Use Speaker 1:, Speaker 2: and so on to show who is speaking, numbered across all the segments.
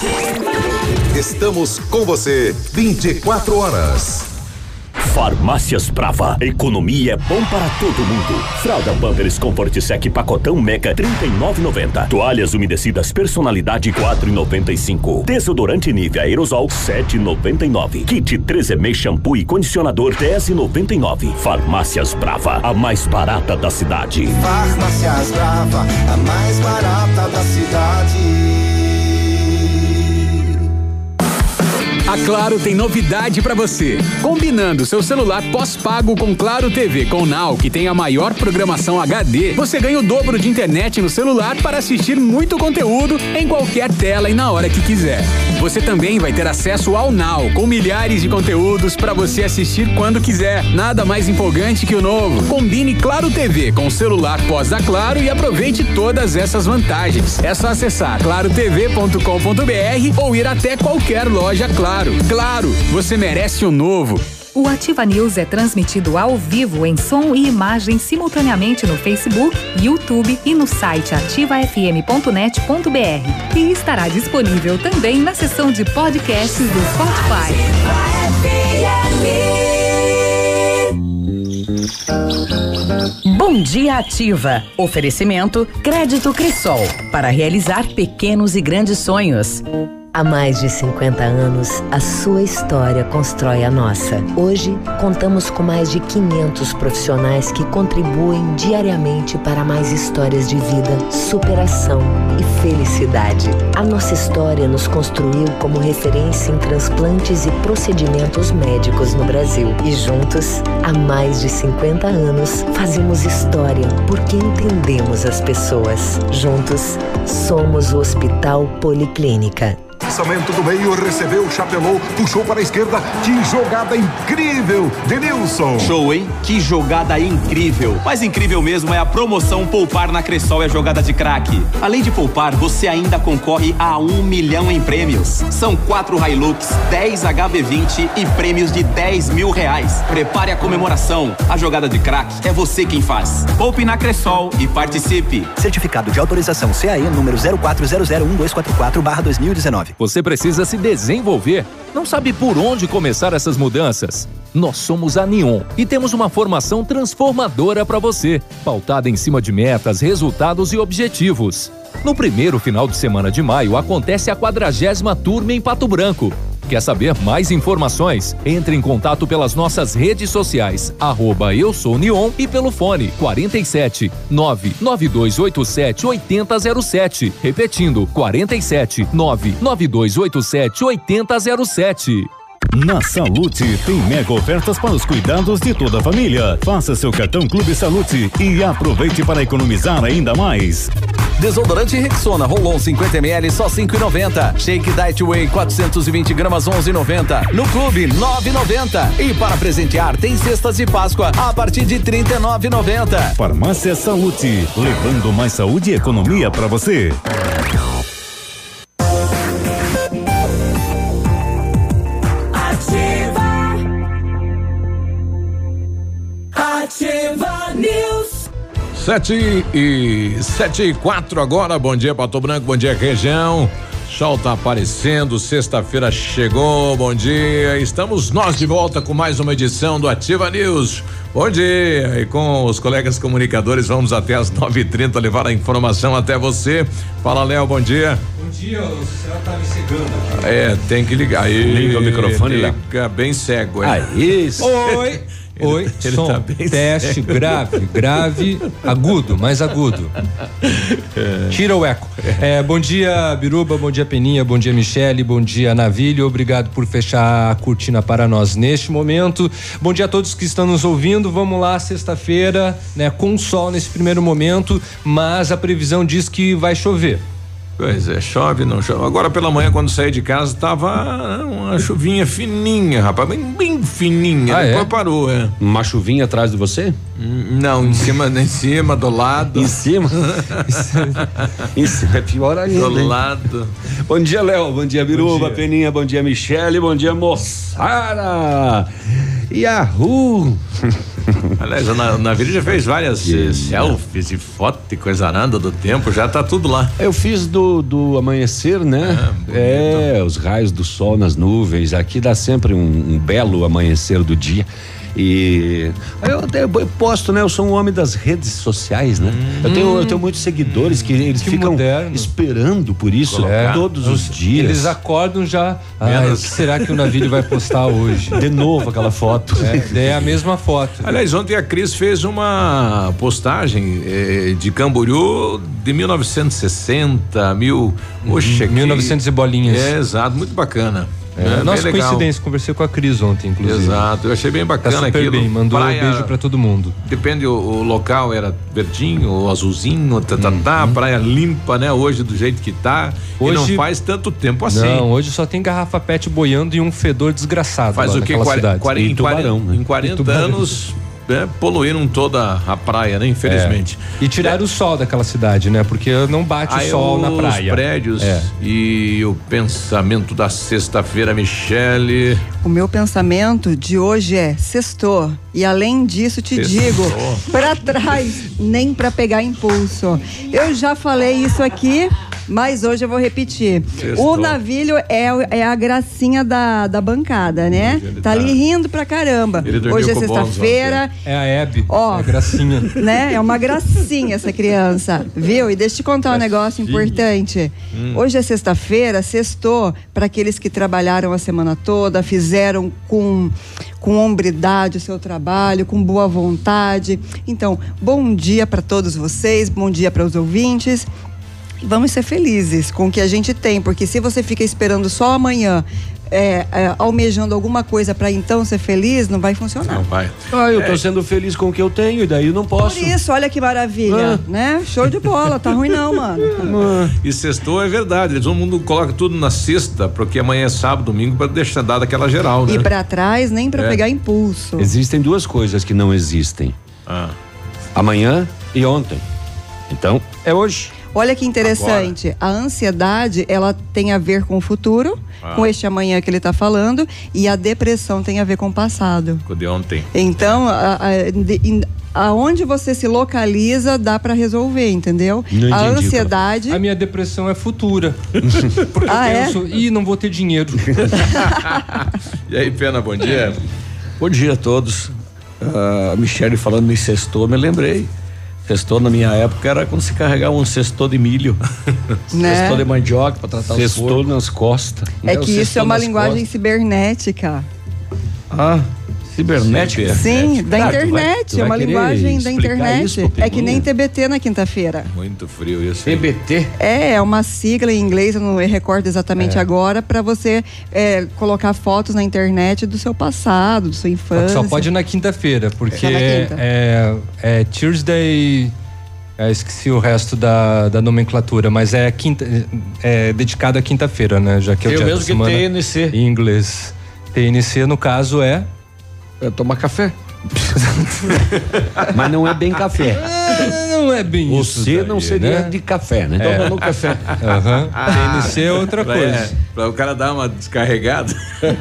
Speaker 1: Estamos com você 24 horas.
Speaker 2: Farmácias Brava. Economia é bom para todo mundo. Fralda Pampers Comfort Sec pacotão Mega R$39,90. Toalhas umedecidas personalidade R$4,95. Desodorante Nivea aerosol R$7,99. Kit 3M shampoo e condicionador R$10,99. Farmácias Brava, a mais barata da cidade.
Speaker 3: Farmácias Brava, a mais barata da cidade.
Speaker 4: A Claro tem novidade pra você. Combinando seu celular pós-pago com Claro TV com Now, que tem a maior programação HD, você ganha o dobro de internet no celular para assistir muito conteúdo em qualquer tela e na hora que quiser. Você também vai ter acesso ao Now, com milhares de conteúdos para você assistir quando quiser. Nada mais empolgante que o novo. Combine Claro TV com o celular pós da Claro e aproveite todas essas vantagens. É só acessar clarotv.com.br ou ir até qualquer loja Claro. Claro, você merece o novo.
Speaker 5: O Ativa News é transmitido ao vivo em som e imagem simultaneamente no Facebook, YouTube e no site ativafm.net.br. E estará disponível também na seção de podcasts do Spotify.
Speaker 6: Bom Dia Ativa. Oferecimento Crédito Cressol para realizar pequenos e grandes sonhos.
Speaker 7: Há mais de 50 anos, a sua história constrói a nossa. Hoje, contamos com mais de 500 profissionais que contribuem diariamente para mais histórias de vida, superação e felicidade. A nossa história nos construiu como referência em transplantes e procedimentos médicos no Brasil. E juntos, há mais de 50 anos, fazemos história porque entendemos as pessoas. Juntos, somos o Hospital Policlínica.
Speaker 1: Lançamento do meio, recebeu, chapelou, puxou para a esquerda, que jogada incrível, Denilson.
Speaker 8: Show, hein? Que jogada incrível. Mas incrível mesmo é a promoção Poupar na Cressol e a jogada de craque. Além de poupar, você ainda concorre a 1 milhão em prêmios. São 4 Hilux, 10 HB20 e prêmios de R$10 mil. Prepare a comemoração. A jogada de craque é você quem faz. Poupe na Cressol e participe.
Speaker 9: Certificado de autorização CAE número 04001244/2019.
Speaker 10: Você precisa se desenvolver. Não sabe por onde começar essas mudanças? Nós somos a Neon e temos uma formação transformadora para você, pautada em cima de metas, resultados e objetivos. No primeiro final de semana de maio acontece a 40ª turma em Pato Branco. Quer saber mais informações? Entre em contato pelas nossas redes sociais, @EuSouNeon e pelo fone 47 99287 8007. Repetindo, 47 99287 8007.
Speaker 11: Na Salute tem mega ofertas para os cuidados de toda a família. Faça seu cartão Clube Salute e aproveite para economizar ainda mais.
Speaker 12: Desodorante Rexona Rolon 50 ml só R$5,90. Shake Diet Whey 420 gramas R$11,90. No Clube R$9,90. E para presentear tem cestas de Páscoa a partir de R$39,90.
Speaker 11: Farmácia Salute, levando mais saúde e economia para você.
Speaker 13: Ativa News.
Speaker 14: 7:04 agora. Bom dia, Pato Branco. Bom dia, região. Sol tá aparecendo. Sexta-feira chegou. Bom dia. Estamos nós de volta com mais uma edição do Ativa News. Bom dia. E com os colegas comunicadores vamos até as 9h30 levar a informação até você. Fala, Léo. Bom dia.
Speaker 15: Bom dia. O céu tá me cegando aqui.
Speaker 14: É, tem que ligar.
Speaker 15: Liga o microfone, Léo.
Speaker 14: Fica bem cego.
Speaker 15: Aí. Oi. Oi,
Speaker 14: ele
Speaker 15: som,
Speaker 14: tá bem
Speaker 15: teste,
Speaker 14: cego.
Speaker 15: grave, agudo, mais agudo. Tira o eco. Bom dia, Biruba, bom dia, Peninha, bom dia, Michele, bom dia, Navilho, obrigado por fechar a cortina para nós neste momento. Bom dia a todos que estão nos ouvindo, vamos lá, sexta-feira, né, com sol nesse primeiro momento, mas a previsão diz que vai chover.
Speaker 14: Pois é, chove, não chove. Agora pela manhã, quando saí de casa, tava uma chuvinha fininha, rapaz, bem fininha. Depois parou,
Speaker 15: Uma chuvinha atrás de você?
Speaker 14: Não, em cima, do lado.
Speaker 15: Em cima? Em cima é pior ainda.
Speaker 14: Do lado.
Speaker 15: Bom dia, Léo. Bom dia, Biruba, Peninha. Bom dia, Michele. Bom dia, moçada. Yahoo!
Speaker 14: Aliás, o Navírio já fez várias selfies e fotos e coisa aranda do tempo, já tá tudo lá.
Speaker 13: Eu fiz do amanhecer, né? Os raios do sol nas nuvens, aqui dá sempre um belo amanhecer do dia. E eu posto, né? Eu sou um homem das redes sociais, né? Eu tenho muitos seguidores que eles ficam esperando por isso todos os dias.
Speaker 15: Eles acordam já. O que será que o Navírio vai postar hoje?
Speaker 13: De novo aquela foto.
Speaker 15: É a mesma foto.
Speaker 14: Aliás, ontem a Cris fez uma postagem de Camboriú de 1960,
Speaker 15: 1900 e bolinhas.
Speaker 14: Exato, muito bacana.
Speaker 15: Nossa, coincidência, conversei com a Cris ontem, inclusive.
Speaker 14: Exato, eu achei bem bacana
Speaker 15: super
Speaker 14: aquilo.
Speaker 15: Bem, mandou um beijo pra todo mundo.
Speaker 14: Depende, o local era verdinho, ou azulzinho, praia limpa, né? Hoje do jeito que tá, hoje, e não faz tanto tempo assim.
Speaker 15: Não, hoje só tem garrafa PET boiando e um fedor desgraçado.
Speaker 14: Faz
Speaker 15: lá
Speaker 14: o quê? Em 40 anos... poluíram toda a praia, né? Infelizmente.
Speaker 15: E tiraram o sol daquela cidade, né? Porque não bate o sol na praia.
Speaker 14: Os prédios e o pensamento da sexta-feira, Michele.
Speaker 16: O meu pensamento de hoje é sextou. E além disso, te digo, pra trás, nem pra pegar impulso. Eu já falei isso aqui, mas hoje eu vou repetir. Sextou. O Navírio é a gracinha da bancada, né? Tá ali rindo pra caramba. Hoje é sexta-feira.
Speaker 15: É a Hebe,
Speaker 16: ó,
Speaker 15: é a gracinha.
Speaker 16: Né? É uma gracinha essa criança, viu? E deixa eu te contar um negócio importante. Hoje é sexta-feira, sextou para aqueles que trabalharam a semana toda, fizeram com hombridade o seu trabalho, com boa vontade. Então, bom dia para todos vocês, bom dia para os ouvintes. Vamos ser felizes com o que a gente tem, porque se você fica esperando só amanhã, almejando alguma coisa para então ser feliz, não vai funcionar.
Speaker 14: Não vai.
Speaker 13: Eu tô sendo feliz com o que eu tenho e daí eu não posso.
Speaker 16: Por isso, olha que maravilha, né? Show de bola, tá ruim não, mano.
Speaker 14: E sextou é verdade, todo mundo coloca tudo na sexta, porque amanhã é sábado, domingo, para deixar dada aquela geral, né?
Speaker 16: E para trás, nem para pegar impulso.
Speaker 13: Existem duas coisas que não existem. Amanhã e ontem. Então, é hoje.
Speaker 16: Olha que interessante, a ansiedade, ela tem a ver com o futuro, com este amanhã que ele está falando, e a depressão tem a ver com o passado.
Speaker 14: Com o de ontem.
Speaker 16: Então, aonde você se localiza, dá para resolver, entendeu?
Speaker 15: Não
Speaker 16: a
Speaker 15: entendi,
Speaker 16: ansiedade...
Speaker 15: A minha depressão é futura. Porque eu penso, não vou ter dinheiro.
Speaker 14: E aí, Pena, bom dia.
Speaker 17: Bom dia a todos. A Michele falando em sextou, me lembrei. Sextou na minha época era quando se carregava um cestou de milho,
Speaker 16: né?
Speaker 17: Cestou de mandioca para tratar os
Speaker 13: Cestou nas costas.
Speaker 16: É que isso é uma linguagem cibernética.
Speaker 17: Cibernética?
Speaker 16: Sim, da internet, é uma linguagem da internet. É que nem TBT na quinta-feira.
Speaker 14: Muito frio isso.
Speaker 17: TBT?
Speaker 16: É uma sigla em inglês, eu não recordo exatamente agora, para você colocar fotos na internet do seu passado, da sua infância.
Speaker 15: Só pode na quinta-feira, porque é Tuesday. Esqueci o resto da nomenclatura, mas é dedicado à quinta-feira, né? Já que é o dia
Speaker 17: mesmo que TNC.
Speaker 15: Em inglês. TNC, no caso, é
Speaker 17: tomar café.
Speaker 13: Mas não é bem café.
Speaker 15: Não é bem isso.
Speaker 13: Você não seria de café, né?
Speaker 17: Tomando café.
Speaker 15: TNC é outra coisa.
Speaker 14: Pra o cara dar uma descarregada.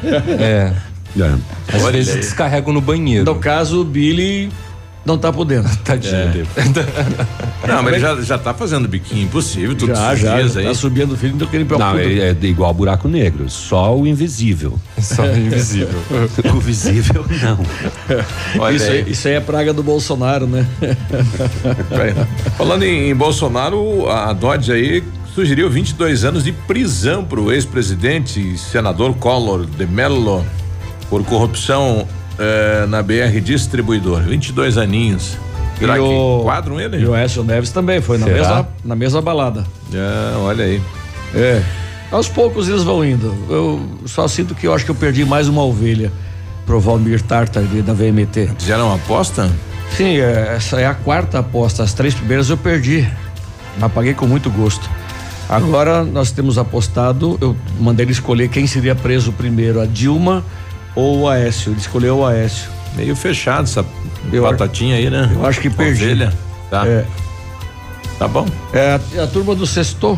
Speaker 15: Às vezes descarregam no banheiro.
Speaker 17: No caso, o Billy não tá podendo.
Speaker 15: Tadinho dele.
Speaker 14: Não, mas ele já tá fazendo biquinho impossível, todos os dias aí.
Speaker 17: Tá subindo o filho do que ele
Speaker 13: Não, é igual buraco negro, só o invisível.
Speaker 15: Só o invisível.
Speaker 13: O visível, não.
Speaker 17: Isso aí é praga do Bolsonaro, né?
Speaker 14: Falando em Bolsonaro, a Dodge aí sugeriu 22 anos de prisão pro ex-presidente e senador Collor de Mello por corrupção na BR Distribuidor, 22 aninhos. Será que quadram ele?
Speaker 17: E o Écio Neves também foi na mesma balada.
Speaker 14: Olha aí.
Speaker 17: Aos poucos eles vão indo. Eu só sinto que eu acho que eu perdi mais uma ovelha pro Valmir Tartar da VMT.
Speaker 14: Fizeram uma aposta?
Speaker 17: Sim, essa é a quarta aposta. As 3 primeiras eu perdi. Mas paguei com muito gosto. Agora nós temos apostado, eu mandei ele escolher quem seria preso primeiro, a Dilma ou o Aécio. Ele escolheu o Aécio.
Speaker 14: Meio fechado essa batatinha aí, né?
Speaker 17: Eu acho que perdi.
Speaker 14: Ovelha. Tá. Tá bom.
Speaker 17: A turma do sextou.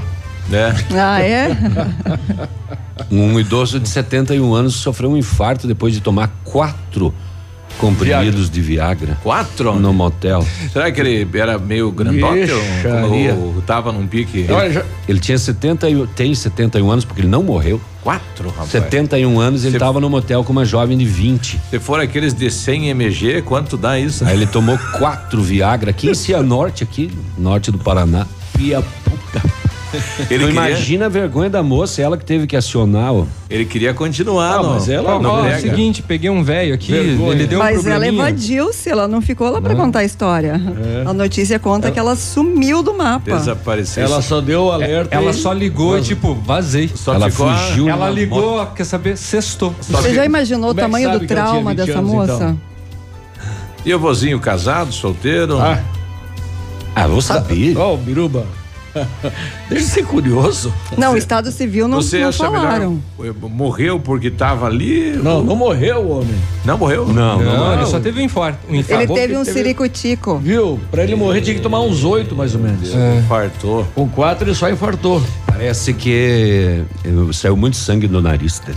Speaker 13: Um idoso de 71 anos sofreu um infarto depois de tomar 4 comprimidos de Viagra.
Speaker 14: 4?
Speaker 13: No motel.
Speaker 14: Será que ele era meio grandote ou tava num pique?
Speaker 13: Ele tinha 71 anos, porque ele não morreu.
Speaker 14: 4, rapaz.
Speaker 13: 71 anos, ele tava no motel com uma jovem de 20.
Speaker 14: Se for aqueles de 100 mg, quanto dá isso?
Speaker 13: Aí ele tomou 4 Viagra aqui em Cianorte, aqui, norte do Paraná.
Speaker 17: Pia puta.
Speaker 13: Ele imagina a vergonha da moça, ela que teve que acionar.
Speaker 14: Ele queria continuar,
Speaker 17: mas ela
Speaker 15: não. É o seguinte, peguei um velho aqui, ele deu um
Speaker 16: mas
Speaker 15: probleminha.
Speaker 16: ela evadiu-se, ela não ficou lá pra contar a história. A notícia conta que ela sumiu do mapa.
Speaker 14: Desapareceu.
Speaker 17: Ela só deu o alerta.
Speaker 15: Ela só ligou e tipo, vazei.
Speaker 14: Ela fugiu.
Speaker 15: Ela ligou, quer saber, sextou.
Speaker 16: Você já imaginou o tamanho do trauma dessa moça?
Speaker 14: Então? E o vozinho casado, solteiro?
Speaker 13: Vou saber.
Speaker 17: Ó, Biruba. Deixa eu ser curioso.
Speaker 16: Não, o Estado Civil não falaram.
Speaker 14: Melhor, morreu porque estava ali?
Speaker 17: Não morreu o homem.
Speaker 14: Não morreu?
Speaker 15: Não, ele só teve um infarto.
Speaker 16: Ele teve um ciricutico.
Speaker 17: Viu? Pra ele morrer tinha que tomar uns 8 mais ou menos.
Speaker 14: Infartou.
Speaker 17: Com 4 ele só infartou.
Speaker 13: Parece que saiu muito sangue do nariz dele.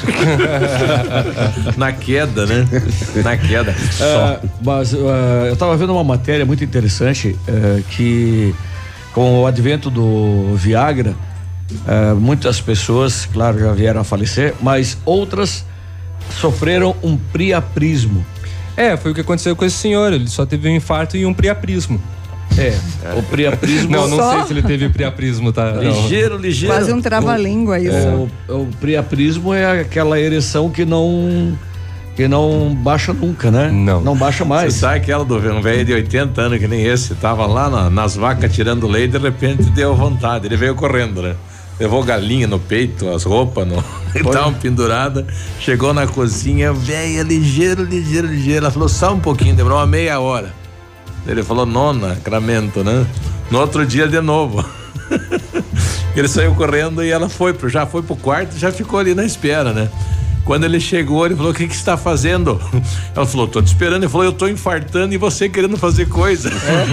Speaker 14: Na queda, né? Na queda.
Speaker 17: Mas eu tava vendo uma matéria muito interessante que com o advento do Viagra, muitas pessoas, claro, já vieram a falecer, mas outras sofreram um priaprismo.
Speaker 15: Foi o que aconteceu com esse senhor, ele só teve um infarto e um priaprismo.
Speaker 17: O priaprismo.
Speaker 15: Não sei se ele teve priaprismo, tá?
Speaker 14: Ligeiro.
Speaker 16: Quase um trava-língua isso.
Speaker 17: O priaprismo é aquela ereção que não baixa nunca, né? Não baixa mais.
Speaker 14: Você sabe aquela do um velho de 80 anos que nem esse, tava lá nas vacas tirando leite, de repente deu vontade, ele veio correndo, né? Levou galinha no peito, as roupas estavam penduradas, chegou na cozinha, velha, ligeiro. Ela falou, só um pouquinho, demorou uma meia hora. Ele falou, Sacramento, né? No outro dia de novo. Ele saiu correndo e ela já foi pro quarto e já ficou ali na espera, né? Quando ele chegou, ele falou, o que você está fazendo? Ela falou, tô te esperando. Ele falou, eu tô infartando e você querendo fazer coisa.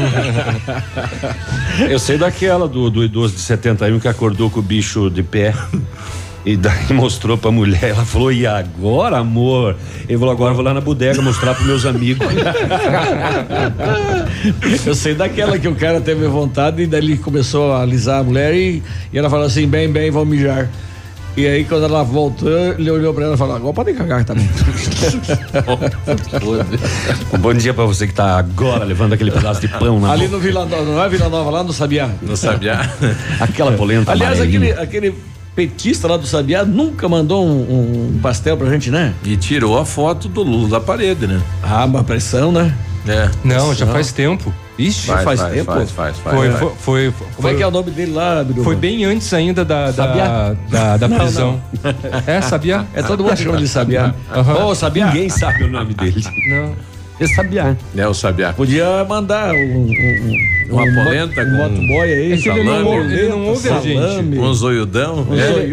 Speaker 13: Eu sei daquela do idoso de 71 que acordou com o bicho de pé. E daí mostrou pra mulher, ela falou, e agora, amor? Ele falou, agora eu vou lá na bodega mostrar pros meus amigos.
Speaker 17: Eu sei daquela que o cara teve vontade e daí ele começou a alisar a mulher e ela falou assim, bem, vou mijar. E aí quando ela voltou, ele olhou pra ela e falou, agora pode cagar também.
Speaker 13: Um bom dia pra você que tá agora levando aquele pedaço de pão na
Speaker 17: ali
Speaker 13: mão.
Speaker 17: no Vila Nova, não é Vila Nova, lá no Sabiá.
Speaker 14: No Sabiá.
Speaker 13: Aquela polenta.
Speaker 17: Aliás, aquele petista lá do Sabiá nunca mandou um pastel pra gente, né?
Speaker 14: E tirou a foto do Lula da parede, né?
Speaker 17: Uma pressão, né?
Speaker 15: Não, já faz tempo. Ixi,
Speaker 14: faz
Speaker 15: tempo.
Speaker 14: Foi.
Speaker 17: Como é que é o nome dele lá, Biruba?
Speaker 15: Foi bem antes ainda da prisão. Sabiá?
Speaker 17: Todo mundo chama de Sabiá. Sabiá?
Speaker 13: Ninguém sabe o nome dele.
Speaker 15: Não.
Speaker 13: É Sabiá.
Speaker 14: É o Sabiá.
Speaker 17: Podia mandar
Speaker 14: uma polenta
Speaker 17: com motoboy aí.
Speaker 15: É que ele não ouve a gente.
Speaker 14: Um zoiudão.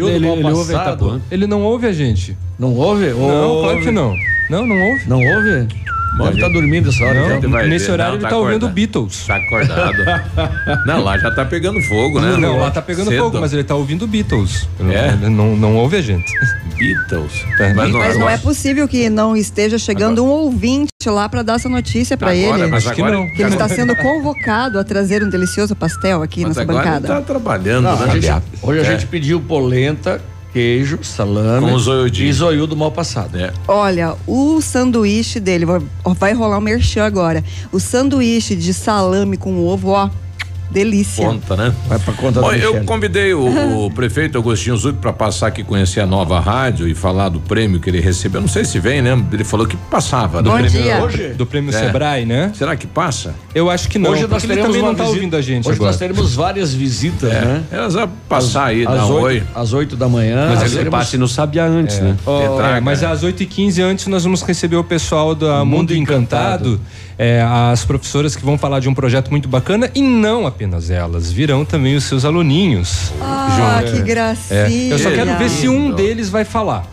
Speaker 15: Ele não ouve a gente.
Speaker 17: Não ouve?
Speaker 15: Não, claro que não. Não ouve.
Speaker 17: Não ouve? Deve estar dormindo essa hora.
Speaker 15: Nesse horário ele tá ouvindo Beatles.
Speaker 14: Tá acordado. Não, lá já tá pegando fogo, né?
Speaker 15: Não, lá tá pegando fogo, mas ele tá ouvindo Beatles.
Speaker 14: Ele
Speaker 15: não ouve a gente.
Speaker 14: Beatles?
Speaker 16: Mas não é possível que não esteja chegando um ouvinte lá para dar essa notícia para ele.
Speaker 14: Mas acho que não.
Speaker 16: Que ele está sendo convocado a trazer um delicioso pastel aqui nessa bancada.
Speaker 14: Ele tá trabalhando,
Speaker 17: né? Hoje a gente pediu polenta, queijo, salame
Speaker 14: com zoiudinho.
Speaker 17: E zoiudo mal passado.
Speaker 16: Olha, o sanduíche dele, vai rolar um merchan agora. O sanduíche de salame com ovo, ó, delícia.
Speaker 14: Conta, né?
Speaker 17: Vai pra conta do
Speaker 14: Eu convidei o prefeito Agostinho Zucchi para passar aqui conhecer a nova rádio e falar do prêmio que ele recebeu. Não sei se vem, né? Ele falou que passava.
Speaker 16: Bom dia.
Speaker 15: Do prêmio Sebrae, né?
Speaker 14: Será que passa?
Speaker 15: Eu acho que não.
Speaker 17: Hoje nós teremos
Speaker 15: também não tá ouvindo a gente
Speaker 17: hoje
Speaker 15: agora.
Speaker 17: nós teremos várias visitas, né?
Speaker 14: Elas vão passar aí, dar oi.
Speaker 17: Às 8 da manhã.
Speaker 13: Mas ele passe no Sabiá antes, né?
Speaker 15: Mas às 8h15 antes nós vamos receber o pessoal da Mundo Encantado. As professoras que vão falar de um projeto muito bacana e não apenas elas, virão também os seus aluninhos.
Speaker 16: Que gracinha.
Speaker 15: Eu só quero ver se um deles vai falar.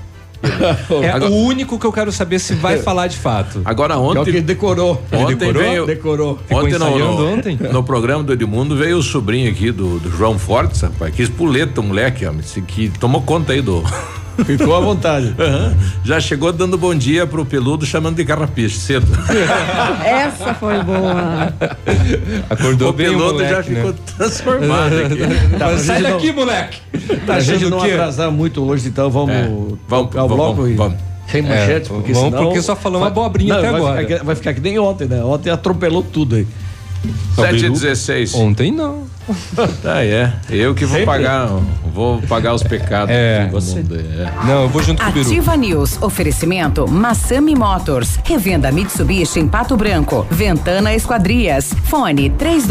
Speaker 15: O único que eu quero saber se vai falar de fato.
Speaker 14: Agora ontem.
Speaker 17: É o que ele decorou.
Speaker 14: Decorou.
Speaker 15: Ontem
Speaker 14: no programa do Edmundo veio o sobrinho aqui do João Fortes, rapaz, que espuleta o moleque, que tomou conta aí do
Speaker 17: Ficou à vontade.
Speaker 14: Já chegou dando bom dia pro peludo, chamando de carrapicho cedo.
Speaker 16: Essa foi boa.
Speaker 15: Acordou bem o
Speaker 14: peludo
Speaker 15: moleque,
Speaker 14: já ficou
Speaker 15: né?
Speaker 14: transformado aqui.
Speaker 15: Mas sai daqui, moleque.
Speaker 17: Tá, a gente não atrasar muito hoje, então vamos ao bloco e sem manchete, porque
Speaker 15: vamos
Speaker 17: senão...
Speaker 15: porque só falamos abobrinha até agora.
Speaker 17: Vai ficar que nem ontem, né? Ontem atropelou tudo aí.
Speaker 14: 7h16.
Speaker 15: Ontem não.
Speaker 14: Eu que vou pagar os pecados.
Speaker 15: Você. Não, eu vou junto com o Biru.
Speaker 6: Ativa News, oferecimento Massami Motors, revenda Mitsubishi em Pato Branco, Ventana Esquadrias, fone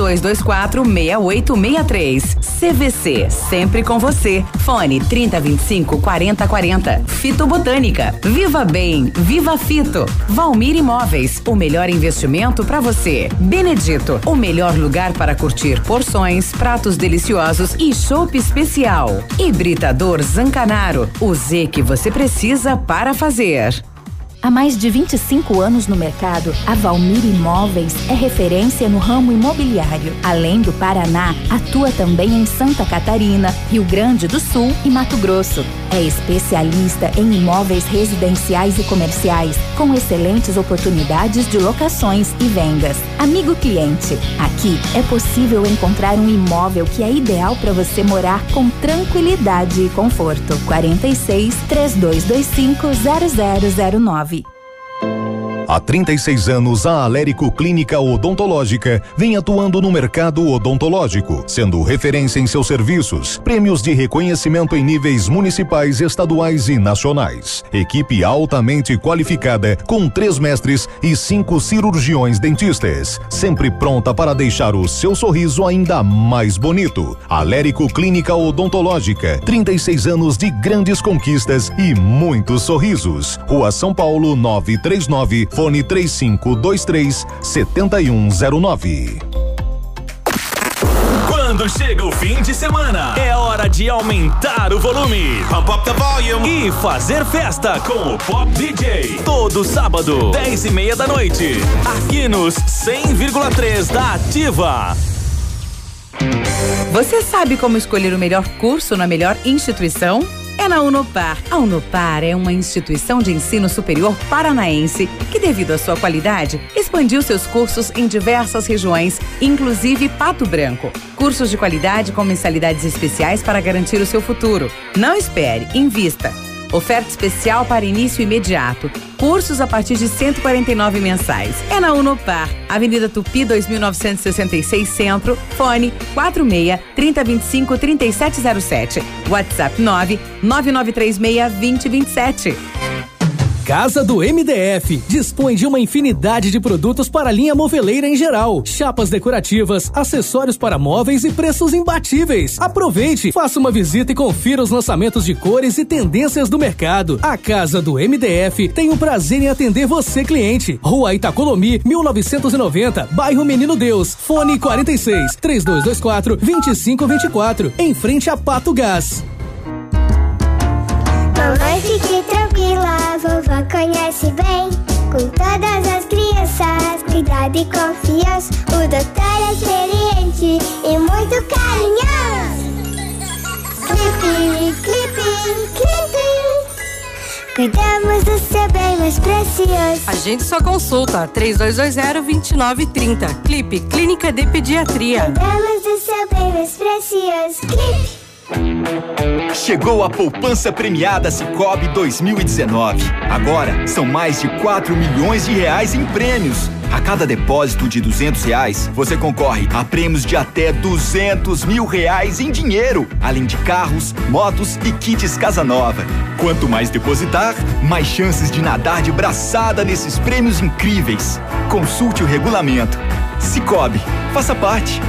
Speaker 6: 3224-6863, CVC, sempre com você, fone 3025-4040, Fito Botânica, Viva Bem, Viva Fito, Valmir Imóveis, o melhor investimento para você, Benedito, o melhor lugar para curtir porções, pratos deliciosos e chopp especial. Hibridador Zancanaro, o Z que você precisa para fazer.
Speaker 18: Há mais de 25 anos no mercado, a Valmir Imóveis é referência no ramo imobiliário. Além do Paraná, atua também em Santa Catarina, Rio Grande do Sul e Mato Grosso. É especialista em imóveis residenciais e comerciais, com excelentes oportunidades de locações e vendas. Amigo cliente, aqui é possível encontrar um imóvel que é ideal para você morar com tranquilidade e conforto. 46-3225-0009.
Speaker 19: Há 36 anos, a Alérico Clínica Odontológica vem atuando no mercado odontológico, sendo referência em seus serviços, prêmios de reconhecimento em níveis municipais, estaduais e nacionais. Equipe altamente qualificada, com 3 mestres e 5 cirurgiões dentistas, sempre pronta para deixar o seu sorriso ainda mais bonito. Alérico Clínica Odontológica, 36 anos de grandes conquistas e muitos sorrisos. Rua São Paulo 939, fone 3523-7109.
Speaker 2: Quando chega o fim de semana, é hora de aumentar o volume, pump up the volume e fazer festa com o Pop DJ. Todo sábado, 10h30 da noite, aqui nos 100,3 da Ativa.
Speaker 6: Você sabe como escolher o melhor curso na melhor instituição? É na Unopar. A Unopar é uma instituição de ensino superior paranaense que, devido à sua qualidade, expandiu seus cursos em diversas regiões, inclusive Pato Branco. Cursos de qualidade com mensalidades especiais para garantir o seu futuro. Não espere, invista. Oferta especial para início imediato. Cursos a partir de 149 mensais. É na Unopar, Avenida Tupi 2966 Centro, fone 46-3025-3707. WhatsApp 99936-2027.
Speaker 20: Casa do MDF dispõe de uma infinidade de produtos para a linha moveleira em geral, chapas decorativas, acessórios para móveis e preços imbatíveis. Aproveite, faça uma visita e confira os lançamentos de cores e tendências do mercado. A Casa do MDF tem o prazer em atender você, cliente. Rua Itacolomi, 1990, bairro Menino Deus, fone 46-3224-2524, em frente a Pato Gás.
Speaker 21: Mamãe, fique tranquila, a vovó conhece bem. Com todas as crianças, cuidado e confiança. O doutor é experiente e muito carinhoso. Clipe, clipe, clipe. Cuidamos do seu bem mais precioso.
Speaker 22: Agende sua consulta, 3220-2930. Clipe, Clínica de Pediatria.
Speaker 21: Cuidamos do seu bem mais precioso. Clipe.
Speaker 23: Chegou a poupança premiada Sicoob 2019. Agora são mais de 4 milhões de reais em prêmios. A cada depósito de R$200, você concorre a prêmios de até R$200 mil em dinheiro, além de carros, motos e kits Casa Nova. Quanto mais depositar, mais chances de nadar de braçada nesses prêmios incríveis. Consulte o regulamento. Sicoob, faça parte.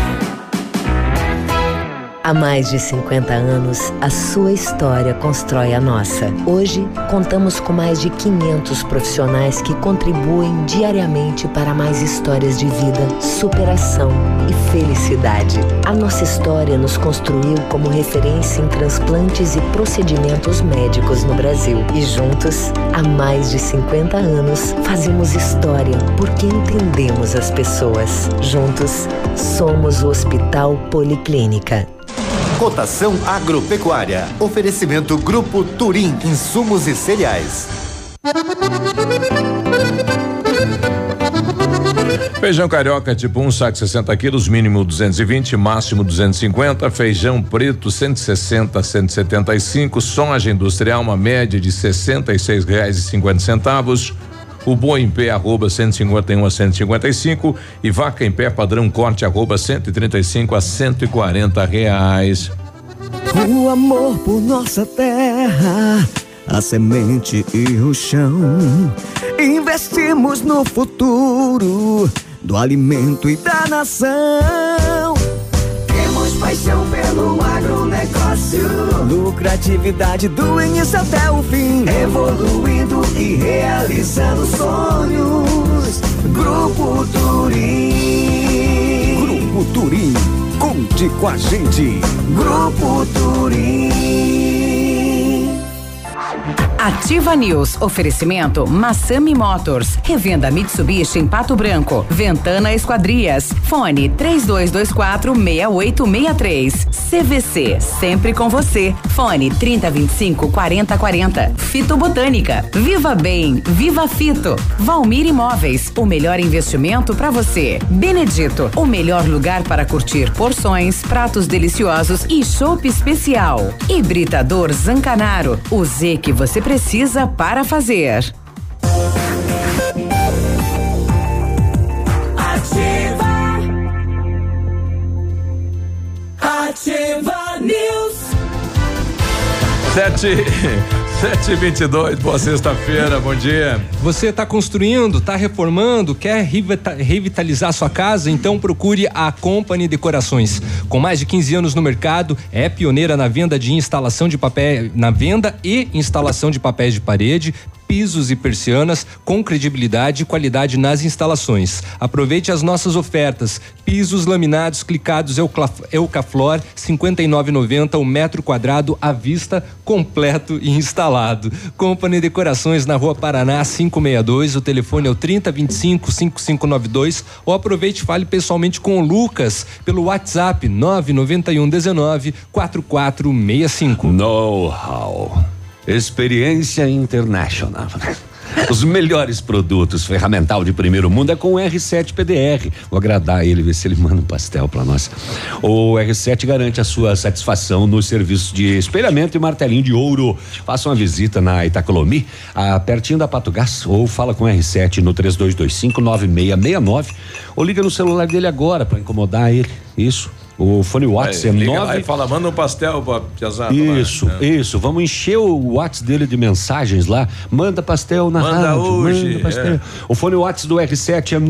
Speaker 7: Há mais de 50 anos, a sua história constrói a nossa. Hoje, contamos com mais de 500 profissionais que contribuem diariamente para mais histórias de vida, superação e felicidade. A nossa história nos construiu como referência em transplantes e procedimentos médicos no Brasil. E juntos, há mais de 50 anos, fazemos história porque entendemos as pessoas. Juntos, somos o Hospital Policlínica.
Speaker 3: Cotação agropecuária. Oferecimento Grupo Turim, insumos e cereais.
Speaker 14: Feijão carioca tipo 1, saco 60 quilos, mínimo 220, máximo 250. Feijão preto 160, 175. Soja industrial, uma média de R$66,50. O boi em pé, arroba 151 a 155. E vaca em pé, padrão corte, arroba 135 a R$140.
Speaker 4: O amor por nossa terra, a semente e o chão. Investimos no futuro do alimento e da nação. Temos paixão pelo agronegócio, lucratividade do início até o fim, evoluindo e realizando sonhos. Grupo Turim. Grupo Turim, conte com a gente. Grupo Turim.
Speaker 6: Ativa News. Oferecimento Massami Motors. Revenda Mitsubishi em Pato Branco. Ventana Esquadrias. Fone 3224-6863. CVC. Sempre com você. Fone 3025-4040. Fito Botânica. Viva Bem. Viva Fito. Valmir Imóveis. O melhor investimento para você. Benedito. O melhor lugar para curtir porções, pratos deliciosos e chopp especial. Hibridador Zancanaro. O Z que você precisa para fazer.
Speaker 4: Ativa News.
Speaker 14: 7h22, boa sexta-feira, bom dia.
Speaker 15: Você está construindo, está reformando, quer revitalizar sua casa? Então procure a Company Decorações. Com mais de 15 anos no mercado, é pioneira na venda de instalação de papel, na venda e instalação de papéis de parede, pisos e persianas com credibilidade e qualidade nas instalações. Aproveite as nossas ofertas. Pisos laminados clicados Eucaflor, R$59,90 o metro quadrado à vista, completo e instalado. Company Decorações na Rua Paraná 562, o telefone é o 3025-5592 ou aproveite e fale pessoalmente com o Lucas pelo WhatsApp 99119-4465.
Speaker 13: Know-how. Experiência International. Os melhores produtos, ferramental de primeiro mundo é com o R7 PDR. Vou agradar ele, ver se ele manda um pastel pra nós. O R7 garante a sua satisfação nos serviços de espelhamento e martelinho de ouro. Faça uma visita na Itacolomi, pertinho da Pato Gás, ou fala com o R7 no 3225-9669 ou liga no celular dele agora pra incomodar ele. Isso. O fone WhatsApp é 9.
Speaker 14: Fala, manda um pastel pra Piazada.
Speaker 13: Isso. Vamos encher o WhatsApp dele de mensagens lá. Manda pastel na rádio.
Speaker 14: Hoje.
Speaker 13: Manda pastel. O fone WhatsApp do R7 é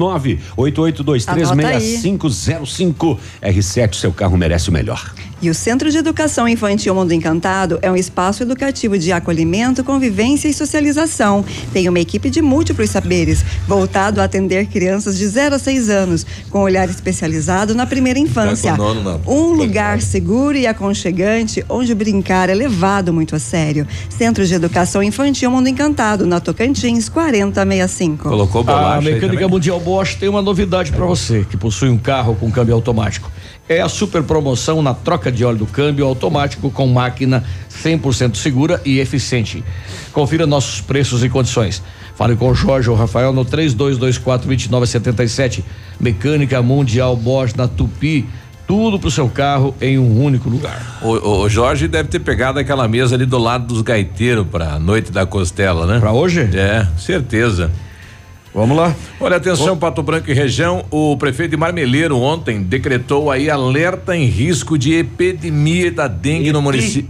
Speaker 13: 988236505. R7, seu carro merece o melhor.
Speaker 16: E o Centro de Educação Infantil Mundo Encantado é um espaço educativo de acolhimento, convivência e socialização. Tem uma equipe de múltiplos saberes, voltado a atender crianças de 0 a 6 anos, com olhar especializado na primeira infância. Um lugar seguro e aconchegante, onde brincar é levado muito a sério. Centro de Educação Infantil Mundo Encantado, na Tocantins, 4065.
Speaker 14: Colocou bolacha.
Speaker 17: A Mecânica Mundial Bosch tem uma novidade para você, que possui um carro com câmbio automático. É a super promoção na troca de óleo do câmbio automático com máquina 100% segura e eficiente. Confira nossos preços e condições. Fale com o Jorge ou Rafael no 3224-2977. Mecânica Mundial Bosch na Tupi. Tudo pro seu carro em um único lugar.
Speaker 14: O Jorge deve ter pegado aquela mesa ali do lado dos gaiteiros pra Noite da Costela, né?
Speaker 17: Pra hoje?
Speaker 14: É, certeza.
Speaker 17: Vamos lá.
Speaker 14: Olha, atenção, Pato Branco e região, o prefeito de Marmeleiro ontem decretou aí alerta em risco de epidemia da dengue no município.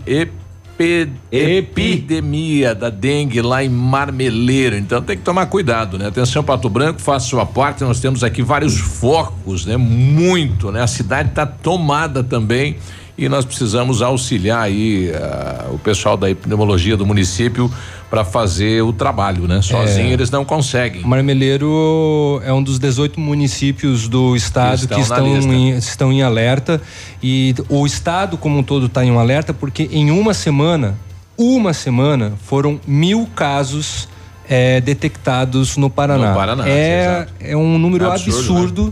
Speaker 14: Epidemia da dengue lá em Marmeleiro, então tem que tomar cuidado, né? Atenção, Pato Branco, faça sua parte, nós temos aqui vários focos, né? Muito, né? A cidade está tomada também e nós precisamos auxiliar aí o pessoal da epidemiologia do município para fazer o trabalho, né? Sozinho eles não conseguem.
Speaker 15: Marmeleiro é um dos 18 municípios do estado que estão em alerta, e o estado como um todo está em um alerta porque em uma semana foram 1.000 casos detectados no Paraná. É um número absurdo.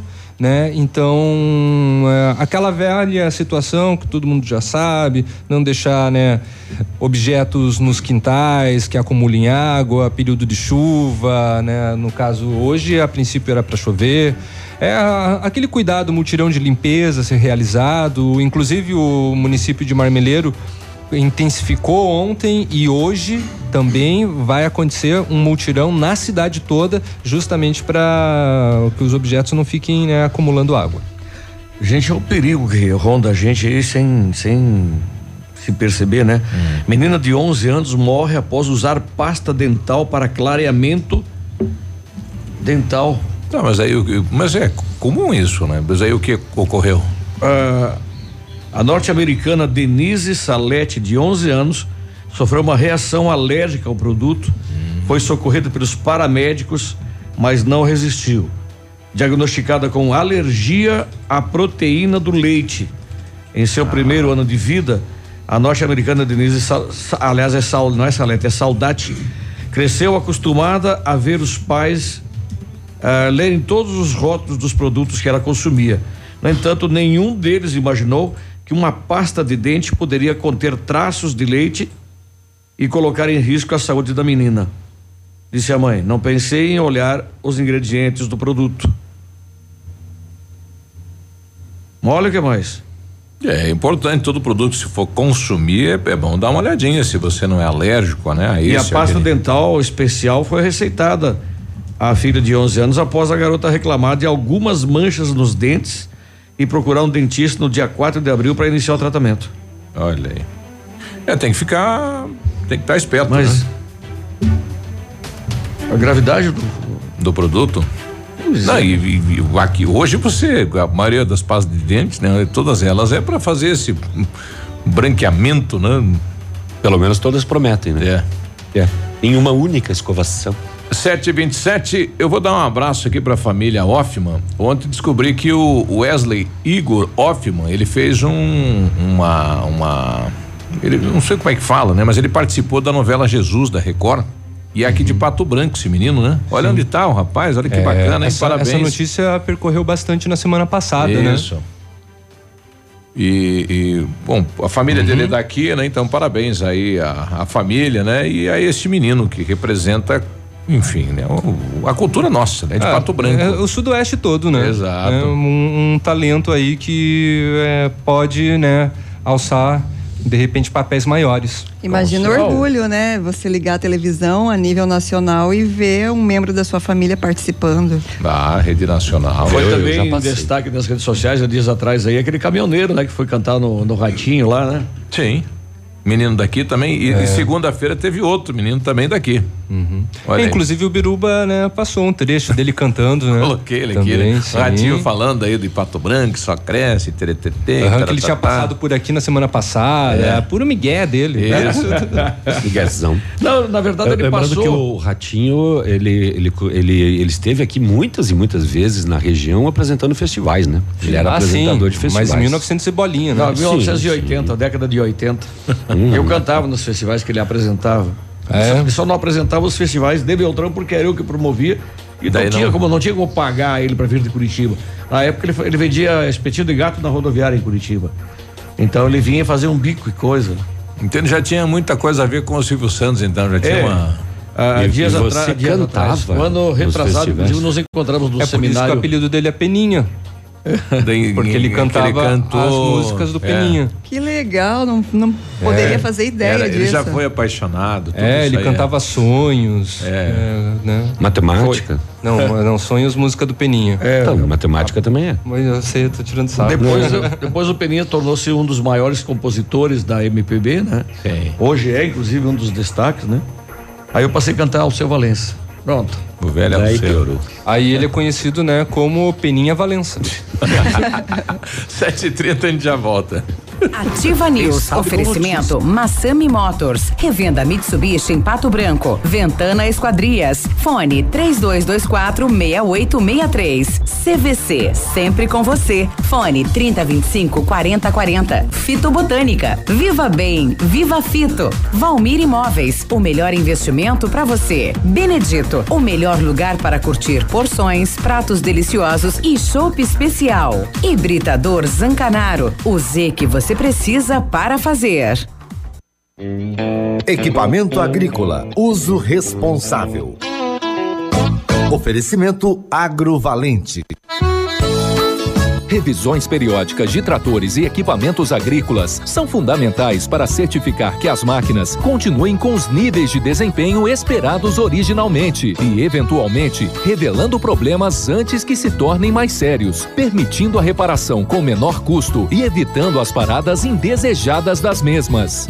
Speaker 15: né? Então, aquela velha situação que todo mundo já sabe, não deixar, né, objetos nos quintais que acumulem água, período de chuva, né? No caso, hoje, a princípio era para chover. Aquele cuidado, mutirão de limpeza ser realizado, inclusive o município de Marmeleiro intensificou ontem e hoje também vai acontecer um mutirão na cidade toda, justamente para que os objetos não fiquem, né, acumulando água.
Speaker 17: Gente, é o perigo que ronda a gente aí sem se perceber, né? Menina de 11 anos morre após usar pasta dental para clareamento dental.
Speaker 14: Não, mas é comum isso, né? Mas aí o que ocorreu?
Speaker 17: A norte-americana Denise Salete, de 11 anos, sofreu uma reação alérgica ao produto, foi socorrida pelos paramédicos, mas não resistiu. Diagnosticada com alergia à proteína do leite. Em seu primeiro ano de vida, a norte-americana Denise, não é Salete, é Saldati, cresceu acostumada a ver os pais lerem todos os rótulos dos produtos que ela consumia. No entanto, nenhum deles imaginou que uma pasta de dente poderia conter traços de leite e colocar em risco a saúde da menina. Disse a mãe: não pensei em olhar os ingredientes do produto. Olha o que mais?
Speaker 14: É importante, todo produto, se for consumir, é bom dar uma olhadinha se você não é alérgico, né?
Speaker 17: E a pasta dental especial foi receitada à filha de 11 anos após a garota reclamar de algumas manchas nos dentes e procurar um dentista no dia 4 de abril para iniciar o tratamento.
Speaker 14: Olha aí. Tem que estar esperto,
Speaker 17: mas
Speaker 14: né?
Speaker 17: A gravidade
Speaker 14: do produto. Não, e aqui hoje a maioria das pastas de dentes, né? Todas elas é para fazer esse branqueamento, né?
Speaker 13: Pelo menos todas prometem, né? Em uma única escovação.
Speaker 14: 7h27, eu vou dar um abraço aqui pra família Hoffman. Ontem descobri que o Wesley Igor Hoffman, ele fez ele não sei como é que fala, né? Mas ele participou da novela Jesus da Record. E é aqui de Pato Branco esse menino, né? Olha onde tá o rapaz, olha que bacana, hein? Parabéns.
Speaker 15: Essa notícia percorreu bastante na semana passada, né?
Speaker 14: Isso. Bom, a família dele é daqui, né? Então parabéns aí a família, né? E a este menino que representa, enfim, né? A cultura nossa, né? De Pato Branco.
Speaker 15: O sudoeste todo, né?
Speaker 14: Exato.
Speaker 15: Um talento aí que pode, né? Alçar, de repente, papéis maiores.
Speaker 16: Imagina o orgulho, né? Você ligar a televisão a nível nacional e ver um membro da sua família participando.
Speaker 14: Rede nacional.
Speaker 17: Foi também em destaque nas redes sociais há dias atrás aí, aquele caminhoneiro, né? Que foi cantar no Ratinho lá, né?
Speaker 14: Sim. Menino daqui também, e segunda-feira teve outro menino também daqui.
Speaker 15: Inclusive o Biruba, né, passou um trecho dele cantando, né?
Speaker 14: Coloquei ele aqui, né? Ratinho falando aí de Pato Branco, só cresce, teretetê.
Speaker 15: Que ele tinha passado por aqui na semana passada, puro migué dele.
Speaker 14: Isso.
Speaker 13: Miguezão.
Speaker 17: Não, na verdade ele passou.
Speaker 13: Lembrando que o Ratinho, ele esteve aqui muitas e muitas vezes na região apresentando festivais, né? Ele era apresentador de festivais.
Speaker 15: Mas em 1900 e bolinha, né?
Speaker 17: Não, 1980, década de 80. Eu cantava nos festivais que ele apresentava. Ele só não apresentava os festivais de Beltrão porque era eu que promovia e não tinha como pagar ele para vir de Curitiba. Na época ele vendia espetinho de gato na rodoviária em Curitiba. Então ele vinha fazer um bico e coisa.
Speaker 14: Então já tinha muita coisa a ver com o Silvio Santos, então já tinha uma...
Speaker 17: dias atrás, um ano retrasado, inclusive nos encontramos no seminário.
Speaker 15: Por isso que o apelido dele é Peninha. Porque ele cantava as músicas do Peninha.
Speaker 16: Que legal, não poderia fazer ideia disso.
Speaker 14: Ele já foi apaixonado.
Speaker 15: Ele cantava Sonhos. Né?
Speaker 13: Matemática?
Speaker 15: Não, Sonhos, música do Peninha.
Speaker 13: Então, matemática também é.
Speaker 15: Mas eu sei, tô tirando sarro.
Speaker 17: Depois o Peninha tornou-se um dos maiores compositores da MPB, né? Hoje é, inclusive, um dos destaques, né? Aí eu passei a cantar Alceu Valença. Pronto.
Speaker 14: O velho Alceu.
Speaker 15: Aí ele é conhecido, né, como Peninha Valença.
Speaker 14: 7h30 a gente já volta.
Speaker 6: Ativa News. Oferecimento Massami Motors. Revenda Mitsubishi em Pato Branco. Ventana Esquadrias. Fone 3224-6863. CVC. Sempre com você. Fone 3025-4040. Fito Botânica. Viva Bem. Viva Fito. Valmir Imóveis. O melhor investimento para você. Benedito. O melhor lugar para curtir porções, pratos deliciosos e chopp especial. Hibridador Zancanaro. O Z que você precisa para fazer.
Speaker 3: Equipamento agrícola, uso responsável. Oferecimento Agrovalente.
Speaker 10: Revisões periódicas de tratores e equipamentos agrícolas são fundamentais para certificar que as máquinas continuem com os níveis de desempenho esperados originalmente e, eventualmente, revelando problemas antes que se tornem mais sérios, permitindo a reparação com menor custo e evitando as paradas indesejadas das mesmas.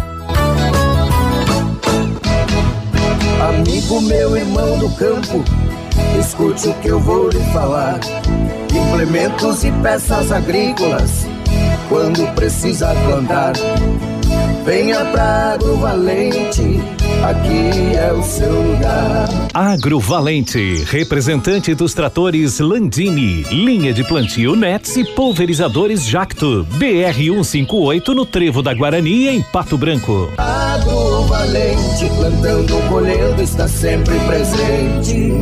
Speaker 4: Amigo meu, irmão do campo, escute o que eu vou lhe falar. Implementos e peças agrícolas, quando precisa plantar, venha pra Agrovalente, aqui é o seu lugar.
Speaker 1: Agrovalente, representante dos tratores Landini, linha de plantio Nets e pulverizadores Jacto, BR-158 no Trevo da Guarani, em Pato Branco.
Speaker 4: Agrovalente, plantando, colhendo, está sempre presente.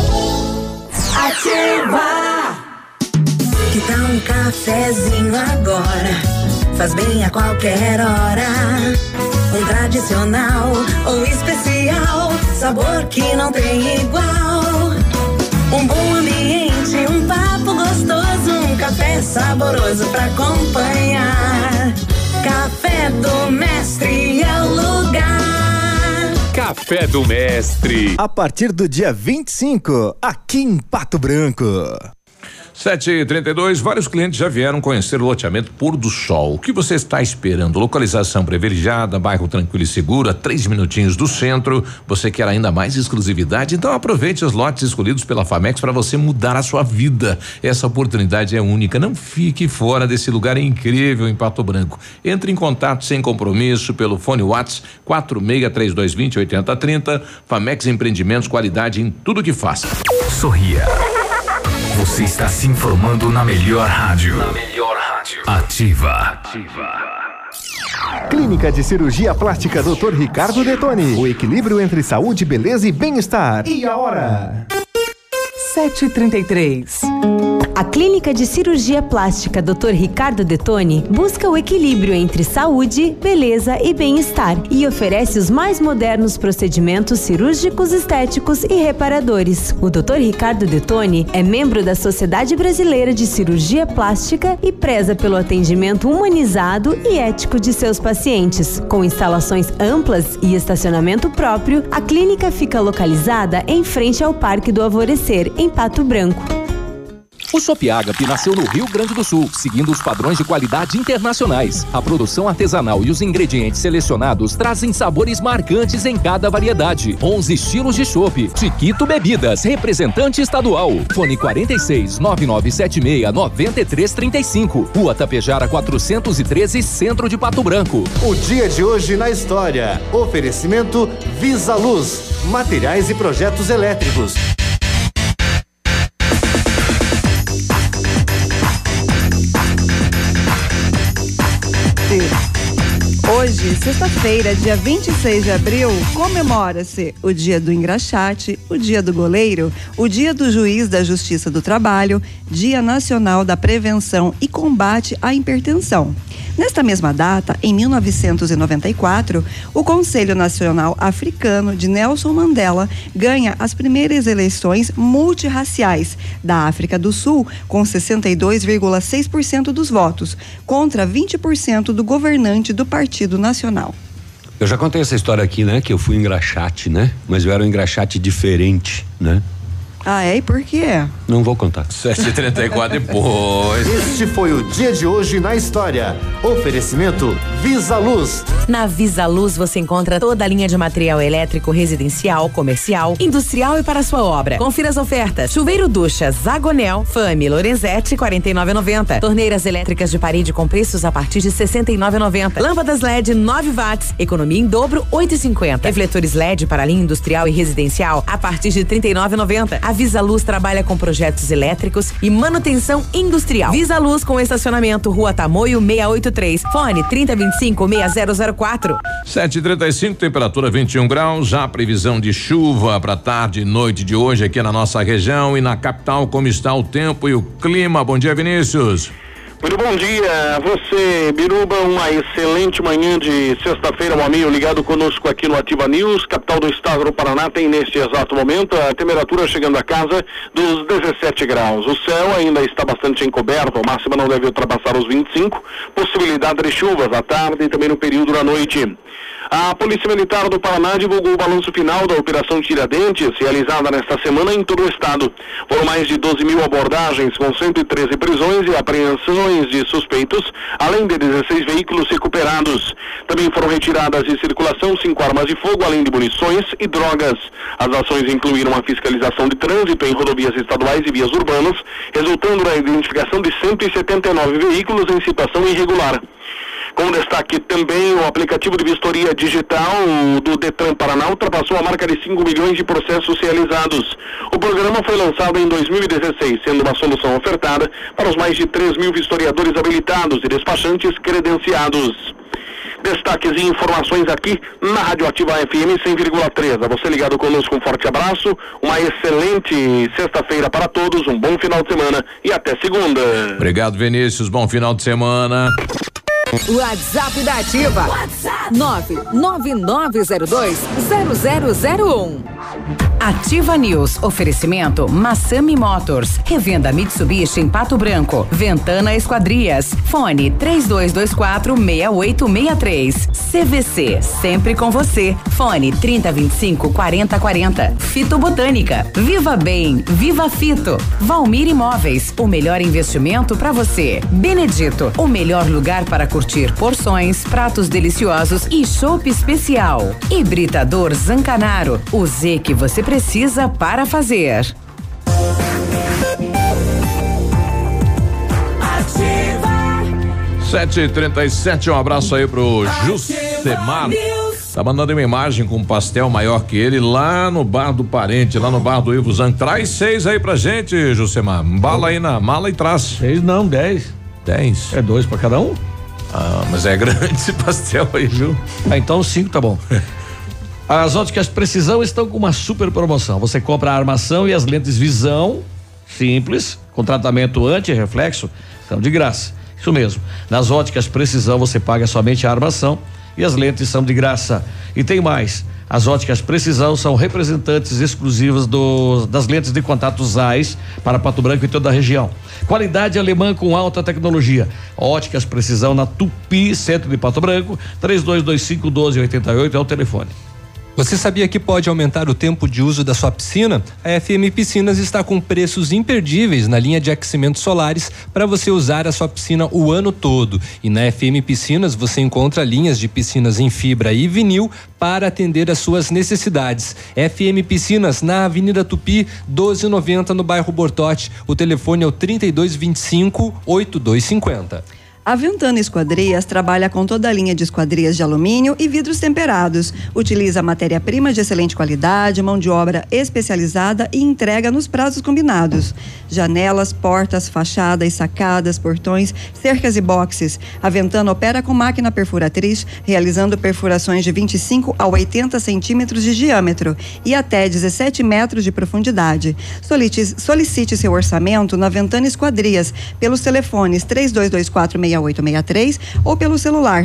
Speaker 5: Ativa! Que tal um cafezinho agora? Faz bem a qualquer hora. Um tradicional ou especial, sabor que não tem igual. Um bom ambiente, um papo gostoso, um café saboroso pra acompanhar. Café do Mestre é o lugar.
Speaker 8: Café do Mestre.
Speaker 24: A partir do dia 25, aqui em Pato Branco.
Speaker 14: 7h32, vários clientes já vieram conhecer o loteamento Pôr do Sol. O que você está esperando? Localização privilegiada, bairro tranquilo e seguro, a 3 minutinhos do centro. Você quer ainda mais exclusividade? Então aproveite os lotes escolhidos pela Famex para você mudar a sua vida. Essa oportunidade é única. Não fique fora desse lugar incrível em Pato Branco. Entre em contato sem compromisso pelo fone WhatsApp 4632208030. Famex Empreendimentos, qualidade em tudo que faz.
Speaker 8: Sorria. Você está se informando na melhor rádio. Na melhor rádio. Ativa.
Speaker 3: Clínica de Cirurgia Plástica Dr. Ricardo Detoni. O equilíbrio entre saúde, beleza e bem-estar. E a hora?
Speaker 6: 7h33.
Speaker 25: A Clínica de Cirurgia Plástica Dr. Ricardo Detoni busca o equilíbrio entre saúde, beleza e bem-estar e oferece os mais modernos procedimentos cirúrgicos, estéticos e reparadores. O Dr. Ricardo Detoni é membro da Sociedade Brasileira de Cirurgia Plástica e preza pelo atendimento humanizado e ético de seus pacientes. Com instalações amplas e estacionamento próprio, a clínica fica localizada em frente ao Parque do Alvorecer, em Pato Branco.
Speaker 10: O Chopp Agape nasceu no Rio Grande do Sul, seguindo os padrões de qualidade internacionais. A produção artesanal e os ingredientes selecionados trazem sabores marcantes em cada variedade. 11 estilos de chopp. Chiquito Bebidas, representante estadual. Fone 46-9976-9335. Rua Tapejara 413, Centro de Pato Branco.
Speaker 3: O dia de hoje na história. Oferecimento Visa Luz, materiais e projetos elétricos.
Speaker 16: Hoje, sexta-feira, dia 26 de abril, comemora-se o Dia do Engraxate, o Dia do Goleiro, o Dia do Juiz da Justiça do Trabalho, Dia Nacional da Prevenção e Combate à Hipertensão. Nesta mesma data, em 1994, o Conselho Nacional Africano de Nelson Mandela ganha as primeiras eleições multirraciais da África do Sul, com 62,6% dos votos, contra 20% do governante do Partido Nacional.
Speaker 13: Eu já contei essa história aqui, né? Que eu fui engraxate, né? Mas eu era um engraxate diferente, né?
Speaker 16: Ah, é? E por quê?
Speaker 13: Não vou contar.
Speaker 14: 7h34 depois.
Speaker 24: Este foi o Dia de Hoje na História. Oferecimento Visa Luz.
Speaker 6: Na Visa Luz você encontra toda a linha de material elétrico residencial, comercial, industrial e para sua obra. Confira as ofertas. Chuveiro ducha Zagonel, Fami, Lorenzetti, R$ 49,90. Torneiras elétricas de parede com preços a partir de R$ 69,90. Lâmpadas LED 9 watts, economia em dobro, R$ 8,50. Refletores LED para linha industrial e residencial a partir de R$ 39,90. A Visa Luz trabalha com projetos elétricos e manutenção industrial. Visa Luz com estacionamento Rua Tamoio 683. Fone 3025-6004.
Speaker 14: 7h35, temperatura 21 graus. Já a previsão de chuva para tarde e noite de hoje aqui na nossa região e na capital. Como está o tempo e o clima? Bom dia, Vinícius.
Speaker 9: Muito bom dia a você, Biruba, uma excelente manhã de sexta-feira, um amigo ligado conosco aqui no Ativa News, capital do estado do Paraná, tem neste exato momento a temperatura chegando a casa dos 17 graus. O céu ainda está bastante encoberto, a máxima não deve ultrapassar os 25, possibilidade de chuvas à tarde e também no período da noite. A Polícia Militar do Paraná divulgou o balanço final da Operação Tiradentes, realizada nesta semana em todo o estado. Foram mais de 12 mil abordagens, com 113 prisões e apreensões de suspeitos, além de 16 veículos recuperados. Também foram retiradas de circulação 5 armas de fogo, além de munições e drogas. As ações incluíram a fiscalização de trânsito em rodovias estaduais e vias urbanas, resultando na identificação de 179 veículos em situação irregular. Com destaque também o aplicativo de vistoria digital do Detran Paraná ultrapassou a marca de 5 milhões de processos realizados. O programa foi lançado em 2016, sendo uma solução ofertada para os mais de 3 mil vistoriadores habilitados e despachantes credenciados. Destaques e informações aqui na Rádio Ativa FM 100,3. A você ligado conosco, um forte abraço, uma excelente sexta-feira para todos, um bom final de semana e até segunda.
Speaker 14: Obrigado, Vinícius, bom final de semana.
Speaker 11: WhatsApp da Ativa. WhatsApp 999020001.
Speaker 6: Ativa News. Oferecimento Massami Motors. Revenda Mitsubishi em Pato Branco. Ventana Esquadrias. Fone 3224-6863. CVC. Sempre com você. Fone 3025-4040. Fito Botânica. Viva Bem. Viva Fito. Valmir Imóveis. O melhor investimento para você. Benedito. O melhor lugar para curtir porções, pratos deliciosos e chopp especial. Hibridador Zancanaro. O Z que você precisa para fazer.
Speaker 14: Ativa. 7h37, um abraço aí pro Jusemar. Tá mandando uma imagem com um pastel maior que ele lá no bar do parente, lá no bar do Ivo Zang. Traz 6 aí pra gente, Jusemar. Embala aí na mala e traz.
Speaker 17: 6 não, 10.
Speaker 14: 10.
Speaker 17: É 2 pra cada um?
Speaker 14: Ah, mas é grande esse pastel aí, viu?
Speaker 17: Ah, então 5 tá bom. As óticas Precisão estão com uma super promoção. Você compra a armação e as lentes Visão simples, com tratamento anti-reflexo, são de graça. Isso mesmo. Nas óticas Precisão você paga somente a armação e as lentes são de graça. E tem mais. As óticas Precisão são representantes exclusivas das lentes de contato Zeiss para Pato Branco e toda a região. Qualidade alemã com alta tecnologia. Óticas Precisão na Tupi, centro de Pato Branco, 3225-1288 é o telefone.
Speaker 15: Você sabia que pode aumentar o tempo de uso da sua piscina? A FM Piscinas está com preços imperdíveis na linha de aquecimentos solares para você usar a sua piscina o ano todo. E na FM Piscinas você encontra linhas de piscinas em fibra e vinil para atender às suas necessidades. FM Piscinas na Avenida Tupi, 1290 no bairro Bortote. O telefone é o 3225-8250.
Speaker 16: A Ventana Esquadrias trabalha com toda a linha de esquadrias de alumínio e vidros temperados. Utiliza matéria-prima de excelente qualidade, mão de obra especializada e entrega nos prazos combinados. Janelas, portas, fachadas, sacadas, portões, cercas e boxes. A Ventana opera com máquina perfuratriz, realizando perfurações de 25 a 80 centímetros de diâmetro e até 17 metros de profundidade. Solicite seu orçamento na Ventana Esquadrias pelos telefones 3224-6863 6863 ou pelo celular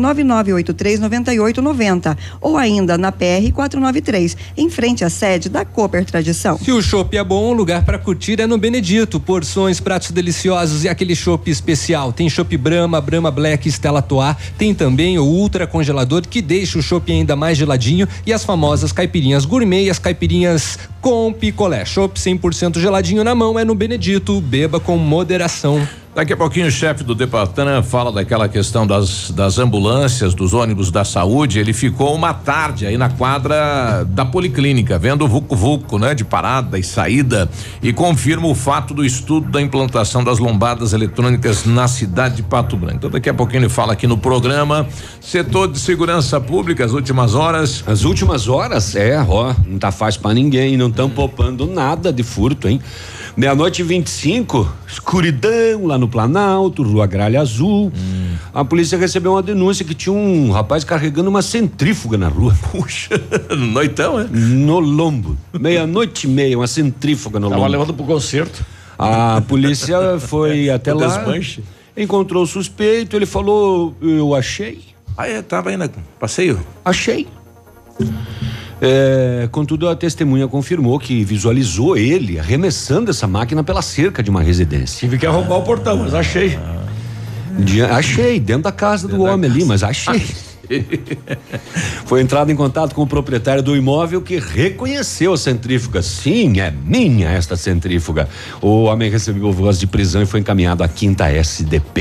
Speaker 16: 999839890 ou ainda na PR 493, em frente à sede da Cooper Tradição.
Speaker 15: Se o chopp é bom, o lugar para curtir é no Benedito. Porções, pratos deliciosos e aquele chopp especial. Tem chopp Brahma, Brahma Black, Stella Artois. Tem também o ultra congelador que deixa o chopp ainda mais geladinho e as famosas caipirinhas gourmet e as caipirinhas com picolé. Chopp 100% geladinho na mão é no Benedito. Beba com moderação.
Speaker 14: Daqui a pouquinho o chefe do Depatran fala daquela questão das ambulâncias, dos ônibus da saúde. Ele ficou uma tarde aí na quadra da Policlínica, vendo o vucu-vucu, né? De parada e saída, e confirma o fato do estudo da implantação das lombadas eletrônicas na cidade de Pato Branco. Então daqui a pouquinho ele fala aqui no programa. Setor de segurança pública, as últimas horas.
Speaker 13: As últimas horas, não tá fácil pra ninguém, não estão poupando nada de furto, hein? 00:25, escuridão lá no Planalto, Rua Gralha Azul. A polícia recebeu uma denúncia que tinha um rapaz carregando uma centrífuga na rua.
Speaker 14: Puxa, noitão, é?
Speaker 13: No lombo. 00:30, uma centrífuga no lombo.
Speaker 17: Tava levando pro concerto.
Speaker 13: A polícia foi até lá,
Speaker 14: desmanche.
Speaker 13: Encontrou o suspeito, ele falou, eu achei.
Speaker 14: Tava aí no passeio?
Speaker 13: Achei. Contudo, a testemunha confirmou que visualizou ele arremessando essa máquina pela cerca de uma residência.
Speaker 17: Tive que arrombar o portão, mas achei.
Speaker 13: Achei, dentro da casa do homem ali, mas achei. Foi entrado em contato com o proprietário do imóvel, que reconheceu a centrífuga. Sim, é minha esta centrífuga. O homem recebeu voz de prisão e foi encaminhado à 5ª SDP.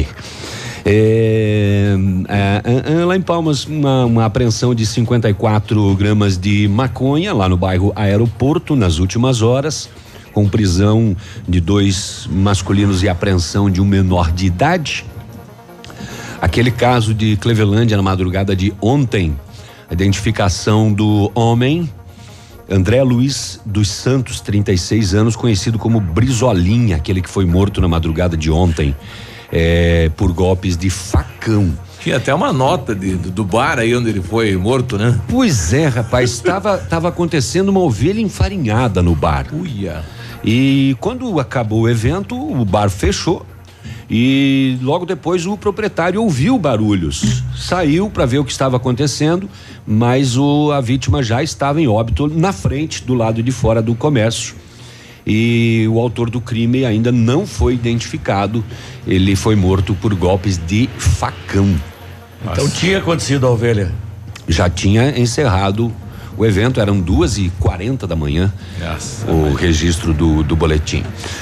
Speaker 13: Lá em Palmas, uma apreensão de 54 gramas de maconha lá no bairro Aeroporto nas últimas horas, com prisão de 2 masculinos e apreensão de um menor de idade. Aquele caso de Clevelândia na madrugada de ontem, a identificação do homem André Luiz dos Santos, 36 anos, conhecido como Brizolinha, aquele que foi morto na madrugada de ontem. Por golpes de facão.
Speaker 14: Tinha até uma nota do bar aí onde ele foi morto, né?
Speaker 13: Pois é, rapaz, tava acontecendo uma ovelha enfarinhada no bar.
Speaker 14: Uia.
Speaker 13: E quando acabou o evento, o bar fechou e logo depois o proprietário ouviu barulhos. Saiu para ver o que estava acontecendo, mas a vítima já estava em óbito na frente, do lado de fora do comércio. E o autor do crime ainda não foi identificado. Ele foi morto por golpes de facão.
Speaker 17: Então tinha acontecido a ovelha?
Speaker 13: Já tinha encerrado o evento, eram 2:40 da manhã. O registro do boletim.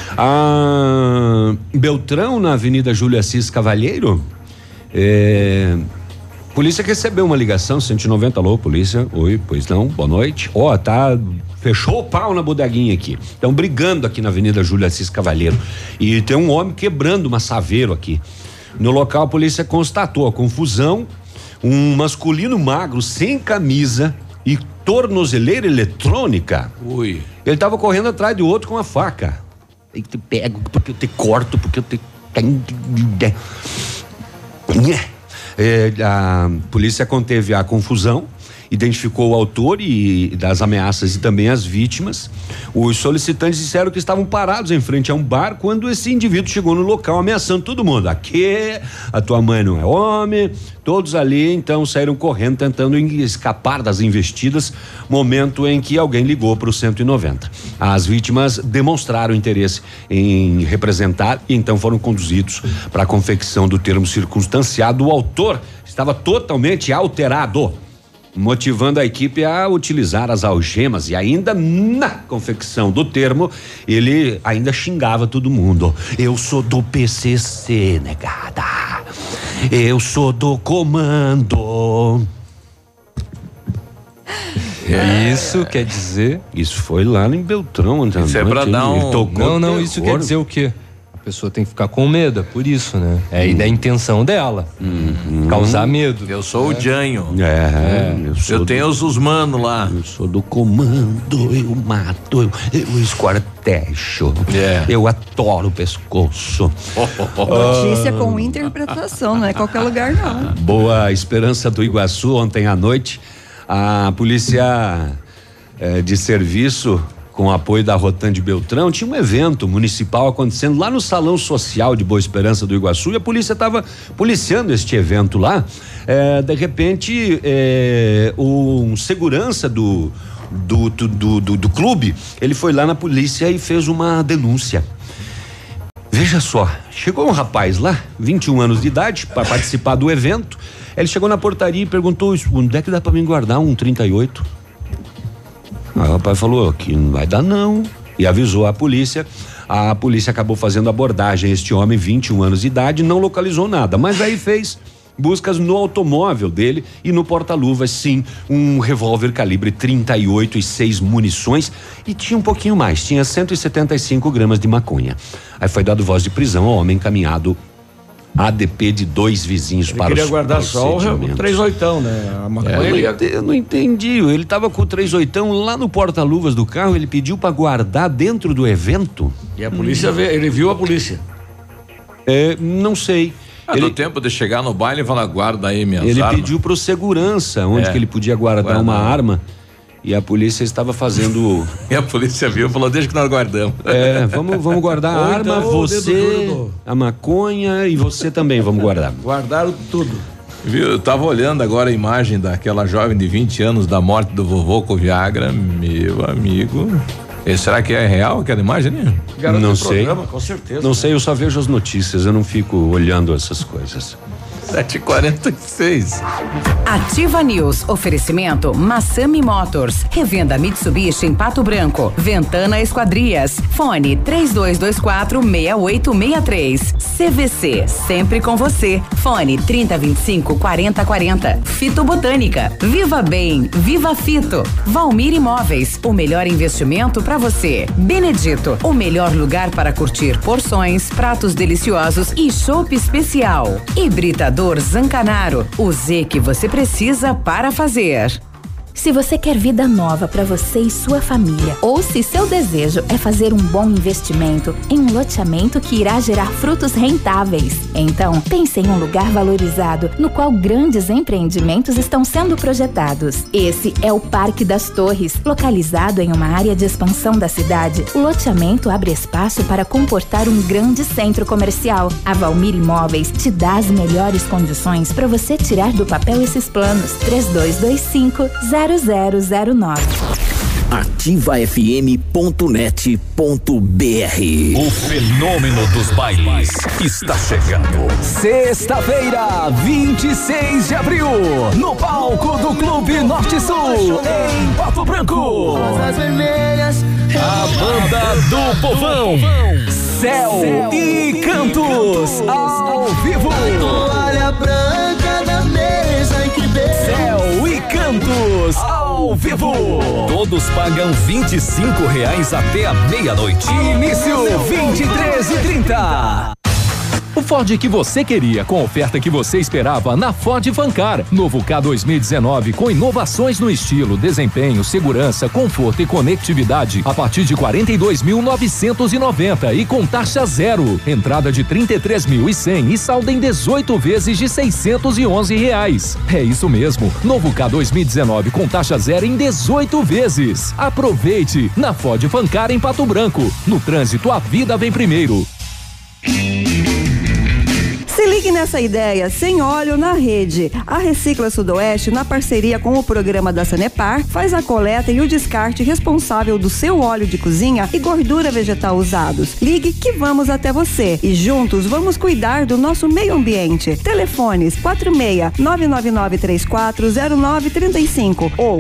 Speaker 13: Beltrão, na Avenida Júlio Assis Cavalheiro, polícia recebeu uma ligação, 190, alô, polícia, oi, pois não, boa noite. Fechou o pau na bodeguinha aqui. Estão brigando aqui na Avenida Júlio Assis Cavalheiro. E tem um homem quebrando uma saveiro aqui. No local, a polícia constatou a confusão. Um masculino magro, sem camisa e tornozeleira eletrônica.
Speaker 14: Ui.
Speaker 13: Ele estava correndo atrás do outro com uma faca. Eu te pego, porque eu te corto, porque eu te. A polícia conteve a confusão, identificou o autor das ameaças e também as vítimas. Os solicitantes disseram que estavam parados em frente a um bar quando esse indivíduo chegou no local ameaçando todo mundo. Aqui, a tua mãe não é homem. Todos ali então saíram correndo tentando escapar das investidas, momento em que alguém ligou para o 190. As vítimas demonstraram interesse em representar e então foram conduzidos para a confecção do termo circunstanciado. O autor estava totalmente alterado, motivando a equipe a utilizar as algemas, e ainda na confecção do termo ele ainda xingava todo mundo. Eu sou do PCC, negada. Eu sou do comando.
Speaker 15: Isso quer dizer?
Speaker 13: Isso foi lá em Beltrão.
Speaker 14: Isso é pra dar
Speaker 15: Não, isso quer dizer o quê? A pessoa tem que ficar com medo, por isso, né? E da intenção dela. Causar medo.
Speaker 14: Eu sou o Janho.
Speaker 13: Eu
Speaker 14: tenho os manos lá.
Speaker 13: Eu sou do comando, eu mato, eu esquartejo. Eu atoro o pescoço.
Speaker 16: Notícia com interpretação, não é qualquer lugar não.
Speaker 13: Boa Esperança do Iguaçu, ontem à noite, a polícia de serviço com o apoio da Rotan de Beltrão, tinha um evento municipal acontecendo lá no Salão Social de Boa Esperança do Iguaçu e a polícia estava policiando este evento lá. De repente, um segurança do clube, ele foi lá na polícia e fez uma denúncia. Veja só, chegou um rapaz lá, 21 anos de idade, para participar do evento. Ele chegou na portaria e perguntou: onde é que dá para mim guardar um 38? O rapaz falou que não vai dar não, e avisou a polícia. A polícia acabou fazendo abordagem a este homem, 21 anos de idade, não localizou nada, mas aí fez buscas no automóvel dele e no porta-luvas, sim, um revólver calibre 38 e 6 munições, e tinha um pouquinho mais, tinha 175 gramas de maconha. Aí foi dado voz de prisão ao homem, encaminhado ADP de 2 vizinhos para
Speaker 17: queria guardar só o 38, né? A maconha.
Speaker 13: Eu não entendi, ele tava com o 38 lá no porta-luvas do carro, ele pediu para guardar dentro do evento.
Speaker 17: E a polícia ele viu a polícia?
Speaker 13: Não sei.
Speaker 14: Do tempo de chegar no baile e falar: guarda aí minhas armas.
Speaker 13: Ele pediu pro segurança onde que ele podia guardar uma arma, e a polícia estava fazendo.
Speaker 14: E a polícia viu e falou: deixa que nós guardamos.
Speaker 13: Vamos guardar a arma, você, a maconha e você também, vamos guardar.
Speaker 17: Guardaram tudo.
Speaker 14: Viu? Eu tava olhando agora a imagem daquela jovem de 20 anos da morte do vovô com Viagra, meu amigo. Será que é real aquela imagem, né?
Speaker 13: Não sei.
Speaker 17: Programa, com certeza.
Speaker 13: Não sei, eu só vejo as notícias, eu não fico olhando essas coisas.
Speaker 14: 7h46.
Speaker 6: Ativa News. Oferecimento Massami Motors. Revenda Mitsubishi em Pato Branco. Ventana Esquadrias. Fone 3224-6863. CVC. Sempre com você. Fone 3025-4040. Fito Botânica. Viva Bem. Viva Fito. Valmir Imóveis. O melhor investimento para você. Benedito. O melhor lugar para curtir porções, pratos deliciosos e chopp especial. Hibridador Zancanaro, o Z que você precisa para fazer.
Speaker 2: Se você quer vida nova para você e sua família, ou se seu desejo é fazer um bom investimento em um loteamento que irá gerar frutos rentáveis, então pense em um lugar valorizado no qual grandes empreendimentos estão sendo projetados. Esse é o Parque das Torres, localizado em uma área de expansão da cidade. O loteamento abre espaço para comportar um grande centro comercial. A Valmir Imóveis te dá as melhores condições para você tirar do papel esses planos. 3225-0009.
Speaker 12: ativafm.net.br.
Speaker 1: O fenômeno dos bailes está chegando. Sexta-feira, 26 de abril, no palco do Clube Norte Sul, em Pato Branco. A banda do povão, Céu e Cantos, ao vivo.
Speaker 4: Toalha branca na mesa em que
Speaker 1: Céu e Cantos, ao vivo. Todos pagam R$25 até a meia-noite. Início 23h30.
Speaker 10: O Ford que você queria, com a oferta que você esperava na Ford Fancar. Novo K 2019 com inovações no estilo, desempenho, segurança, conforto e conectividade a partir de 42.990 e com taxa zero. Entrada de 33.100 e saldo em 18 vezes de R$611. É isso mesmo. Novo K 2019 com taxa zero em 18 vezes. Aproveite na Ford Fancar em Pato Branco. No trânsito, a vida vem primeiro.
Speaker 16: Se ligue nessa ideia, sem óleo na rede. A Recicla Sudoeste, na parceria com o programa da Sanepar, faz a coleta e o descarte responsável do seu óleo de cozinha e gordura vegetal usados. Ligue que vamos até você e juntos vamos cuidar do nosso meio ambiente. Telefones 46-999340935 ou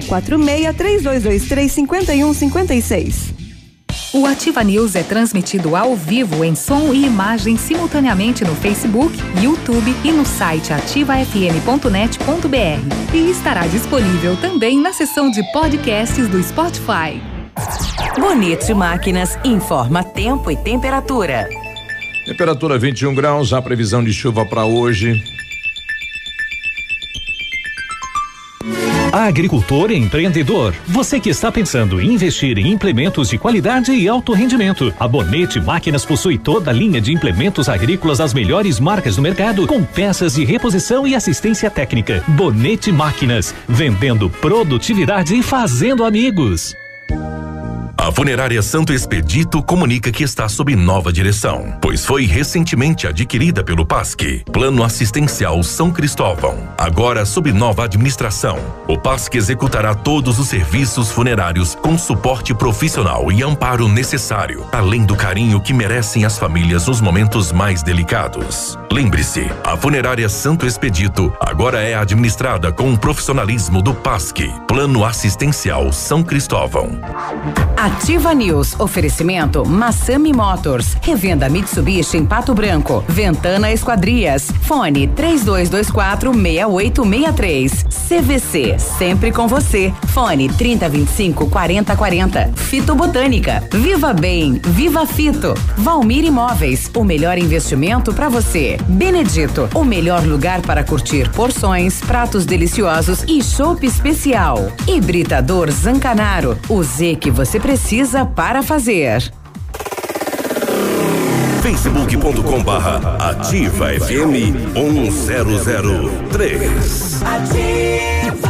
Speaker 16: 46-3223-5156.
Speaker 18: O Ativa News é transmitido ao vivo em som e imagem simultaneamente no Facebook, YouTube e no site ativafm.net.br. E estará disponível também na seção de podcasts do Spotify.
Speaker 6: Bonito Máquinas informa tempo e temperatura.
Speaker 14: Temperatura 21 graus, a previsão de chuva para hoje.
Speaker 1: Agricultor e empreendedor, você que está pensando em investir em implementos de qualidade e alto rendimento, a Bonete Máquinas possui toda a linha de implementos agrícolas das melhores marcas do mercado, com peças de reposição e assistência técnica. Bonete Máquinas, vendendo produtividade e fazendo amigos.
Speaker 19: A Funerária Santo Expedito comunica que está sob nova direção, pois foi recentemente adquirida pelo PASC, Plano Assistencial São Cristóvão. Agora sob nova administração, o PASC executará todos os serviços funerários com suporte profissional e amparo necessário, além do carinho que merecem as famílias nos momentos mais delicados. Lembre-se, a Funerária Santo Expedito agora é administrada com o profissionalismo do PASC, Plano Assistencial São Cristóvão.
Speaker 6: Ativa News. Oferecimento Massami Motors. Revenda Mitsubishi em Pato Branco. Ventana Esquadrias. Fone 3224-6863. CVC. Sempre com você. Fone 3025-4040. Fito Botânica. Viva Bem. Viva Fito. Valmir Imóveis. O melhor investimento para você. Benedito. O melhor lugar para curtir porções, pratos deliciosos e chopp especial. Hibridador Zancanaro. O Z que você precisa para fazer.
Speaker 19: Facebook.com/Ativa FM 1003.
Speaker 5: Ativa.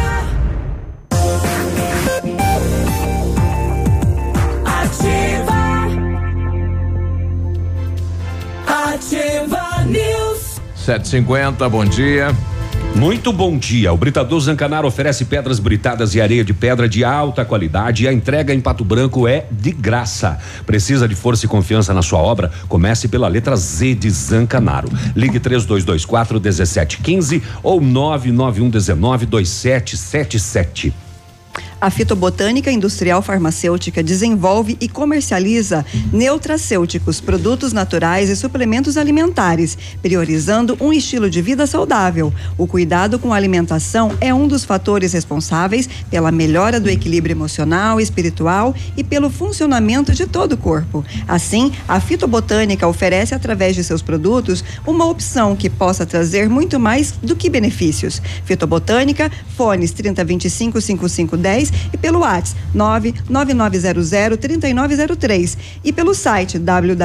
Speaker 5: Ativa. Ativa News.
Speaker 14: 7h50, bom dia.
Speaker 13: Muito bom dia. O Britador Zancanaro oferece pedras britadas e areia de pedra de alta qualidade e a entrega em Pato Branco é de graça. Precisa de força e confiança na sua obra? Comece pela letra Z de Zancanaro. Ligue 3224-1715 ou 99119-2777.
Speaker 16: A Fitobotânica Industrial Farmacêutica desenvolve e comercializa neutracêuticos, produtos naturais e suplementos alimentares, priorizando um estilo de vida saudável. O cuidado com a alimentação é um dos fatores responsáveis pela melhora do equilíbrio emocional, espiritual e pelo funcionamento de todo o corpo. Assim, a Fitobotânica oferece, através de seus produtos, uma opção que possa trazer muito mais do que benefícios. Fitobotânica, fones 3025-5510 e pelo WhatsApp 99900-3903 e pelo site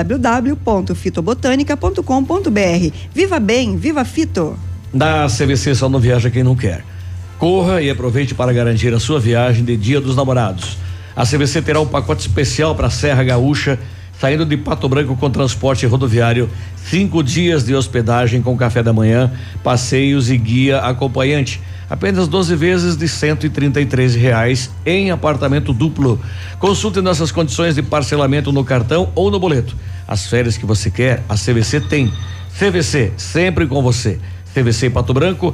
Speaker 16: www.fitobotanica.com.br. Viva bem, viva Fito!
Speaker 17: Na CVC só não viaja quem não quer. Corra e aproveite para garantir a sua viagem de Dia dos Namorados. A CVC terá um pacote especial para a Serra Gaúcha, saindo de Pato Branco com transporte rodoviário, 5 dias de hospedagem com café da manhã, passeios e guia acompanhante. Apenas 12 vezes de R$133 em apartamento duplo. Consulte nossas condições de parcelamento no cartão ou no boleto. As férias que você quer, a CVC tem. CVC, sempre com você. CVC em Pato Branco,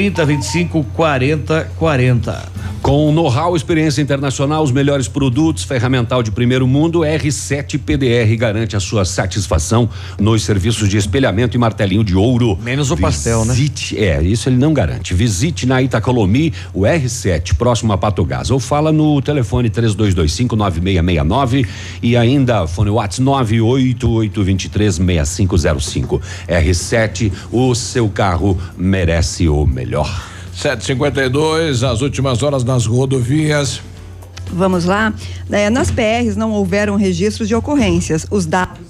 Speaker 17: 3025-4040.
Speaker 13: Com know-how, experiência internacional, os melhores produtos, ferramental de primeiro mundo, R7 PDR garante a sua satisfação nos serviços de espelhamento e martelinho de ouro.
Speaker 17: Menos o pastel, né?
Speaker 13: Isso ele não garante. Visite na Itacolomi o R7, próximo a Pato Gás, ou fala no telefone 3225-9669 e ainda fone WhatsApp 988236505. R7, o seu carro merece o melhor.
Speaker 14: 7h52, as últimas horas nas rodovias.
Speaker 16: Vamos lá? Nas PRs não houveram registros de ocorrências. Os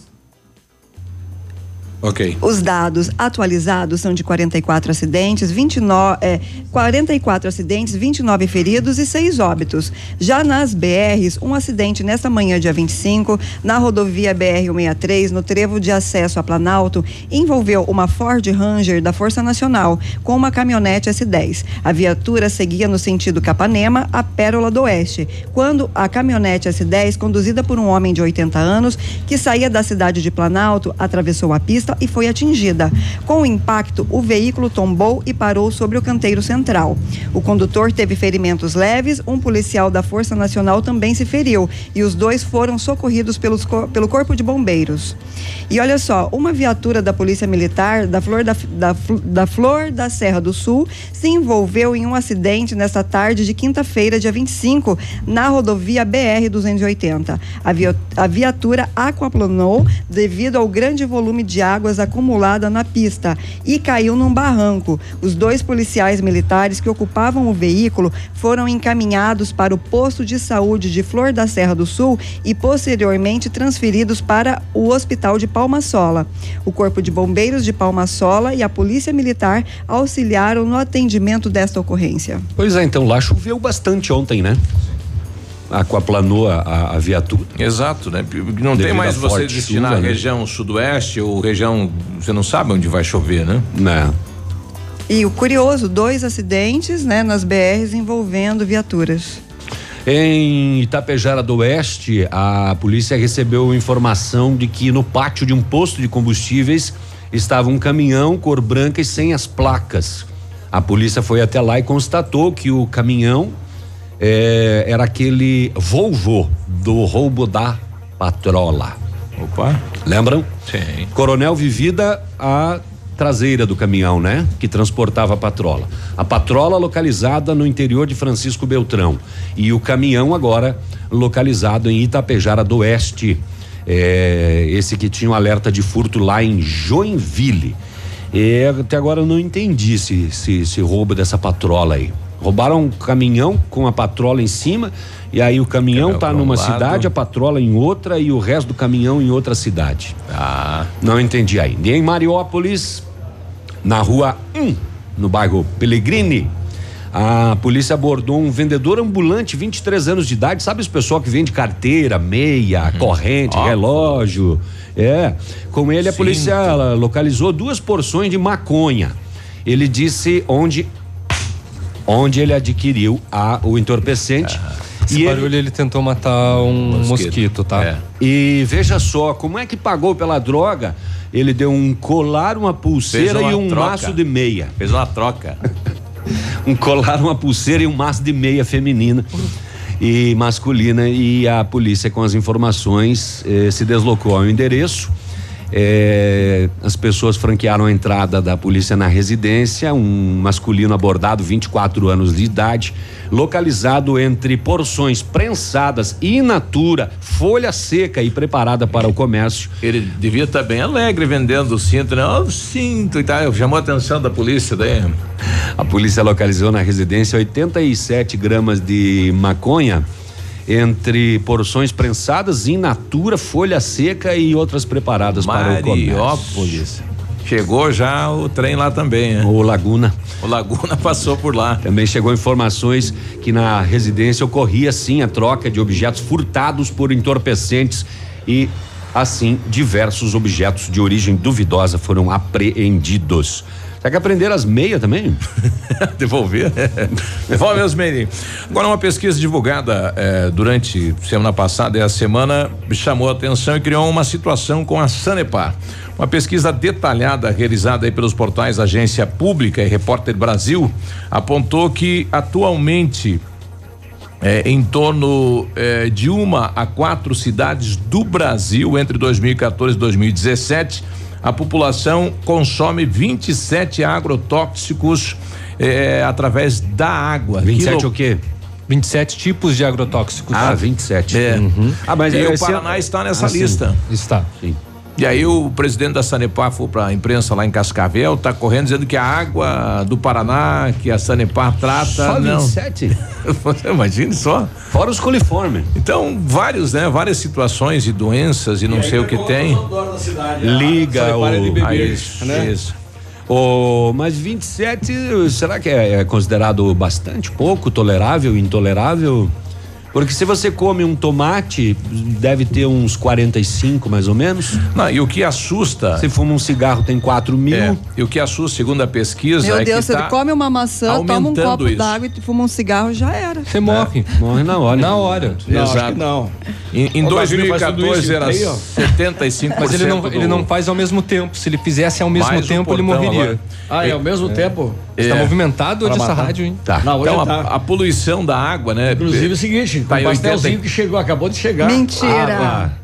Speaker 16: dados atualizados são de 44 acidentes, 44 acidentes, 29 feridos e 6 óbitos. Já nas BRs, um acidente nesta manhã, dia 25, na rodovia BR-163, no trevo de acesso a Planalto, envolveu uma Ford Ranger da Força Nacional com uma caminhonete S10. A viatura seguia no sentido Capanema, a Pérola do Oeste, quando a caminhonete S10, conduzida por um homem de 80 anos, que saía da cidade de Planalto, atravessou a pista e foi atingida. Com o impacto, o veículo tombou e parou sobre o canteiro central. O condutor teve ferimentos leves, um policial da Força Nacional também se feriu e os dois foram socorridos pelo Corpo de Bombeiros. E olha só, uma viatura da Polícia Militar da Flor da Serra do Sul se envolveu em um acidente nesta tarde de quinta-feira, dia 25, na rodovia BR-280. A viatura aquaplanou devido ao grande volume de águas acumulada na pista e caiu num barranco. Os 2 policiais militares que ocupavam o veículo foram encaminhados para o posto de saúde de Flor da Serra do Sul e posteriormente transferidos para o Hospital de Palma-Sola. O Corpo de Bombeiros de Palma-Sola e a Polícia Militar auxiliaram no atendimento desta ocorrência.
Speaker 13: Pois é, então lá choveu bastante ontem, né? aquaplanou a viatura.
Speaker 14: Exato, né? Não tem mais você destinar a região sudoeste ou região, você não sabe onde vai chover, né?
Speaker 13: Não.
Speaker 16: E o curioso, 2 acidentes, né, nas BRs envolvendo viaturas.
Speaker 13: Em Itapejara do Oeste, a polícia recebeu informação de que no pátio de um posto de combustíveis estava um caminhão cor branca e sem as placas. A polícia foi até lá e constatou que o caminhão era aquele Volvo do roubo da patrola.
Speaker 14: Opa!
Speaker 13: Lembram?
Speaker 14: Sim.
Speaker 13: Coronel Vivida, a traseira do caminhão, né? Que transportava a patrola. A patrola localizada no interior de Francisco Beltrão e o caminhão agora localizado em Itapejara do Oeste. Esse que tinha um alerta de furto lá em Joinville. Até agora eu não entendi esse roubo dessa patrola aí. Roubaram um caminhão com a patrola em cima e aí o caminhão tá numa cidade, a patrola em outra e o resto do caminhão em outra cidade. Não entendi ainda. E em Mariópolis, na rua 1, no bairro Pellegrini, a polícia abordou um vendedor ambulante, 23 anos de idade, sabe os pessoal que vende carteira, meia, corrente, relógio. Com ele a polícia localizou 2 porções de maconha. Ele disse onde ele adquiriu o entorpecente.
Speaker 15: Esse barulho ele tentou matar um mosquito, tá?
Speaker 13: E veja só, como é que pagou pela droga? Ele deu um colar, uma pulseira e um maço de meia.
Speaker 14: Fez uma troca.
Speaker 13: Um colar, uma pulseira e um maço de meia feminina e masculina, e a polícia com as informações se deslocou ao endereço. As pessoas franquearam a entrada da polícia na residência, um masculino abordado, 24 anos de idade, localizado entre porções prensadas in natura, folha seca e preparada para o comércio.
Speaker 14: Ele devia estar bem alegre vendendo o cinto, né? O cinto e tal, chamou a atenção da polícia daí.
Speaker 13: A polícia localizou na residência 87 gramas de maconha, entre porções prensadas in natura, folha seca e outras preparadas para o comércio.
Speaker 14: Mariópolis. Chegou já o trem lá também, né?
Speaker 13: O Laguna.
Speaker 14: O Laguna passou por lá.
Speaker 13: Também chegou informações que na residência ocorria sim a troca de objetos furtados por entorpecentes e assim diversos objetos de origem duvidosa foram apreendidos. Será que aprenderam as meias também?
Speaker 14: Devolver? Devolve as meias. Agora, uma pesquisa divulgada durante semana passada e a semana chamou a atenção e criou uma situação com a Sanepar. Uma pesquisa detalhada realizada aí pelos portais Agência Pública e Repórter Brasil apontou que atualmente em torno de 1 a 4 cidades do Brasil entre 2014 e 2017 a população consome 27 agrotóxicos através da água.
Speaker 13: 27 o quê?
Speaker 15: 27 tipos de agrotóxicos.
Speaker 13: 27.
Speaker 14: Mas e o Paraná está nessa lista.
Speaker 15: Sim. Está. Sim.
Speaker 14: E aí o presidente da Sanepar foi para a imprensa lá em Cascavel, tá correndo dizendo que a água do Paraná, que a Sanepar trata.
Speaker 13: Só 27?
Speaker 14: Imagine só.
Speaker 13: Fora os coliformes.
Speaker 14: Então, várias situações e doenças e não sei o que tem.
Speaker 13: Liga o.
Speaker 14: Isso.
Speaker 13: Mas 27, será que é considerado bastante pouco, tolerável, intolerável? Porque se você come um tomate, deve ter uns 45 mais ou menos.
Speaker 14: Não, e o que assusta.
Speaker 13: Se fuma um cigarro, tem 4.000.
Speaker 14: E o que assusta, segundo a pesquisa.
Speaker 16: Meu Deus, você come uma maçã, toma um copo d'água e fuma um cigarro, já era.
Speaker 15: Você morre.
Speaker 13: Morre na hora.
Speaker 15: Na hora.
Speaker 17: Não, acho que não.
Speaker 14: Em 2014 era 75%.
Speaker 15: Mas ele não faz ao mesmo tempo. Se ele fizesse ao mesmo tempo, ele morreria.
Speaker 17: Ao mesmo tempo?
Speaker 15: Está movimentado hoje essa rádio, hein?
Speaker 13: Tá.
Speaker 14: Não, então a poluição da água, né?
Speaker 17: Inclusive é o seguinte, o pastelzinho que chegou, acabou de chegar.
Speaker 16: Mentira.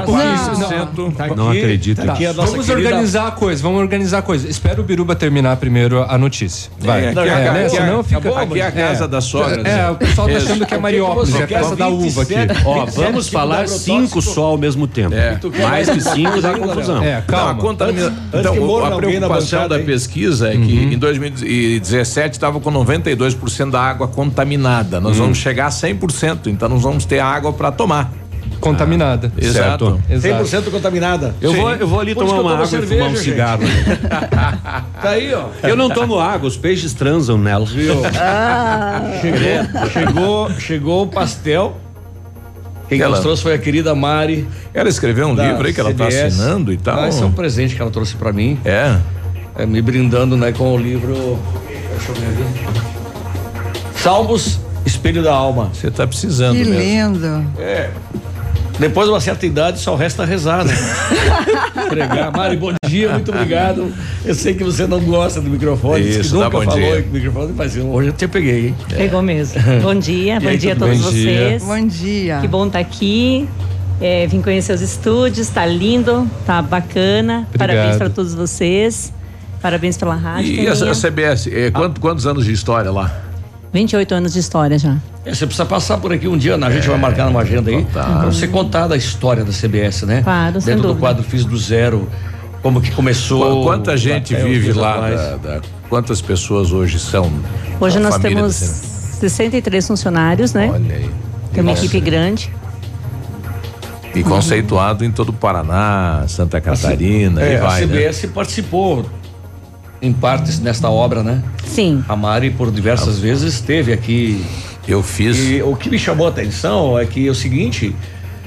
Speaker 13: Não acredito.
Speaker 15: Vamos organizar a coisa. Espera o Biruba terminar primeiro a notícia. Vai.
Speaker 14: Aqui é a casa da sogra.
Speaker 15: O pessoal tá achando que é Mariópolis, é a casa da uva aqui.
Speaker 13: Vamos falar 5 só ao mesmo tempo. Mais que 5 dá confusão.
Speaker 15: Calma.
Speaker 14: Então, a preocupação da pesquisa é que em 2017 estava com 92% da água contaminada. Nós vamos chegar a 100%, então nós vamos ter água para tomar.
Speaker 15: Contaminada.
Speaker 14: Exato.
Speaker 17: 100% contaminada.
Speaker 13: Eu vou ali tomar uma água e fumar um cigarro.
Speaker 17: Tá aí, ó.
Speaker 13: Eu não tomo água, os peixes transam nela.
Speaker 17: Chegou o pastel Quem nos trouxe foi a querida Mari.
Speaker 14: Ela escreveu um livro aí que ela está assinando e tal.
Speaker 17: Esse é um presente que ela trouxe para mim.
Speaker 14: É,
Speaker 17: me brindando, né, com o livro. Deixa eu ver aqui. Salmos, Espelho da Alma.
Speaker 14: Você tá precisando
Speaker 16: Que
Speaker 14: mesmo.
Speaker 16: lindo.
Speaker 17: Depois de uma certa idade, só resta rezar, né? Pregar. Mari, bom dia, muito obrigado. Eu sei que você não gosta do microfone,
Speaker 14: Isso,
Speaker 17: que nunca
Speaker 14: bom
Speaker 17: falou
Speaker 14: dia.
Speaker 17: em microfone, mas hoje eu te peguei, hein?
Speaker 7: Pegou mesmo. Bom dia, bom
Speaker 17: aí,
Speaker 7: dia a
Speaker 17: tudo
Speaker 7: todos
Speaker 17: bem?
Speaker 7: vocês.
Speaker 16: Bom dia.
Speaker 7: Que bom estar aqui. Vim conhecer os estúdios, tá lindo, tá bacana.
Speaker 14: Obrigado.
Speaker 7: Parabéns para todos vocês. Parabéns pela rádio.
Speaker 14: E a CBS, quantos anos de história lá?
Speaker 7: 28 anos de história já.
Speaker 17: Você precisa passar por aqui um dia, a gente vai marcar numa agenda aí, pra você contar da história da CBS, né?
Speaker 7: Claro, sem
Speaker 17: Dentro do
Speaker 7: dúvida.
Speaker 17: quadro Fiz do Zero, como que começou.
Speaker 14: Quanta gente vive lá? Quantas pessoas hoje são?
Speaker 7: Hoje
Speaker 14: a
Speaker 7: nós
Speaker 14: família
Speaker 7: temos
Speaker 14: da CBS?
Speaker 7: 63 funcionários, né?
Speaker 14: Olha aí.
Speaker 7: Tem uma
Speaker 14: Nossa.
Speaker 7: equipe grande.
Speaker 14: E conceituado em todo o Paraná, Santa Catarina, e vai,
Speaker 17: a
Speaker 14: né?
Speaker 17: CBS participou em partes nesta obra, né?
Speaker 7: Sim.
Speaker 17: A Mari por diversas vezes esteve aqui.
Speaker 14: Eu fiz.
Speaker 17: E o que me chamou a atenção é que é o seguinte,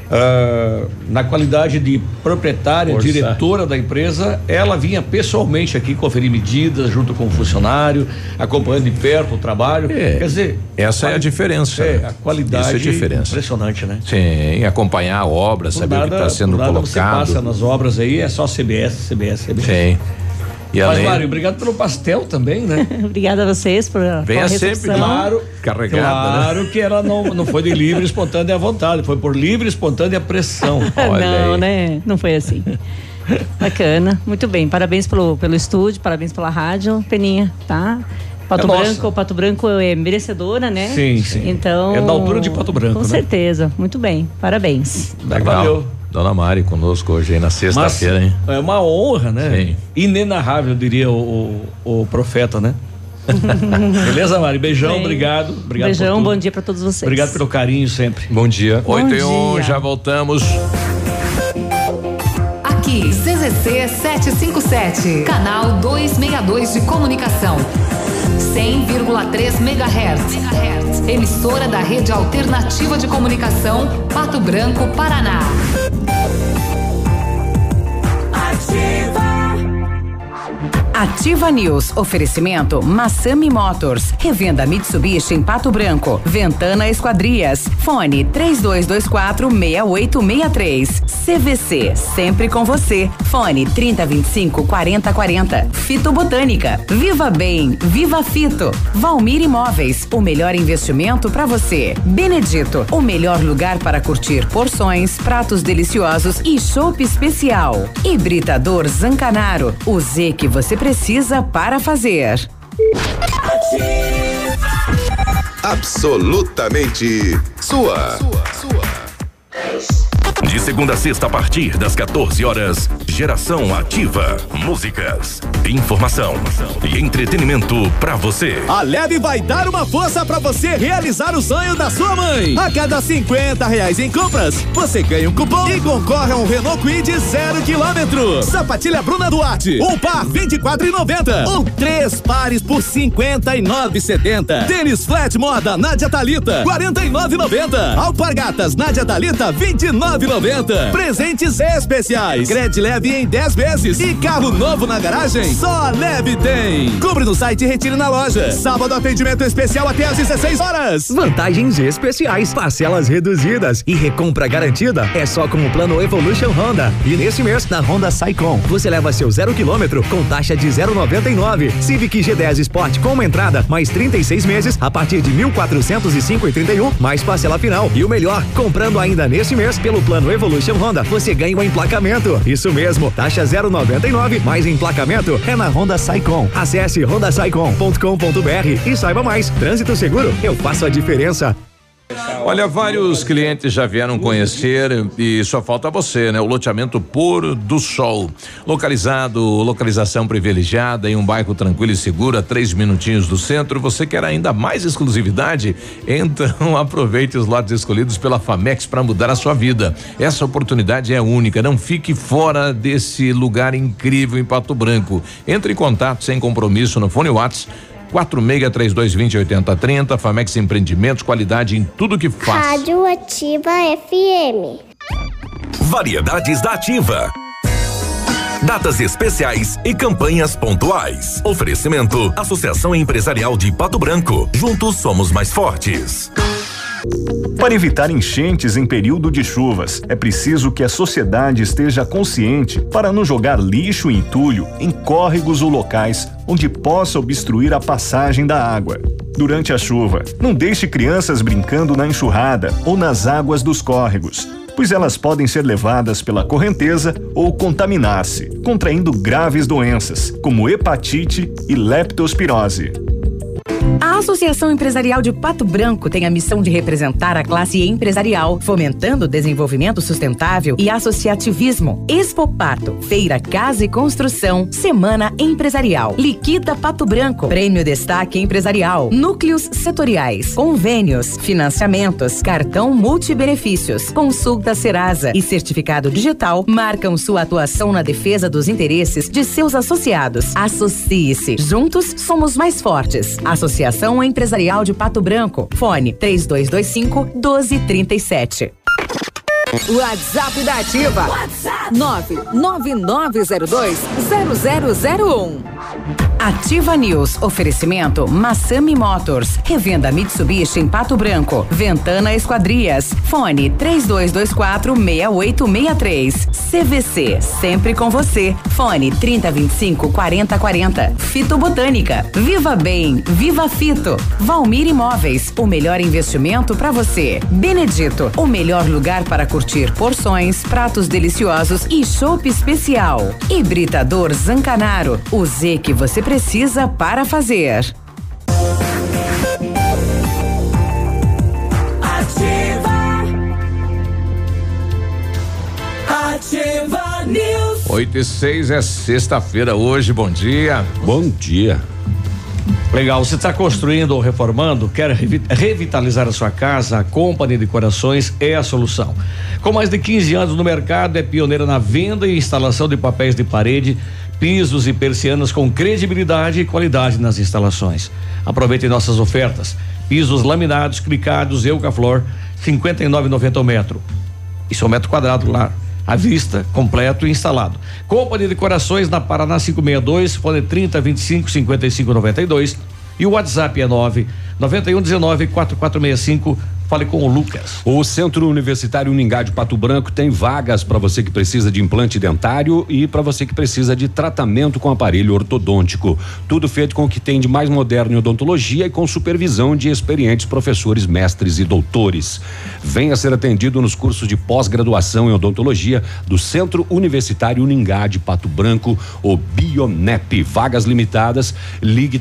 Speaker 17: na qualidade de proprietária,
Speaker 14: Força.
Speaker 17: diretora da empresa, ela vinha pessoalmente aqui conferir medidas junto com o funcionário, acompanhando de perto o trabalho. Quer dizer,
Speaker 14: essa é a diferença. né?
Speaker 17: a qualidade
Speaker 14: Isso é a diferença.
Speaker 17: impressionante, né?
Speaker 14: Sim, acompanhar a obra, saber o que está sendo
Speaker 17: por nada você
Speaker 14: colocado.
Speaker 17: passa nas obras aí, é só CBS.
Speaker 14: Sim. E
Speaker 17: Mas,
Speaker 14: além...
Speaker 17: Mário, obrigado pelo pastel também, né?
Speaker 7: Obrigada a vocês por
Speaker 14: Venha
Speaker 7: pela
Speaker 14: sempre,
Speaker 7: recepção.
Speaker 17: Claro,
Speaker 14: carregada,
Speaker 17: claro
Speaker 14: né?
Speaker 17: que ela não foi de livre, espontânea vontade, foi por livre, espontânea pressão.
Speaker 7: Não, né? Não foi assim. Bacana, muito bem. Parabéns pelo estúdio, parabéns pela rádio, Peninha, tá? Pato Branco é merecedora, né?
Speaker 17: Sim, sim.
Speaker 7: Então.
Speaker 17: É da altura de Pato Branco,
Speaker 7: com
Speaker 17: né?
Speaker 7: certeza, muito bem. Parabéns.
Speaker 14: Legal.
Speaker 17: Valeu.
Speaker 14: Dona Mari conosco hoje aí na sexta-feira, hein?
Speaker 17: É uma honra, né?
Speaker 14: Sim.
Speaker 17: Inenarrável, diria o profeta, né? Beleza, Mari? Beijão,
Speaker 7: Bem.
Speaker 17: obrigado. Obrigado
Speaker 7: Beijão,
Speaker 17: por tudo.
Speaker 7: bom dia pra todos vocês.
Speaker 17: Obrigado pelo carinho sempre.
Speaker 15: Bom dia.
Speaker 14: 8:01, já voltamos.
Speaker 18: Aqui, CZC 757, canal 262 de comunicação. 100,3 MHz. Emissora da Rede Alternativa de Comunicação, Pato Branco, Paraná.
Speaker 6: Ativa News. Oferecimento Massami Motors. Revenda Mitsubishi em Pato Branco. Ventana Esquadrias. Fone 3224-6863. CVC. Sempre com você. Fone 3025-4040. Fito Botânica. Viva Bem. Viva Fito. Valmir Imóveis. O melhor investimento para você. Benedito. O melhor lugar para curtir porções, pratos deliciosos e chopp especial. Hibridador Zancanaro. O Z que você precisa para fazer.
Speaker 20: Absolutamente sua.
Speaker 19: De segunda a sexta, a partir das 14 horas, Geração Ativa. Músicas, informação e entretenimento pra você.
Speaker 21: A Leve vai dar uma força pra você realizar o sonho da sua mãe. A cada R$50 em compras, você ganha um cupom e concorre a um Renault Kwid 0 km. Sapatilha Bruna Duarte, um par R$24,90 ou 3 pares por R$59,70. Tênis Flat Moda Nádia Thalita, R$49,90. Alpargatas Nádia Thalita, R$29,90. Presentes especiais. Crédito leve em 10 vezes. E carro novo na garagem? Só a Leve tem. Compre no site e retire na loja. Sábado, atendimento especial até às 16 horas.
Speaker 22: Vantagens especiais, parcelas reduzidas e recompra garantida é só com o plano Evolution Honda. E nesse mês, na Honda Saicom, você leva seu 0 km com taxa de 0,99. Civic G10 Sport com uma entrada, mais 36 meses a partir de 1.405,31, mais parcela final. E o melhor, comprando ainda neste mês pelo plano Evolution Honda, você ganha um emplacamento. Isso mesmo, taxa 0,99 mais emplacamento é na Honda Saicom. Acesse hondasaicom.com.br e saiba mais. Trânsito seguro, eu faço a diferença.
Speaker 14: Olha, vários clientes já vieram conhecer e só falta você, né? O loteamento Pôr do Sol. Localização privilegiada em um bairro tranquilo e seguro, a 3 minutinhos do centro. Você quer ainda mais exclusividade? Então aproveite os lotes escolhidos pela Famex para mudar a sua vida. Essa oportunidade é única, não fique fora desse lugar incrível em Pato Branco. Entre em contato sem compromisso no fone WhatsApp 4632208030. Famex Empreendimentos, qualidade em tudo que faz.
Speaker 3: Rádio Ativa FM.
Speaker 19: Variedades da Ativa. Datas especiais e campanhas pontuais. Oferecimento: Associação Empresarial de Pato Branco. Juntos somos mais fortes.
Speaker 8: Para evitar enchentes em período de chuvas, é preciso que a sociedade esteja consciente para não jogar lixo e entulho em córregos ou locais onde possa obstruir a passagem da água. Durante a chuva, não deixe crianças brincando na enxurrada ou nas águas dos córregos, pois elas podem ser levadas pela correnteza ou contaminar-se, contraindo graves doenças, como hepatite e leptospirose.
Speaker 6: A Associação Empresarial de Pato Branco tem a missão de representar a classe empresarial, fomentando o desenvolvimento sustentável e associativismo. Expo Pato, Feira Casa e Construção, Semana Empresarial. Liquida Pato Branco, Prêmio Destaque Empresarial, Núcleos Setoriais, Convênios, Financiamentos, Cartão Multibenefícios, Consulta Serasa e Certificado Digital marcam sua atuação na defesa dos interesses de seus associados. Associe-se. Juntos somos mais fortes. Associação Empresarial de Pato Branco. Fone 3225-1237.
Speaker 11: WhatsApp da Ativa. 999020001.
Speaker 6: Ativa News. Oferecimento Massami Motors. Revenda Mitsubishi em Pato Branco. Ventana Esquadrias. Fone 3224-6863. CVC. Sempre com você. Fone 3025-4040. Fito Botânica. Viva Bem. Viva Fito. Valmir Imóveis. O melhor investimento para você. Benedito. O melhor lugar para curtir porções, pratos deliciosos e chopp especial. Hibridador Zancanaro. O Z que você precisa para fazer.
Speaker 5: Ativa News.
Speaker 14: 8:06 é sexta-feira hoje, bom dia.
Speaker 13: Bom dia.
Speaker 17: Legal, você está construindo ou reformando, quer revitalizar a sua casa? A Company Decorações é a solução. Com mais de 15 anos no mercado, é pioneira na venda e instalação de papéis de parede, pisos e persianas com credibilidade e qualidade nas instalações. Aproveite nossas ofertas. Pisos laminados, clicados, Eucaflor, R$ 59,90 o metro. Isso é um metro quadrado lá, à vista, completo e instalado. Company Decorações na Paraná 562, fone 3025-5592 e o WhatsApp é 99119-4465. Fale com o Lucas.
Speaker 13: O Centro Universitário Uningá de Pato Branco tem vagas para você que precisa de implante dentário e para você que precisa de tratamento com aparelho ortodôntico. Tudo feito com o que tem de mais moderno em odontologia e com supervisão de experientes professores, mestres e doutores. Venha ser atendido nos cursos de pós-graduação em odontologia do Centro Universitário Uningá de Pato Branco, o Bionep. Vagas limitadas. Ligue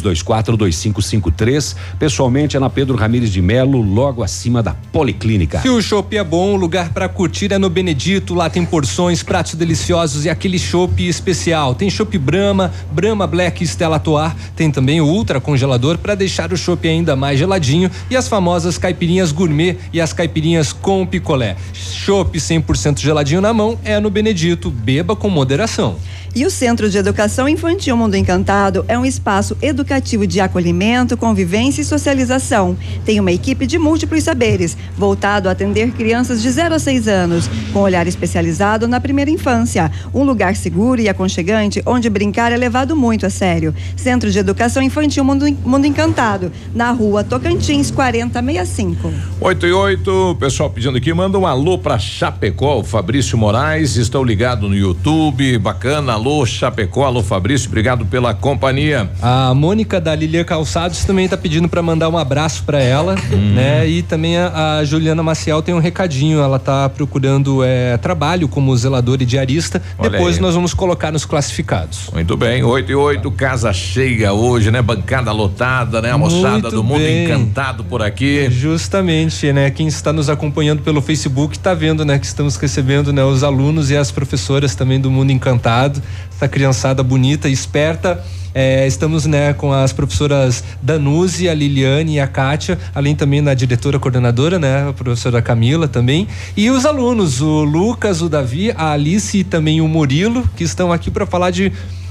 Speaker 13: 3224-2553. Pessoalmente é na Pedro Ramires de Melo, logo acima da Policlínica.
Speaker 15: Se o chopp é bom, o lugar para curtir é no Benedito. Lá tem porções, pratos deliciosos e aquele chopp especial. Tem chopp Brahma, Brahma Black e Stella Artois. Tem também o ultra congelador para deixar o chopp ainda mais geladinho e as famosas caipirinhas gourmet e as caipirinhas com picolé. Chopp 100% geladinho na mão é no Benedito. Beba com moderação.
Speaker 16: E o Centro de Educação Infantil Mundo Encantado é um espaço educativo de acolhimento, convivência e socialização. Tem uma equipe de múltiplos saberes, voltado a atender crianças de 0 a 6 anos, com olhar especializado na primeira infância. Um lugar seguro e aconchegante, onde brincar é levado muito a sério. Centro de Educação Infantil Mundo Encantado, na rua Tocantins 4065.
Speaker 14: 8:08, pessoal pedindo aqui, manda um alô pra Chapecó, o Fabrício Moraes, estou ligado no YouTube, bacana, alô Chapecó, alô Fabrício, obrigado pela companhia.
Speaker 15: A Mônica da Lilia Calçados também tá pedindo para mandar um abraço para ela, né? E também a Juliana Maciel tem um recadinho, ela tá procurando trabalho como zeladora e diarista.
Speaker 14: Olha
Speaker 15: depois
Speaker 14: aí.
Speaker 15: nós vamos colocar nos classificados.
Speaker 14: Muito bem, 8:08, casa cheia hoje, né? Bancada lotada, né? A moçada
Speaker 15: Muito
Speaker 14: do Mundo
Speaker 15: bem.
Speaker 14: Encantado por aqui.
Speaker 15: Justamente, né? Quem está nos acompanhando pelo Facebook tá vendo, né? Que estamos recebendo, né? Os alunos e as professoras também do Mundo Encantado, essa criançada bonita, esperta. Estamos, né, com as professoras Danuzi, a Liliane e a Kátia, além também da diretora coordenadora, né, a professora Camila também, e os alunos, o Lucas, o Davi, a Alice e também o Murilo, que estão aqui para falar de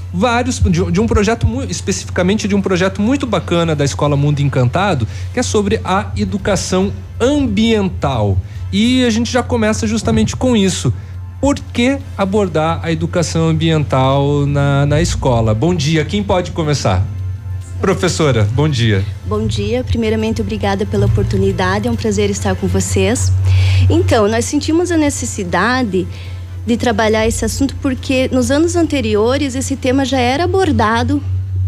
Speaker 15: vários, de um projeto, especificamente de um projeto muito bacana da Escola Mundo Encantado, que é sobre a educação ambiental. E a gente já começa justamente com isso. Por que abordar a educação ambiental na escola? Bom dia, quem pode começar? Professora, bom dia.
Speaker 2: Bom dia, primeiramente obrigada pela oportunidade, é um prazer estar com vocês. Então, nós sentimos a necessidade de trabalhar esse assunto porque nos anos anteriores esse tema já era abordado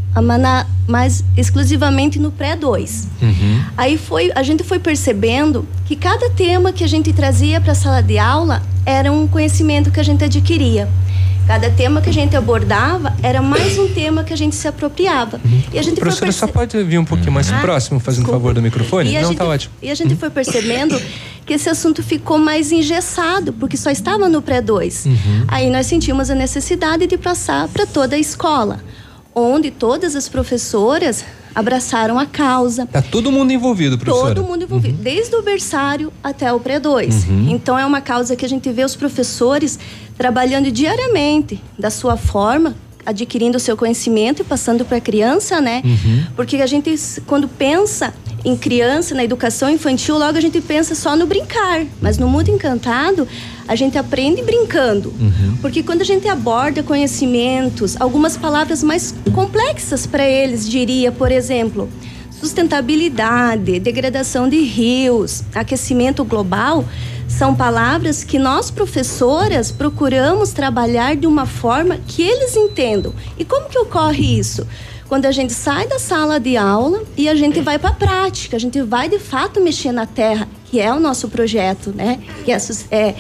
Speaker 2: mais exclusivamente no pré-2. Aí a gente foi percebendo que cada tema que a gente trazia para a sala de aula era um conhecimento que a gente adquiria. Cada tema que a gente abordava era mais um tema que a gente se apropriava. E a gente
Speaker 15: professora, só pode vir um pouquinho mais próximo, fazendo favor do microfone? Não, tá ótimo.
Speaker 2: E a gente foi percebendo que esse assunto ficou mais engessado, porque só estava no pré-2. Aí nós sentimos a necessidade de passar para toda a escola, onde todas as professoras abraçaram a causa.
Speaker 15: Tá todo mundo envolvido, professora?
Speaker 2: Todo mundo envolvido, desde o berçário até o pré-2. Então é uma causa que a gente vê os professores trabalhando diariamente, da sua forma, adquirindo o seu conhecimento e passando para a criança, né? Porque a gente, quando pensa em criança, na educação infantil, logo a gente pensa só no brincar. Mas no Mundo Encantado, a gente aprende brincando. Porque quando a gente aborda conhecimentos, algumas palavras mais complexas para eles, diria, por exemplo, sustentabilidade, degradação de rios, aquecimento global, são palavras que nós, professoras, procuramos trabalhar de uma forma que eles entendam. E como que ocorre isso? Quando a gente sai da sala de aula e a gente vai para a prática, a gente vai de fato mexer na terra, que é o nosso projeto, né? Que é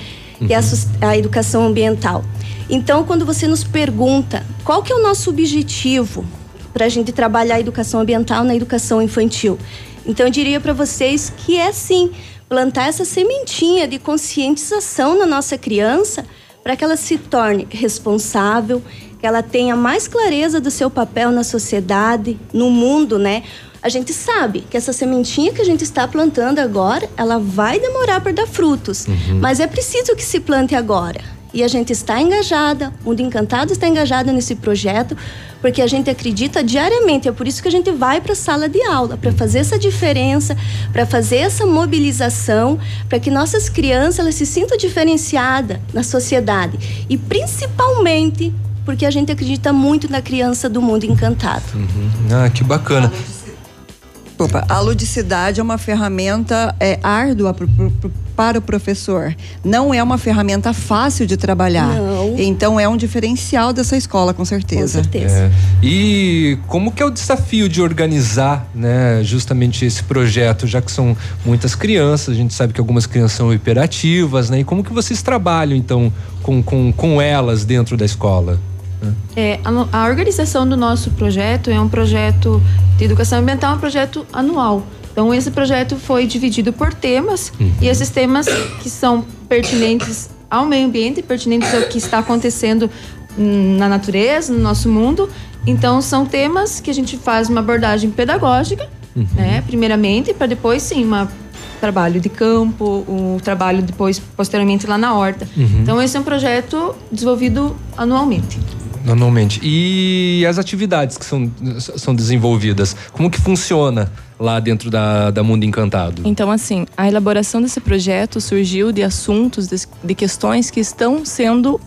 Speaker 2: a educação ambiental. Então, quando você nos pergunta qual que é o nosso objetivo para a gente trabalhar a educação ambiental na educação infantil, então eu diria para vocês que é sim plantar essa sementinha de conscientização na nossa criança para que ela se torne responsável, que ela tenha mais clareza do seu papel na sociedade, no mundo, né? A gente sabe que essa sementinha que a gente está plantando agora, ela vai demorar para dar frutos, mas é preciso que se plante agora. E a gente está engajada, o Mundo Encantado está engajado nesse projeto, porque a gente acredita diariamente, é por isso que a gente vai para a sala de aula, para fazer essa diferença, para fazer essa mobilização, para que nossas crianças elas se sintam diferenciadas na sociedade. E principalmente porque a gente acredita muito na criança do Mundo Encantado.
Speaker 15: Ah, que bacana.
Speaker 16: A ludicidade é uma ferramenta árdua para o professor. Não é uma ferramenta fácil de trabalhar. Não. Então é um diferencial dessa escola, com certeza.
Speaker 2: Com certeza.
Speaker 15: E como que é o desafio de organizar, né, justamente esse projeto, já que são muitas crianças, a gente sabe que algumas crianças são hiperativas, né? E como que vocês trabalham, então, com elas dentro da escola?
Speaker 9: A organização do nosso projeto é um projeto de educação ambiental, um projeto anual. Então esse projeto foi dividido por temas e esses temas que são pertinentes ao meio ambiente, pertinentes ao que está acontecendo na natureza, no nosso mundo. Então são temas que a gente faz uma abordagem pedagógica, né, primeiramente, para depois sim trabalho de campo, o trabalho depois posteriormente lá na horta. Então esse é um projeto desenvolvido anualmente.
Speaker 15: E as atividades que são desenvolvidas, como que funciona lá dentro da Mundo Encantado?
Speaker 23: Então, assim, a elaboração desse projeto surgiu de assuntos, de questões que estão sendo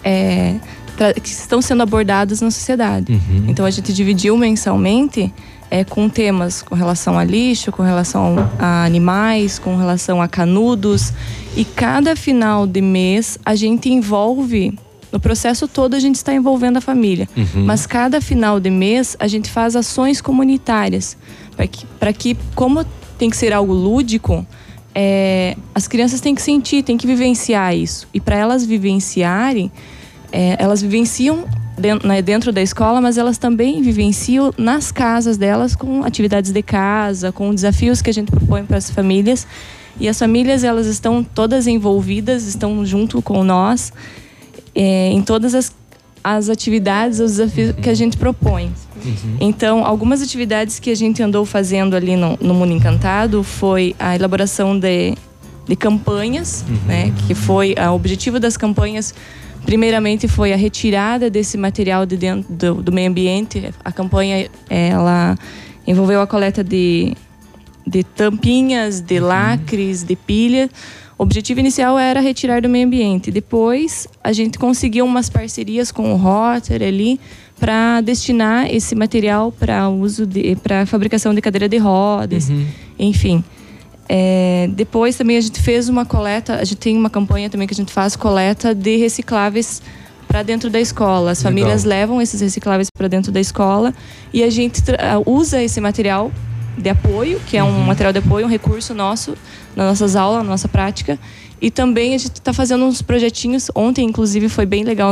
Speaker 23: abordadas na sociedade. Então a gente dividiu mensalmente com temas com relação a lixo, com relação a animais, com relação a canudos, e cada final de mês a gente envolve. No processo todo a gente está envolvendo a família, mas cada final de mês a gente faz ações comunitárias para que, como tem que ser algo lúdico, as crianças têm que sentir, têm que vivenciar isso. E para elas vivenciarem, elas vivenciam dentro da escola, mas elas também vivenciam nas casas delas, com atividades de casa, com desafios que a gente propõe para as famílias. E as famílias, elas estão todas envolvidas, estão junto com nós em todas as atividades, os desafios que a gente propõe. Então, algumas atividades que a gente andou fazendo ali no Mundo Encantado foi a elaboração de campanhas, né? Que foi o objetivo das campanhas, Primeiramente foi a retirada desse material de dentro do meio ambiente. A campanha, ela envolveu a coleta de tampinhas, de lacres, de pilha. O objetivo inicial era retirar do meio ambiente. Depois, a gente conseguiu umas parcerias com o Rotary ali para destinar esse material para fabricação de cadeira de rodas, enfim. Depois também a gente fez uma coleta, a gente tem uma campanha também que a gente faz coleta de recicláveis para dentro da escola. As famílias levam esses recicláveis para dentro da escola e a gente usa esse material de apoio, que é um material de apoio, um recurso nosso, nas nossas aulas, na nossa prática. E também a gente está fazendo uns projetinhos. Ontem, inclusive, foi bem legal.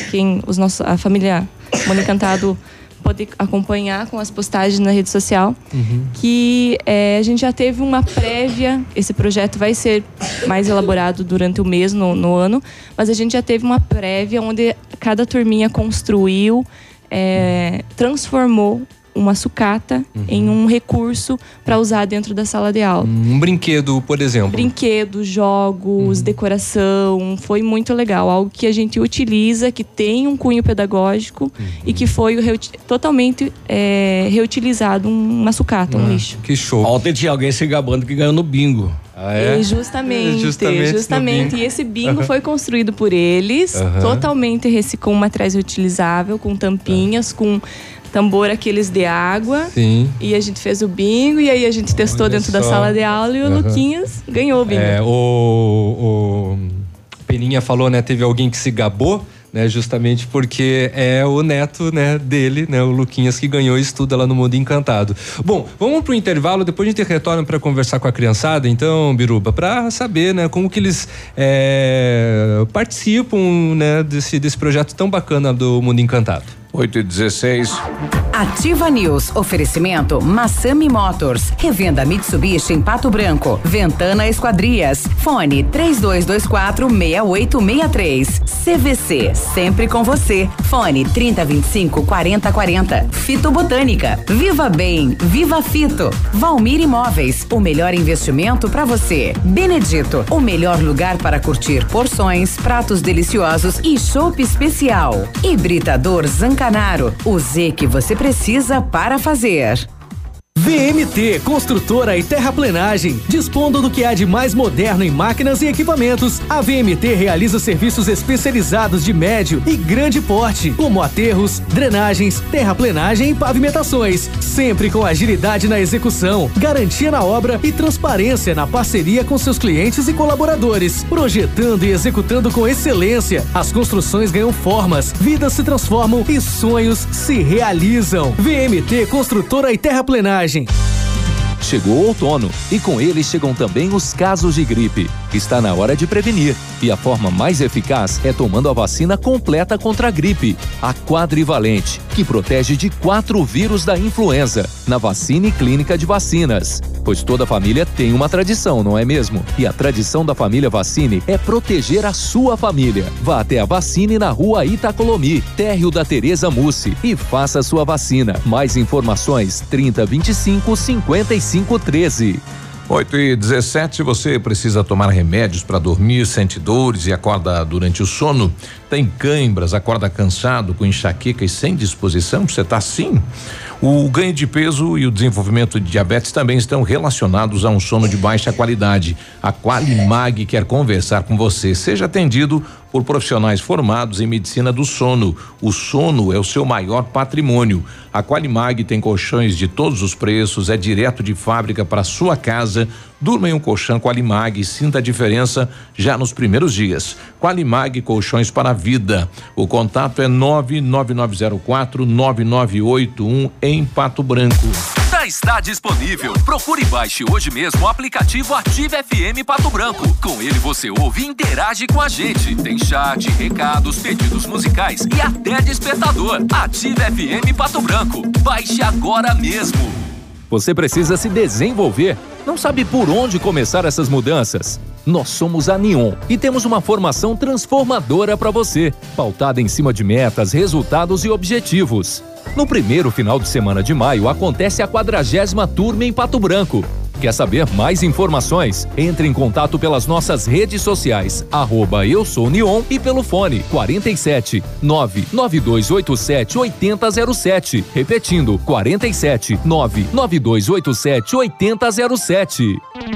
Speaker 23: A família Mundo Encantado pode acompanhar com as postagens na rede social. Que a gente já teve uma prévia. Esse projeto vai ser mais elaborado durante o mês, no ano. Mas a gente já teve uma prévia onde cada turminha construiu, transformou uma sucata em um recurso para usar dentro da sala de aula.
Speaker 15: Um brinquedo, por exemplo.
Speaker 23: Brinquedos, jogos, decoração. Foi muito legal. Algo que a gente utiliza, que tem um cunho pedagógico e que foi totalmente reutilizado, uma sucata, um lixo.
Speaker 15: Que show.
Speaker 17: Ontem tinha alguém se gabando que ganhou no bingo.
Speaker 23: E justamente. E esse bingo foi construído por eles, totalmente com materiais reutilizáveis, com tampinhas, com tambor aqueles de água.
Speaker 15: Sim.
Speaker 23: E a gente fez o bingo e aí a gente testou dentro da sala de aula e o Luquinhas ganhou o bingo.
Speaker 15: O Peninha falou, né? Teve alguém que se gabou, né? Justamente porque é o neto, né, dele, né? O Luquinhas, que ganhou e estuda lá no Mundo Encantado. Bom, vamos pro intervalo, depois a gente retorna para conversar com a criançada, então, Biruba, para saber, né, como que eles participam, né, desse projeto tão bacana do Mundo Encantado.
Speaker 14: 8h16.
Speaker 6: Ativa News. Oferecimento Massami Motors. Revenda Mitsubishi em Pato Branco. Ventana Esquadrias. Fone 3224-6863. CVC. Sempre com você. Fone 3025-4040. Fito Botânica. Viva Bem. Viva Fito. Valmir Imóveis. O melhor investimento para você. Benedito. O melhor lugar para curtir porções, pratos deliciosos e chopp especial. Hibridador Zancanaro. O Z que você precisa para fazer.
Speaker 21: VMT Construtora e Terraplenagem. Dispondo do que há de mais moderno em máquinas e equipamentos, a VMT realiza serviços especializados de médio e grande porte, como aterros, drenagens, terraplenagem e pavimentações, sempre com agilidade na execução, garantia na obra e transparência na parceria com seus clientes e colaboradores, projetando e executando com excelência. As construções ganham formas, vidas se transformam e sonhos se realizam. VMT Construtora e Terraplenagem.
Speaker 4: Chegou o outono e com ele chegam também os casos de gripe. Está na hora de prevenir e a forma mais eficaz é tomando a vacina completa contra a gripe, a quadrivalente, que protege de 4 vírus da influenza, na Vacine Clínica de Vacinas. Pois toda família tem uma tradição, não é mesmo? E a tradição da família Vacine é proteger a sua família. Vá até a Vacine na Rua Itacolomi, térreo da Tereza Mussi, e faça a sua vacina. Mais informações 3025-5513.
Speaker 14: 8h17, você precisa tomar remédios para dormir, sente dores e acorda durante o sono? Tem cãibras, acorda cansado, com enxaqueca e sem disposição? Você tá assim? O ganho de peso e o desenvolvimento de diabetes também estão relacionados a um sono de baixa qualidade. A Qualimag quer conversar com você. Seja atendido por profissionais formados em medicina do sono. O sono é o seu maior patrimônio. A Qualimag tem colchões de todos os preços, é direto de fábrica para sua casa. Durma em um colchão Qualimag e sinta a diferença já nos primeiros dias. Qualimag, colchões para a vida. O contato é 99904-9981 em Pato Branco.
Speaker 10: Já está disponível. Procure e baixe hoje mesmo o aplicativo Ativa FM Pato Branco. Com ele você ouve e interage com a gente. Tem chat, recados, pedidos musicais e até despertador. Ativa FM Pato Branco. Baixe agora mesmo.
Speaker 4: Você precisa se desenvolver. Não sabe por onde começar essas mudanças? Nós somos a Neon e temos uma formação transformadora para você, pautada em cima de metas, resultados e objetivos. No primeiro final de semana de maio acontece a 40ª turma em Pato Branco. Quer saber mais informações? Entre em contato pelas nossas redes sociais, @EuSouNeon e pelo fone 47 99287 8007. Repetindo, 47 99287 8007.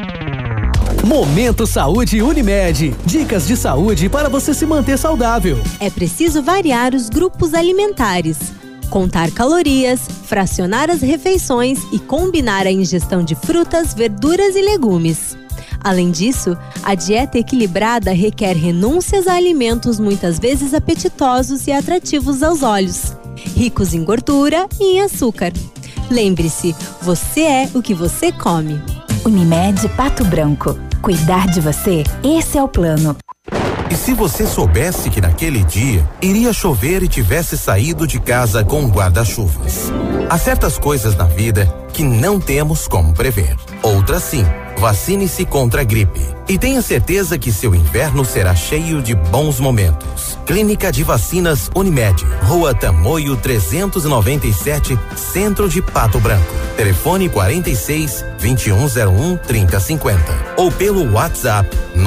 Speaker 21: Momento Saúde Unimed. Dicas de saúde para você se manter saudável.
Speaker 1: É preciso variar os grupos alimentares, contar calorias, fracionar as refeições e combinar a ingestão de frutas, verduras e legumes. Além disso, a dieta equilibrada requer renúncias a alimentos muitas vezes apetitosos e atrativos aos olhos, ricos em gordura e em açúcar. Lembre-se, você é o que você come.
Speaker 7: Unimed Pato Branco. Cuidar de você, esse é o plano.
Speaker 12: E se você soubesse que naquele dia iria chover e tivesse saído de casa com um guarda-chuvas? Há certas coisas na vida que não temos como prever. Outras sim. Vacine-se contra a gripe. E tenha certeza que seu inverno será cheio de bons momentos. Clínica de Vacinas Unimed. Rua Tamoio 397, Centro de Pato Branco. Telefone 46 2101 3050. Ou pelo WhatsApp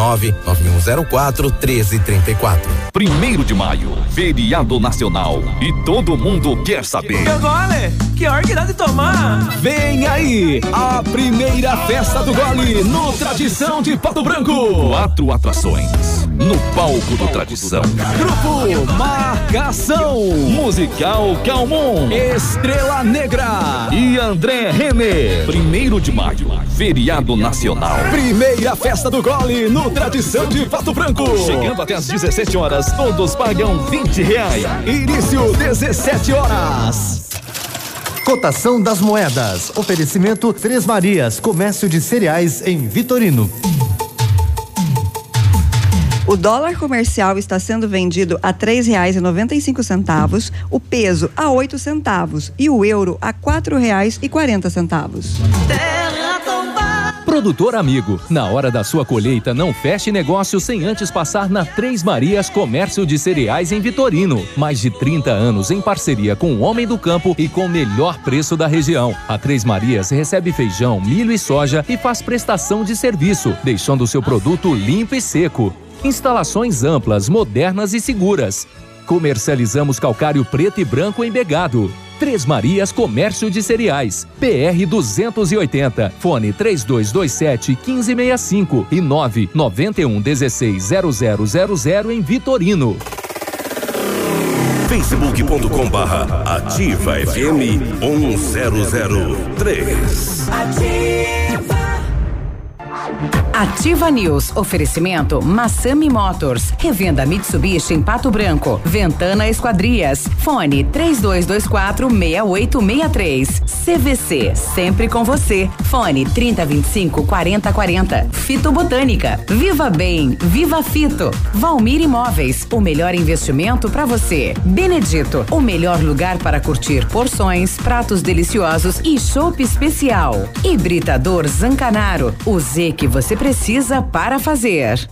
Speaker 12: 99104 1334.
Speaker 10: 1º de maio, feriado nacional. E todo mundo quer saber.
Speaker 21: Meu gole, que hora que dá de tomar? Vem aí, a primeira festa do gole no Tradição de Pato Branco.
Speaker 10: 4 atrações no palco do Tradição.
Speaker 21: Grupo Marcação,
Speaker 10: Musical Calmon,
Speaker 21: Estrela Negra
Speaker 10: e André Renner. 1º de maio, feriado nacional.
Speaker 21: Primeira festa do gole no Tradição de Pato Branco.
Speaker 10: Chegando até às 17 horas, todos pagam R$20.
Speaker 21: Início 17 horas.
Speaker 24: Cotação das moedas. Oferecimento Três Marias, comércio de cereais em Vitorino.
Speaker 16: O dólar comercial está sendo vendido a R$3,95, o peso a 8 centavos e o euro a R$4,40.
Speaker 4: Produtor amigo, na hora da sua colheita não feche negócio sem antes passar na Três Marias Comércio de Cereais em Vitorino. Mais de 30 anos em parceria com o homem do campo e com o melhor preço da região. A Três Marias recebe feijão, milho e soja e faz prestação de serviço, deixando o seu produto limpo e seco. Instalações amplas, modernas e seguras. Comercializamos calcário preto e branco embegado. Três Marias Comércio de Cereais, PR 280, fone 3227-1565 e 991160000 em Vitorino.
Speaker 19: Facebook.com/Ativa FM 1003.
Speaker 6: Ativa News. Oferecimento Massami Motors. Revenda Mitsubishi em Pato Branco. Ventana Esquadrias. Fone 3224-6863. CVC. Sempre com você. Fone 3025-4040. Fito Botânica. Viva Bem. Viva Fito. Valmir Imóveis. O melhor investimento para você. Benedito. O melhor lugar para curtir porções, pratos deliciosos e chopp especial. Hibridador Zancanaro. O Z que você precisa para fazer.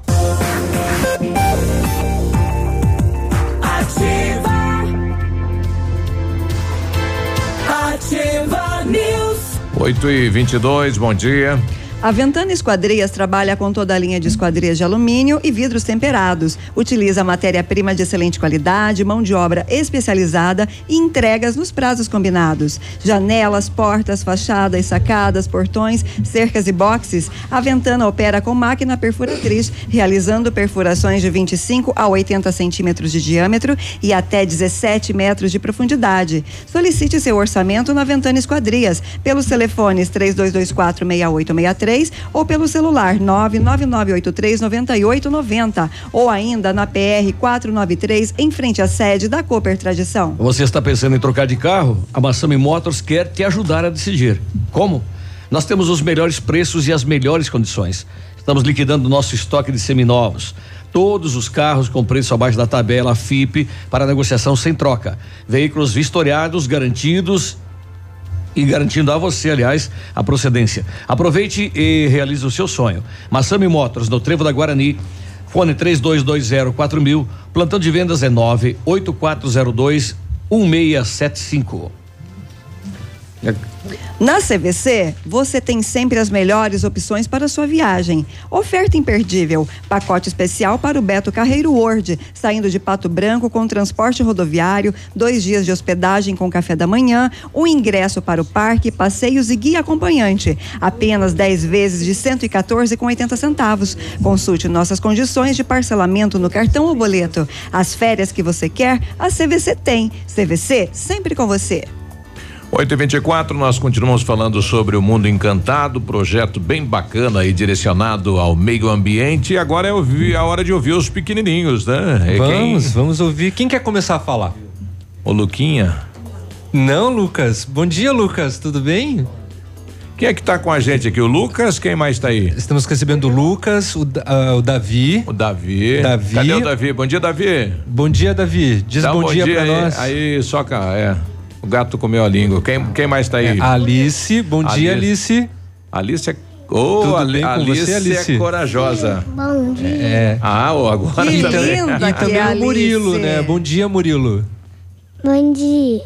Speaker 5: Ativa News.
Speaker 14: 8h22, bom dia.
Speaker 16: A Ventana Esquadrias trabalha com toda a linha de esquadrias de alumínio e vidros temperados. Utiliza matéria-prima de excelente qualidade, mão de obra especializada e entregas nos prazos combinados. Janelas, portas, fachadas, sacadas, portões, cercas e boxes. A Ventana opera com máquina perfuratriz, realizando perfurações de 25 a 80 centímetros de diâmetro e até 17 metros de profundidade. Solicite seu orçamento na Ventana Esquadrias pelos telefones 3224-6863 ou pelo celular 99983-9890 ou ainda na PR 493 em frente à sede da Cooper Tradição.
Speaker 17: Você está pensando em trocar de carro? A Massami Motors quer te ajudar a decidir. Como? Nós temos os melhores preços e as melhores condições. Estamos liquidando nosso estoque de seminovos. Todos os carros com preço abaixo da tabela FIPE para negociação sem troca. Veículos vistoriados, garantidos e garantindo a você, aliás, a procedência. Aproveite e realize o seu sonho. Massami Motors, no Trevo da Guarani, fone 3220-4000, plantão de vendas é 98402-1675.
Speaker 16: Na CVC, você tem sempre as melhores opções para a sua viagem. Oferta imperdível, pacote especial para o Beto Carreiro World, saindo de Pato Branco com transporte rodoviário, 2 dias de hospedagem com café da manhã, um ingresso para o parque, passeios e guia acompanhante. Apenas 10 vezes de R$114,80. Consulte nossas condições de parcelamento no cartão ou boleto. As férias que você quer, a CVC tem. CVC, sempre com você.
Speaker 14: 8h24, nós continuamos falando sobre o Mundo Encantado, projeto bem bacana e direcionado ao meio ambiente. E agora é a hora de ouvir os pequenininhos, né?
Speaker 15: Vamos ouvir. Quem quer começar a falar?
Speaker 14: O Luquinha.
Speaker 15: Não, Lucas. Bom dia, Lucas. Tudo bem?
Speaker 14: Quem é que tá com a gente aqui? O Lucas? Quem mais tá aí?
Speaker 15: Estamos recebendo o Lucas, o Davi.
Speaker 14: O Davi. Cadê o Davi? Bom dia, Davi.
Speaker 15: Bom dia, Davi. Diz bom dia pra
Speaker 14: aí,
Speaker 15: nós.
Speaker 14: Aí, Soca, o gato comeu a língua. Quem mais tá aí?
Speaker 15: Alice. Bom dia, Alice.
Speaker 14: Alice é...
Speaker 15: Tudo bem com
Speaker 14: Alice
Speaker 15: você, Alice?
Speaker 14: É corajosa.
Speaker 3: Bom dia.
Speaker 14: Agora
Speaker 16: que
Speaker 14: também.
Speaker 16: linda
Speaker 15: E também o Murilo, né? Bom dia, Murilo.
Speaker 3: Bom dia.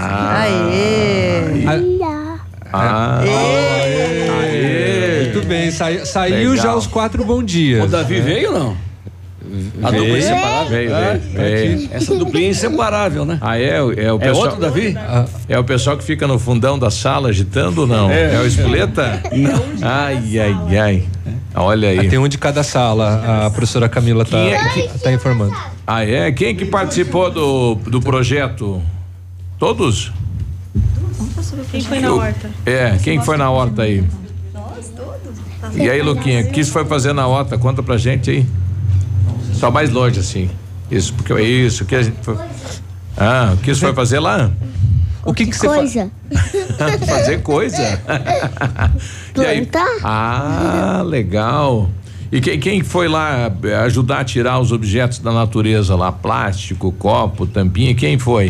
Speaker 15: Muito bem, saiu já os 4 bom dias.
Speaker 17: O Davi veio ou não? A dupla inseparável.
Speaker 14: Veio.
Speaker 17: Essa duplinha inseparável, né?
Speaker 14: É o pessoal.
Speaker 17: É outro Davi?
Speaker 14: É o pessoal que fica no fundão da sala agitando ou não? É o espoleta? Não. Ai. Olha aí.
Speaker 15: Tem um de cada sala, a professora Camila tá informando.
Speaker 14: Quem que participou do projeto? Todos?
Speaker 23: Quem foi na horta?
Speaker 14: Quem foi na horta aí?
Speaker 23: Nós, todos.
Speaker 14: E aí, Luquinha, o que você foi fazer na horta? Conta pra gente aí. Só mais longe, assim. Isso que a gente foi. O que você foi fazer lá?
Speaker 15: O que você
Speaker 3: Coisa.
Speaker 14: Fazer coisa?
Speaker 3: Plantar?
Speaker 14: Legal. E quem foi lá ajudar a tirar os objetos da natureza lá? Plástico, copo, tampinha, quem foi?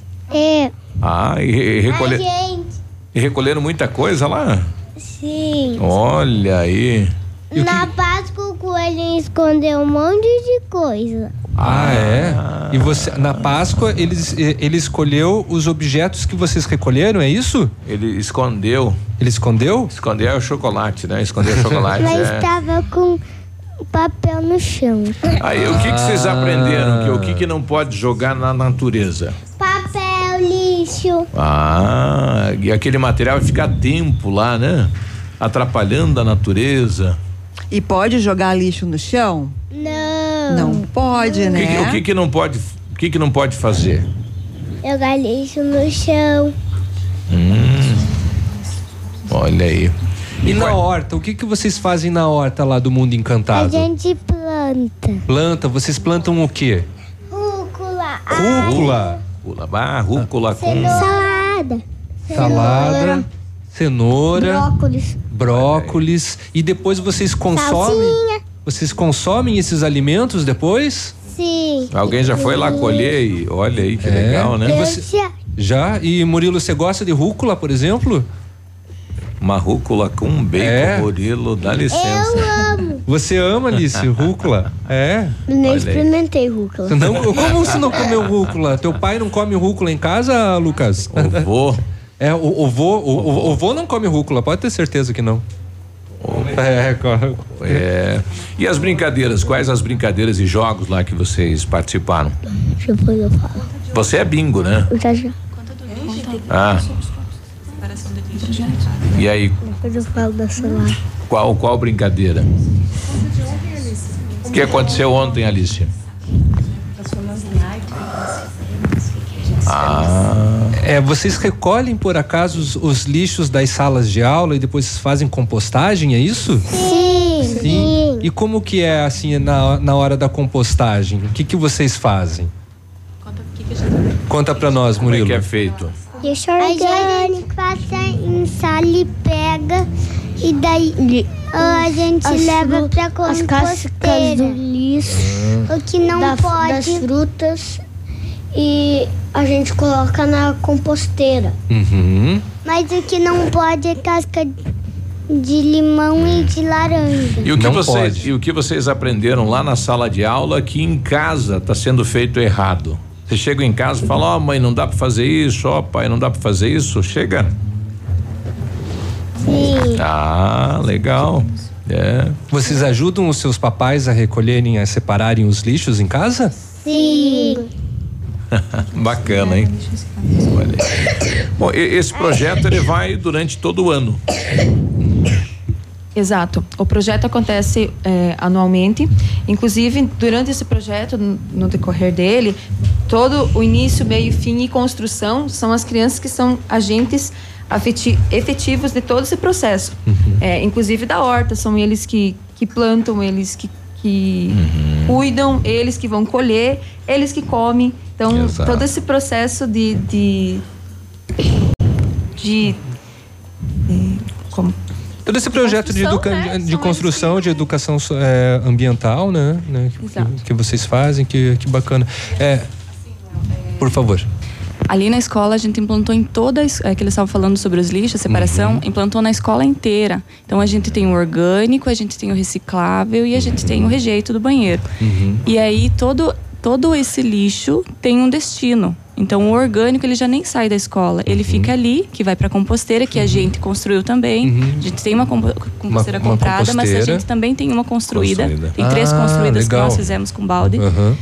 Speaker 14: E recolheram muita coisa lá?
Speaker 3: Sim.
Speaker 14: Olha aí.
Speaker 3: Na Páscoa o coelho escondeu um monte de coisa.
Speaker 15: E você, na Páscoa, ele escolheu os objetos que vocês recolheram, é isso?
Speaker 14: Ele escondeu.
Speaker 15: Ele escondeu?
Speaker 14: Escondeu o chocolate, né? Escondeu o chocolate.
Speaker 3: Mas estava com papel no chão.
Speaker 14: Aí, o que vocês aprenderam? O que não pode jogar na natureza?
Speaker 3: Papel, lixo.
Speaker 14: E aquele material vai ficar tempo lá, né? Atrapalhando a natureza.
Speaker 16: E pode jogar lixo no chão?
Speaker 3: Não.
Speaker 16: Não pode, né?
Speaker 14: O que não pode? O que não pode fazer?
Speaker 3: Jogar lixo no chão.
Speaker 14: Olha aí.
Speaker 15: E na horta, o que vocês fazem na horta lá do Mundo Encantado?
Speaker 3: A gente planta.
Speaker 15: Vocês plantam o quê?
Speaker 3: Rúcula.
Speaker 14: Rúcula com
Speaker 3: Salada.
Speaker 15: Cenoura.
Speaker 3: Brócolis.
Speaker 15: E depois vocês consomem?
Speaker 3: Salsinha.
Speaker 15: Vocês consomem esses alimentos depois?
Speaker 3: Sim.
Speaker 14: Alguém já foi lá colher e olha aí que legal, né?
Speaker 15: Já? E Murilo, você gosta de rúcula, por exemplo?
Speaker 14: Uma rúcula com bacon, Murilo, dá licença.
Speaker 3: Eu amo.
Speaker 15: Você ama, Alice, rúcula?
Speaker 3: Nem experimentei rúcula.
Speaker 15: Como você não comeu rúcula? Teu pai não come rúcula em casa, Lucas?
Speaker 14: O
Speaker 15: vô não come rúcula, pode ter certeza que não.
Speaker 14: E as brincadeiras? Quais as brincadeiras e jogos lá que vocês participaram?
Speaker 3: Depois eu falo.
Speaker 14: Você é bingo, né? E aí?
Speaker 3: Depois eu falo da salada.
Speaker 14: Qual brincadeira? O que aconteceu ontem, Alice?
Speaker 15: Vocês recolhem por acaso os lixos das salas de aula e depois fazem compostagem, é isso?
Speaker 3: Sim.
Speaker 15: E como que é assim na hora da compostagem? O que vocês fazem? Conta pra nós, Murilo.
Speaker 14: Como é que é feito?
Speaker 3: Lixo orgânico. Passa em sala e pega e daí a gente leva pra composteira. Do lixo, o que não pode. Das frutas. E a gente coloca na composteira. Mas o que não pode é casca de limão e de laranja.
Speaker 14: E o que vocês aprenderam lá na sala de aula que em casa está sendo feito errado? Você chega em casa e fala, mãe, não dá para fazer isso, pai, não dá para fazer isso, chega.
Speaker 3: Sim.
Speaker 14: Ah, legal.
Speaker 15: Vocês ajudam os seus papais a recolherem, a separarem os lixos em casa?
Speaker 3: Sim.
Speaker 14: Bacana, hein? Olha. Bom, esse projeto ele vai durante todo o ano.
Speaker 9: Exato. O projeto acontece anualmente. Inclusive, durante esse projeto, no decorrer dele, todo o início, meio, fim e construção são as crianças que são agentes efetivos de todo esse processo. Inclusive da horta, são eles que plantam, eles que cuidam, eles que vão colher, eles que comem. Então, todo esse processo
Speaker 15: todo esse projeto de construção, de educação ambiental, né? Que vocês fazem, que bacana. Por favor.
Speaker 23: Ali na escola a gente implantou em todas, que eles estavam falando sobre os lixos, a separação, implantou na escola inteira. Então a gente tem o orgânico, a gente tem o reciclável e a gente tem o rejeito do banheiro. E aí todo esse lixo tem um destino. Então o orgânico ele já nem sai da escola, ele fica ali, que vai para a composteira, que a gente construiu também. A gente tem uma composteira comprada, mas a gente também tem uma construída. Tem 3 construídas que nós fizemos com balde.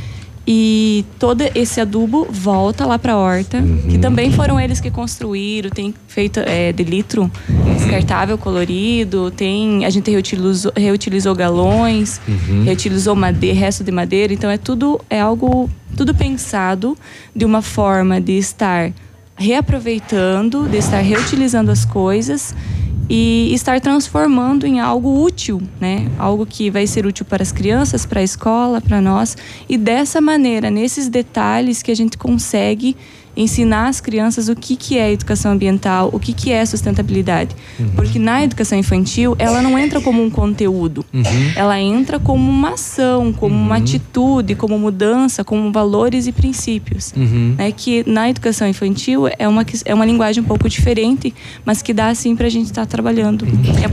Speaker 23: E todo esse adubo volta lá para a horta, que também foram eles que construíram, tem feito de litro descartável colorido, a gente reutilizou galões, reutilizou resto de madeira, então é algo tudo pensado de uma forma de estar reaproveitando, de estar reutilizando as coisas e estar transformando em algo útil, né? Algo que vai ser útil para as crianças, para a escola, para nós. E dessa maneira, nesses detalhes que a gente consegue ensinar às crianças o que é educação ambiental, o que é sustentabilidade. Porque na educação infantil, ela não entra como um conteúdo. Ela entra como uma ação, como uma atitude, como mudança, como valores e princípios. Que na educação infantil é uma linguagem um pouco diferente, mas que dá assim pra gente estar trabalhando.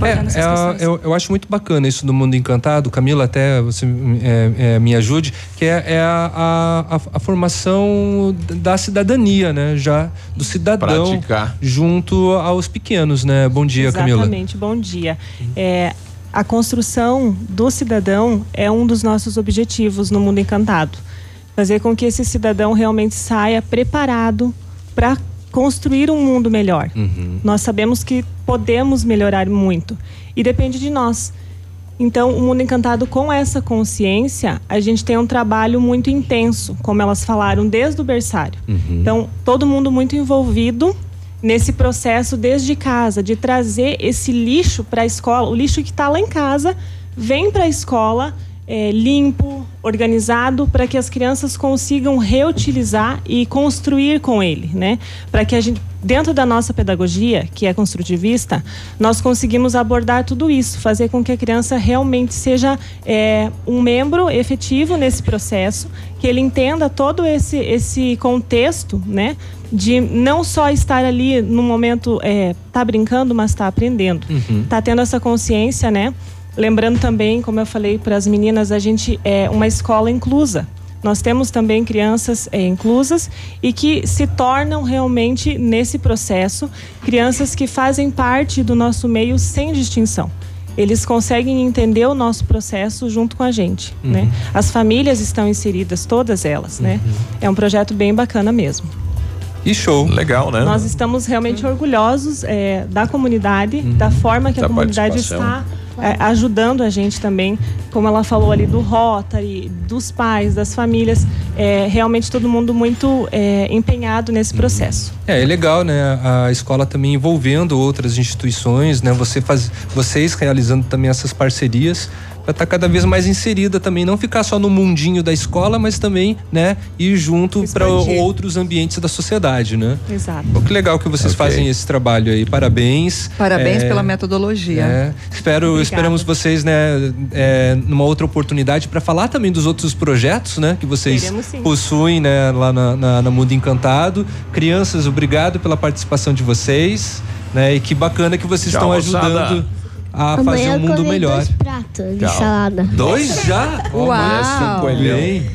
Speaker 15: Eu acho muito bacana isso do Mundo Encantado. Camila, até você me ajude, que é a formação da cidadania, né? Já do cidadão praticar junto aos pequenos, né? Bom dia, Camila.
Speaker 8: Exatamente, bom dia. A construção do cidadão é um dos nossos objetivos no Mundo Encantado. Fazer com que esse cidadão realmente saia preparado para construir um mundo melhor. Nós sabemos que podemos melhorar muito e depende de nós. Então, o Mundo Encantado, com essa consciência, a gente tem um trabalho muito intenso, como elas falaram, desde o berçário. Então, todo mundo muito envolvido nesse processo desde casa, de trazer esse lixo para a escola. O lixo que está lá em casa vem para a escola limpo, organizado, para que as crianças consigam reutilizar e construir com ele, né? Para que a gente, dentro da nossa pedagogia, que é construtivista, nós conseguimos abordar tudo isso, fazer com que a criança realmente seja um membro efetivo nesse processo, que ele entenda todo esse contexto, né? De não só estar ali no momento, tá brincando, mas tá aprendendo. Tá tendo essa consciência, né? Lembrando também, como eu falei para as meninas, a gente é uma escola inclusa. Nós temos também crianças inclusas e que se tornam realmente, nesse processo, crianças que fazem parte do nosso meio sem distinção. Eles conseguem entender o nosso processo junto com a gente, né? As famílias estão inseridas, todas elas, né? É um projeto bem bacana mesmo.
Speaker 15: E show.
Speaker 14: Legal, né?
Speaker 8: Nós estamos realmente orgulhosos da comunidade, da forma que a comunidade está ajudando a gente também, como ela falou ali, do Rotary, dos pais, das famílias, realmente todo mundo muito empenhado nesse processo.
Speaker 15: É legal, né? A escola também envolvendo outras instituições, né? Vocês realizando também essas parcerias para estar cada vez mais inserida também, não ficar só no mundinho da escola, mas também, né, ir junto para outros ambientes da sociedade, né?
Speaker 8: Exato.
Speaker 15: Pô, que legal que vocês fazem esse trabalho aí, parabéns.
Speaker 16: Parabéns pela metodologia.
Speaker 15: Esperamos vocês, né, numa outra oportunidade para falar também dos outros projetos, né, que vocês possuem, né, lá na Mundo Encantado. Crianças, obrigado pela participação de vocês, né, e que bacana que vocês estão ajudando a fazer um mundo melhor.
Speaker 3: 2 pratos de salada.
Speaker 15: 2 já?
Speaker 3: Uau!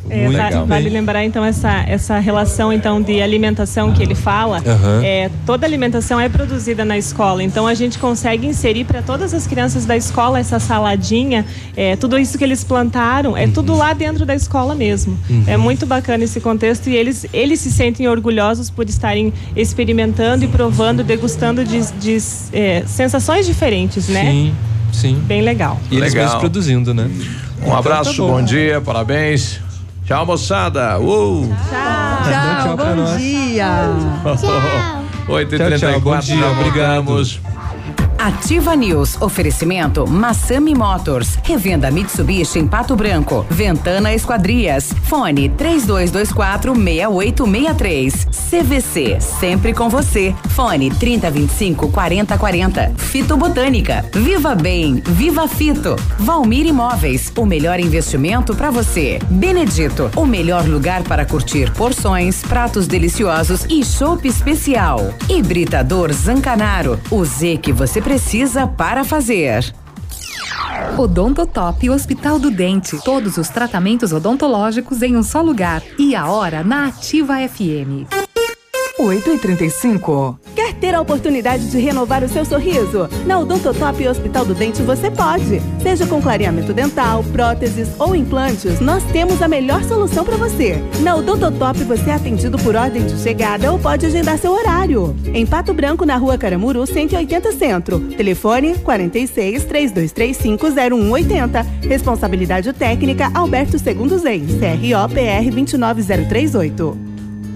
Speaker 8: Vale lembrar então essa relação então de alimentação que ele fala. Toda alimentação é produzida na escola, então a gente consegue inserir para todas as crianças da escola essa saladinha, tudo isso que eles plantaram, é tudo lá dentro da escola mesmo. É muito bacana esse contexto e eles se sentem orgulhosos por estarem experimentando e provando, degustando de sensações diferentes, né?
Speaker 15: Sim.
Speaker 8: Bem legal.
Speaker 15: E eles mesmos produzindo, né?
Speaker 14: Um abraço, bom dia, parabéns. Tchau, moçada.
Speaker 16: Tchau, bom dia.
Speaker 14: 8h34,
Speaker 15: bom dia, obrigado.
Speaker 6: Ativa News. Oferecimento Massami Motors. Revenda Mitsubishi em Pato Branco. Ventana Esquadrias. Fone 3224-6863. CVC. Sempre com você. Fone 3025-4040. Fito Botânica. Viva Bem. Viva Fito. Valmir Imóveis. O melhor investimento para você. Benedito. O melhor lugar para curtir porções, pratos deliciosos e chopp especial. Hibridador Zancanaro. O Z que você precisa para fazer.
Speaker 11: Odontotop Hospital do Dente. Todos os tratamentos odontológicos em um só lugar. E a hora na Ativa FM.
Speaker 18: 8h35. Quer ter a oportunidade de renovar o seu sorriso? Na Odontotop Hospital do Dente você pode. Seja com clareamento dental, próteses ou implantes, nós temos a melhor solução para você. Na Odontotop você é atendido por ordem de chegada ou pode agendar seu horário. Em Pato Branco, na Rua Caramuru, 180 Centro. Telefone 46-3235-0180. Responsabilidade técnica Alberto II Zen. CRO-PR 29038.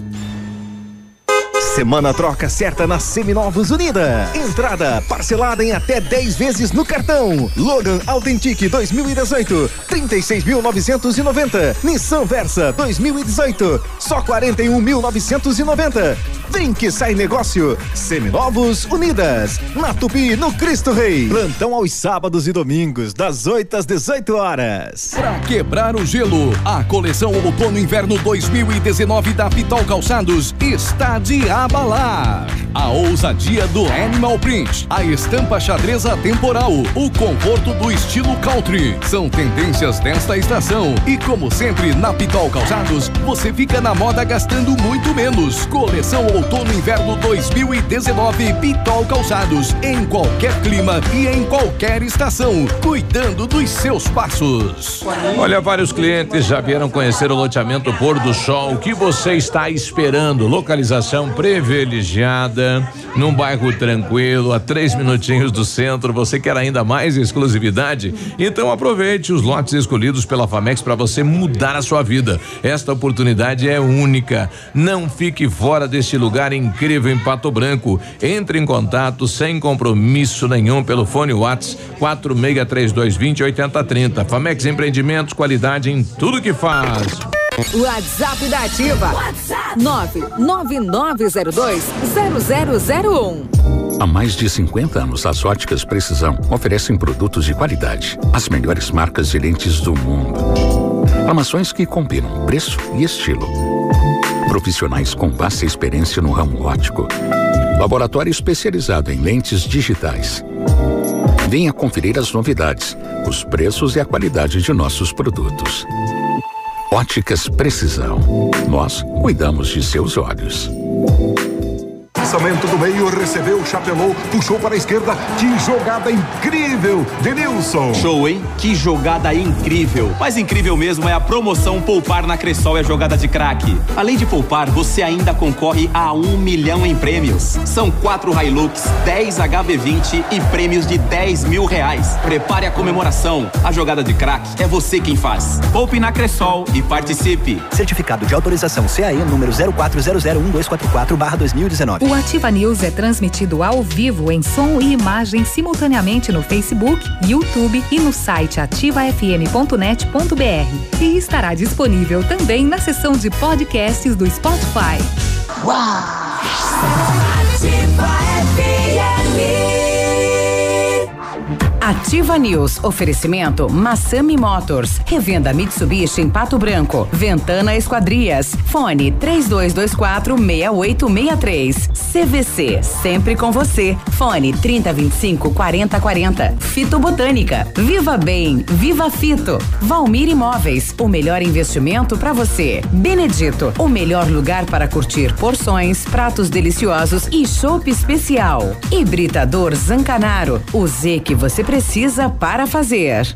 Speaker 21: Semana troca certa na Seminovos Unidas. Entrada parcelada em até 10 vezes no cartão. Logan Authentic 2018, 36.990. Nissan Versa 2018, só 41.990. Vem que sai negócio. Seminovos Unidas, na Tupi, no Cristo Rei. Plantão aos sábados e domingos, das 8 às 18 horas.
Speaker 20: Pra quebrar o gelo, a coleção Outono Inverno 2019 da Pitol Calçados está de abalar. A ousadia do Animal Print, a estampa xadreza temporal, o conforto do estilo country, são tendências desta estação. E como sempre, na Pitol Calçados, você fica na moda gastando muito menos. Coleção Outono Inverno 2019 Pitol Calçados, em qualquer clima e em qualquer estação, cuidando dos seus passos.
Speaker 14: Olha, vários clientes já vieram conhecer o loteamento Pôr do Sol. O que você está esperando? Localização privilegiada, num bairro tranquilo, a 3 minutinhos do centro. Você quer ainda mais exclusividade? Então aproveite os lotes escolhidos pela Famex para você mudar a sua vida. Esta oportunidade é única. Não fique fora deste lugar incrível em Pato Branco. Entre em contato sem compromisso nenhum pelo fone WhatsApp 4632208030. Famex Empreendimentos, qualidade em tudo que faz.
Speaker 22: WhatsApp da Ativa. WhatsApp 999020001.
Speaker 25: Há mais de 50 anos, as Óticas Precisão oferecem produtos de qualidade, as melhores marcas de lentes do mundo. Armações que combinam preço e estilo. Profissionais com vasta experiência no ramo óptico. Laboratório especializado em lentes digitais. Venha conferir as novidades, os preços e a qualidade de nossos produtos. Óticas Precisão. Nós cuidamos de seus olhos.
Speaker 26: Lançamento do meio, recebeu, chapelou, puxou para a esquerda. Que jogada incrível, Denilson.
Speaker 27: Show, hein? Que jogada incrível. Mais incrível mesmo é a promoção Poupar na Cressol é jogada de craque. Além de poupar, você ainda concorre a 1 milhão em prêmios. São 4 Hilux, 10 HB20 e prêmios de R$10 mil. Prepare a comemoração. A jogada de craque é você quem faz. Poupe na Cressol e participe.
Speaker 28: Certificado de autorização CAE número 04001244/2019.
Speaker 11: O Ativa News é transmitido ao vivo em som e imagem simultaneamente no Facebook, YouTube e no site ativafm.net.br. E estará disponível também na seção de podcasts do Spotify.
Speaker 22: Uau! Ativa FM.
Speaker 6: Ativa News. Oferecimento Massami Motors. Revenda Mitsubishi em Pato Branco. Ventana Esquadrias. Fone 3224-6863. CVC. Sempre com você. Fone 3025-4040. Fito Botânica. Viva Bem. Viva Fito. Valmir Imóveis. O melhor investimento para você. Benedito. O melhor lugar para curtir porções, pratos deliciosos e chopp especial. Hibridador Zancanaro. O Z que você precisa para fazer.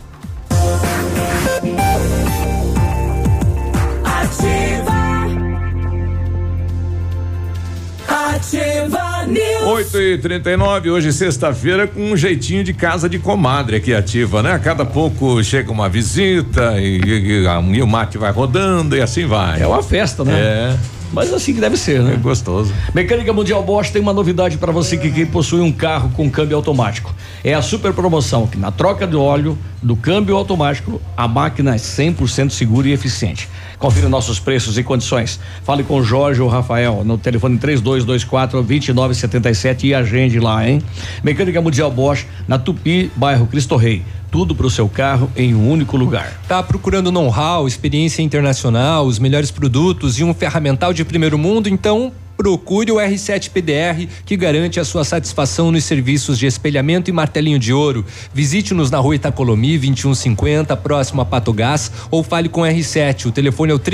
Speaker 5: Ativa News.
Speaker 14: 8h39, hoje sexta-feira, com um jeitinho de casa de comadre aqui ativa, né? A cada pouco chega uma visita e o mate vai rodando e assim vai.
Speaker 17: É uma festa, né?
Speaker 14: É.
Speaker 17: Mas assim que deve ser, né?
Speaker 14: É gostoso.
Speaker 17: Mecânica Mundial Bosch tem uma novidade para você que possui um carro com câmbio automático. É a super promoção que na troca de óleo do câmbio automático, a máquina é 100% segura e eficiente. Confira nossos preços e condições. Fale com Jorge ou Rafael no telefone 3224-2977 e agende lá, hein? Mecânica Mundial Bosch, na Tupi, bairro Cristo Rei. Tudo para o seu carro em um único lugar.
Speaker 15: Tá procurando know-how, experiência internacional, os melhores produtos e um ferramental de primeiro mundo? Então procure o R7 PDR, que garante a sua satisfação nos serviços de espelhamento e martelinho de ouro. Visite-nos na rua Itacolomi 2150, próximo a Patogás, ou fale com o R7. O telefone é o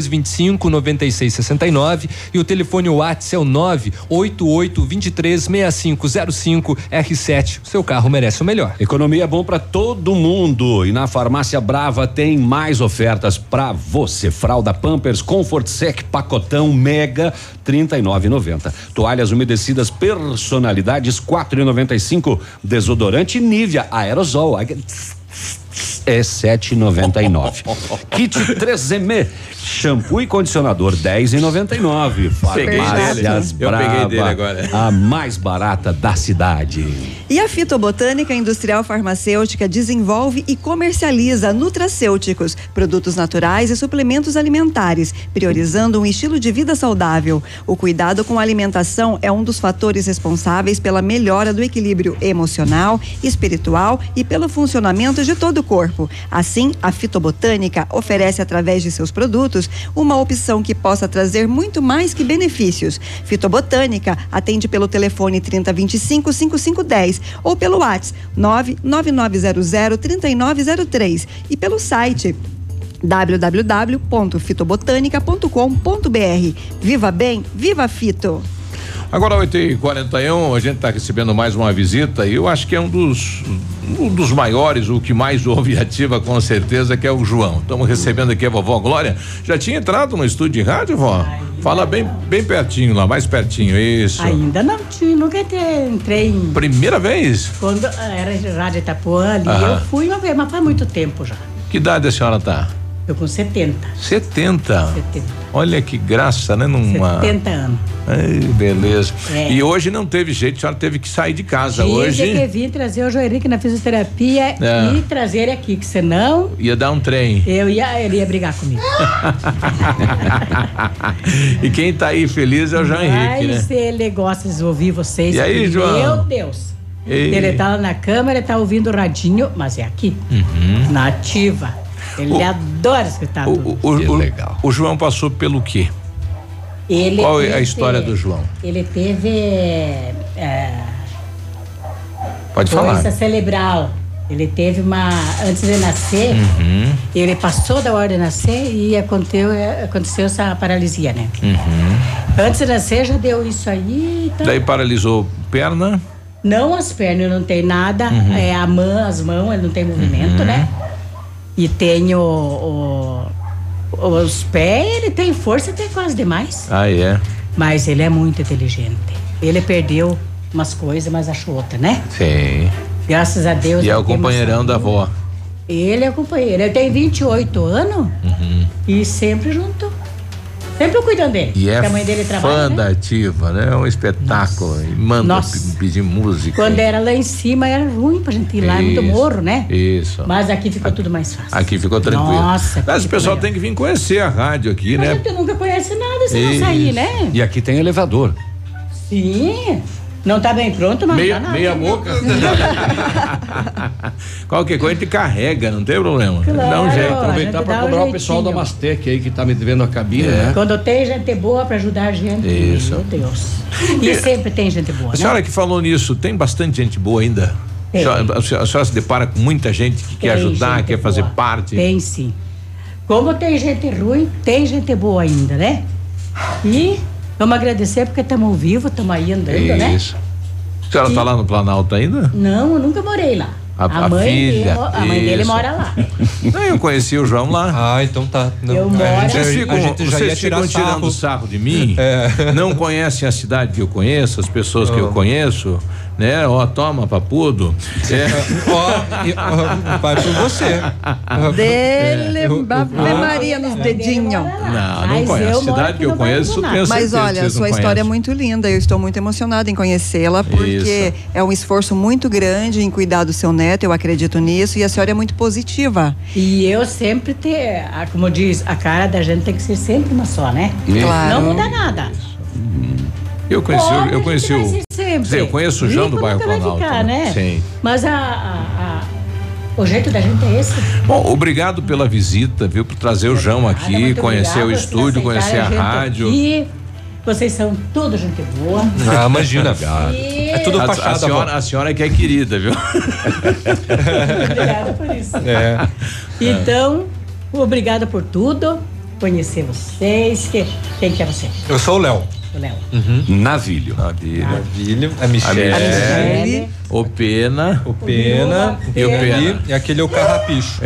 Speaker 15: 3225-9669 e o telefone WhatsApp é o 988236505. R7, seu carro merece o melhor.
Speaker 1: Economia é bom para todo mundo e na Farmácia Brava tem mais ofertas para você. Fralda Pampers Comfort Sec Pacotão Mega, R$39,90. Toalhas umedecidas personalidades, R$4,95. Desodorante Nivea Aerosol é R$7,99. Kit 3M shampoo e condicionador R$10,99. Farmácias Brava,
Speaker 14: eu peguei dele agora.
Speaker 1: A mais barata da cidade.
Speaker 16: E a Fitobotânica Industrial Farmacêutica desenvolve e comercializa nutracêuticos, produtos naturais e suplementos alimentares, priorizando um estilo de vida saudável. O cuidado com a alimentação é um dos fatores responsáveis pela melhora do equilíbrio emocional, espiritual e pelo funcionamento de todo o corpo. Assim, a Fitobotânica oferece, através de seus produtos, uma opção que possa trazer muito mais que benefícios. Fitobotânica atende pelo telefone 3025-5510 ou pelo WhatsApp 99900-3903 e pelo site www.fitobotanica.com.br. Viva bem, viva Fito!
Speaker 14: Agora 8h41, a gente está recebendo mais uma visita e eu acho que é um dos maiores, o que mais ouve ativa com certeza, que é o João. Estamos recebendo aqui a vovó Glória. Já tinha entrado no estúdio de rádio, vó? Fala bem pertinho lá, mais pertinho, isso.
Speaker 2: Ainda não tinha, nunca entrei em...
Speaker 14: Primeira vez?
Speaker 2: Quando era Rádio Itapuã ali, eu fui uma vez, mas faz muito tempo já.
Speaker 14: Que idade a senhora tá?
Speaker 2: Eu com 70.
Speaker 14: 70? Olha que graça, né?
Speaker 2: 70 anos.
Speaker 14: Ai, beleza. É. E hoje não teve jeito, a senhora teve que sair de casa hoje.
Speaker 2: Eu vim trazer o Joeric na fisioterapia e trazer ele aqui, que senão...
Speaker 14: Ia dar um trem.
Speaker 2: Ele ia brigar comigo.
Speaker 14: E quem tá aí feliz é o João Henrique, né?
Speaker 2: Mas ele gosta de ouvir vocês.
Speaker 14: E aí, João?
Speaker 2: Meu Deus. Ele tá lá na câmera, ele tá ouvindo o radinho, mas é aqui, na ativa. Ele adora escutar tudo.
Speaker 14: Legal. O João passou pelo quê? Qual é a história do João?
Speaker 2: Ele teve
Speaker 14: pode falar.
Speaker 2: Doença cerebral. Ele teve antes de nascer, ele passou da hora de nascer e aconteceu essa paralisia, né? Antes de nascer já deu isso aí. Então...
Speaker 14: Daí paralisou perna?
Speaker 2: Não as pernas, não tem nada. As mãos, ele não tem movimento, né? E tem os pés, ele tem força até quase demais.
Speaker 14: Ah, é?
Speaker 2: Mas ele é muito inteligente. Ele perdeu umas coisas, mas achou outra, né?
Speaker 14: Sim.
Speaker 2: Graças a Deus.
Speaker 14: E é o companheirão da avó.
Speaker 2: Ele é o companheiro. Ele tem 28 anos e sempre junto. Sempre cuidando dele.
Speaker 14: E é
Speaker 2: a mãe dele trabalha,
Speaker 14: fã da ativa, né? É um espetáculo. Nossa. E manda pedir música.
Speaker 2: Quando era lá em cima era ruim pra gente ir lá, muito morro, né?
Speaker 14: Isso.
Speaker 2: Mas aqui ficou tudo mais fácil.
Speaker 14: Aqui ficou tranquilo.
Speaker 2: Nossa.
Speaker 14: Mas o pessoal tem que vir conhecer a rádio aqui,
Speaker 2: mas
Speaker 14: né?
Speaker 2: Mas tu nunca conhece nada se não sair, né?
Speaker 1: E aqui tem elevador.
Speaker 2: Sim. Não tá bem pronto, mas
Speaker 14: meia boca. Qualquer coisa a gente carrega, não tem problema.
Speaker 2: Claro,
Speaker 14: dá um jeito.
Speaker 17: Aproveitar para cobrar o pessoal da Mastec aí que tá me devendo a cabine, né?
Speaker 2: Quando tem gente boa para ajudar a gente.
Speaker 14: Isso.
Speaker 2: Meu Deus. E sempre tem gente boa,
Speaker 14: A senhora que falou nisso, tem bastante gente boa ainda?
Speaker 2: Tem.
Speaker 14: A senhora se depara com muita gente que quer ajudar, quer fazer parte?
Speaker 2: Tem sim. Como tem gente ruim, tem gente boa ainda, né? E vamos agradecer porque estamos vivos, estamos aí andando, né?
Speaker 14: Isso. A senhora tá lá no Planalto ainda?
Speaker 2: Não, eu nunca morei lá.
Speaker 14: A filha.
Speaker 2: A mãe dele mora lá.
Speaker 14: Não, eu conheci o João lá.
Speaker 15: Ah, então tá. Não,
Speaker 2: eu moro.
Speaker 14: Vocês ficam tirando sarro de mim? Não conhecem a cidade que eu conheço, as pessoas que eu conheço, né? Ó, toma, papudo.
Speaker 15: Vai por você.
Speaker 16: Dele, Ave Maria nos dedinhos.
Speaker 14: Não conhece. A cidade que eu conheço, tenho certeza.
Speaker 16: Mas olha, a sua história é muito linda. Eu estou muito emocionada em conhecê-la, porque é um esforço muito grande em cuidar do seu neto. Eu acredito nisso, e a senhora é muito positiva.
Speaker 2: E eu sempre como diz, a cara da gente tem que ser sempre uma só, né?
Speaker 16: Claro.
Speaker 2: Não muda nada.
Speaker 14: Eu conheci o João do bairro Planalto.
Speaker 2: Ficar, né?
Speaker 14: Sim.
Speaker 2: Mas o jeito da gente é esse.
Speaker 14: Bom, obrigado pela visita, viu? Por trazer o João aqui, conhecer o estúdio, conhecer a rádio.
Speaker 2: Aqui. Vocês são tudo gente boa.
Speaker 15: Ah, imagina. É tudo
Speaker 14: fachada. A senhora que é querida, viu?
Speaker 2: Obrigada por isso. Então, obrigada por tudo. Conhecer vocês. Quem que é você?
Speaker 15: Eu sou o Léo.
Speaker 2: O Léo.
Speaker 1: Navilho.
Speaker 15: A Michele.
Speaker 14: O Pena.
Speaker 15: E o Pena. E aquele é o Carrapicho.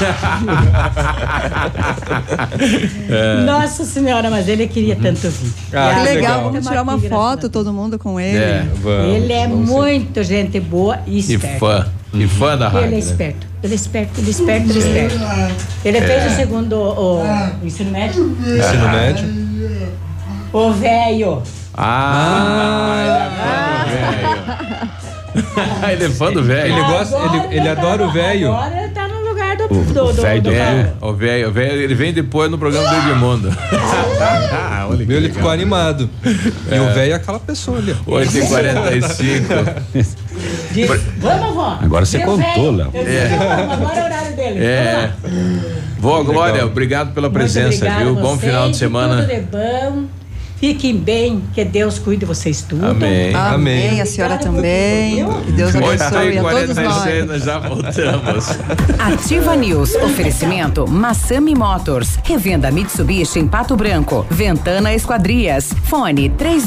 Speaker 2: Nossa Senhora, mas ele queria tanto vir.
Speaker 16: Que legal, vamos tirar uma foto, todo mundo com ele.
Speaker 2: Ele é muito gente boa e esperto.
Speaker 14: E fã da rádio.
Speaker 2: Ele é esperto. Ele é esperto. Ele fez o segundo o ensino médio.
Speaker 15: Ensino médio.
Speaker 2: O velho.
Speaker 14: Ele é fã do velho.
Speaker 15: Ele gosta, ele adora o velho.
Speaker 2: Agora ele tá no lugar do
Speaker 14: O velho, ele vem depois no programa do Edmundo.
Speaker 15: Meu, ele ficou animado. E o velho é aquela pessoa ali.
Speaker 14: 8h45.
Speaker 2: Vamos, vó.
Speaker 1: Agora você contou, Léo.
Speaker 2: Agora é o horário dele.
Speaker 14: Vó Glória, obrigado pela presença, viu? Bom final de semana.
Speaker 2: Tudo de bom. Fiquem bem, que Deus cuide de vocês tudo.
Speaker 16: Amém. A senhora também. Que Deus abençoe a todos nós.
Speaker 14: Nós já voltamos.
Speaker 22: Ativa News. Oferecimento Massami Motors. Revenda Mitsubishi em Pato Branco. Ventana Esquadrias. Fone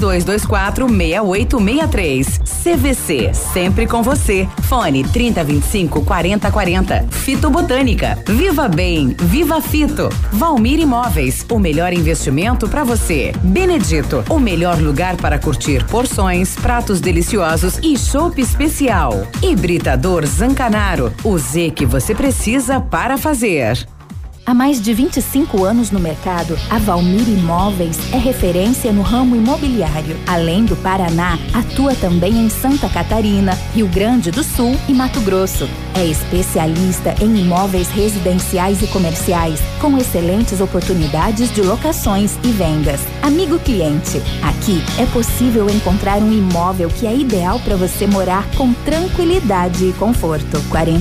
Speaker 22: 3224-6863. CVC. Sempre com você. Fone 3025-4040. Fito Botânica. Viva Bem. Viva Fito. Valmir Imóveis. O melhor investimento para você. Benedito, o melhor lugar para curtir porções, pratos deliciosos e chopp especial. Hibridador Zancanaro, o Z que você precisa para fazer.
Speaker 4: Há mais de 25 anos no mercado, a Valmir Imóveis é referência no ramo imobiliário. Além do Paraná, atua também em Santa Catarina, Rio Grande do Sul e Mato Grosso. É especialista em imóveis residenciais e comerciais, com excelentes oportunidades de locações e vendas. Amigo cliente, aqui é possível encontrar um imóvel que é ideal para você morar com tranquilidade e conforto.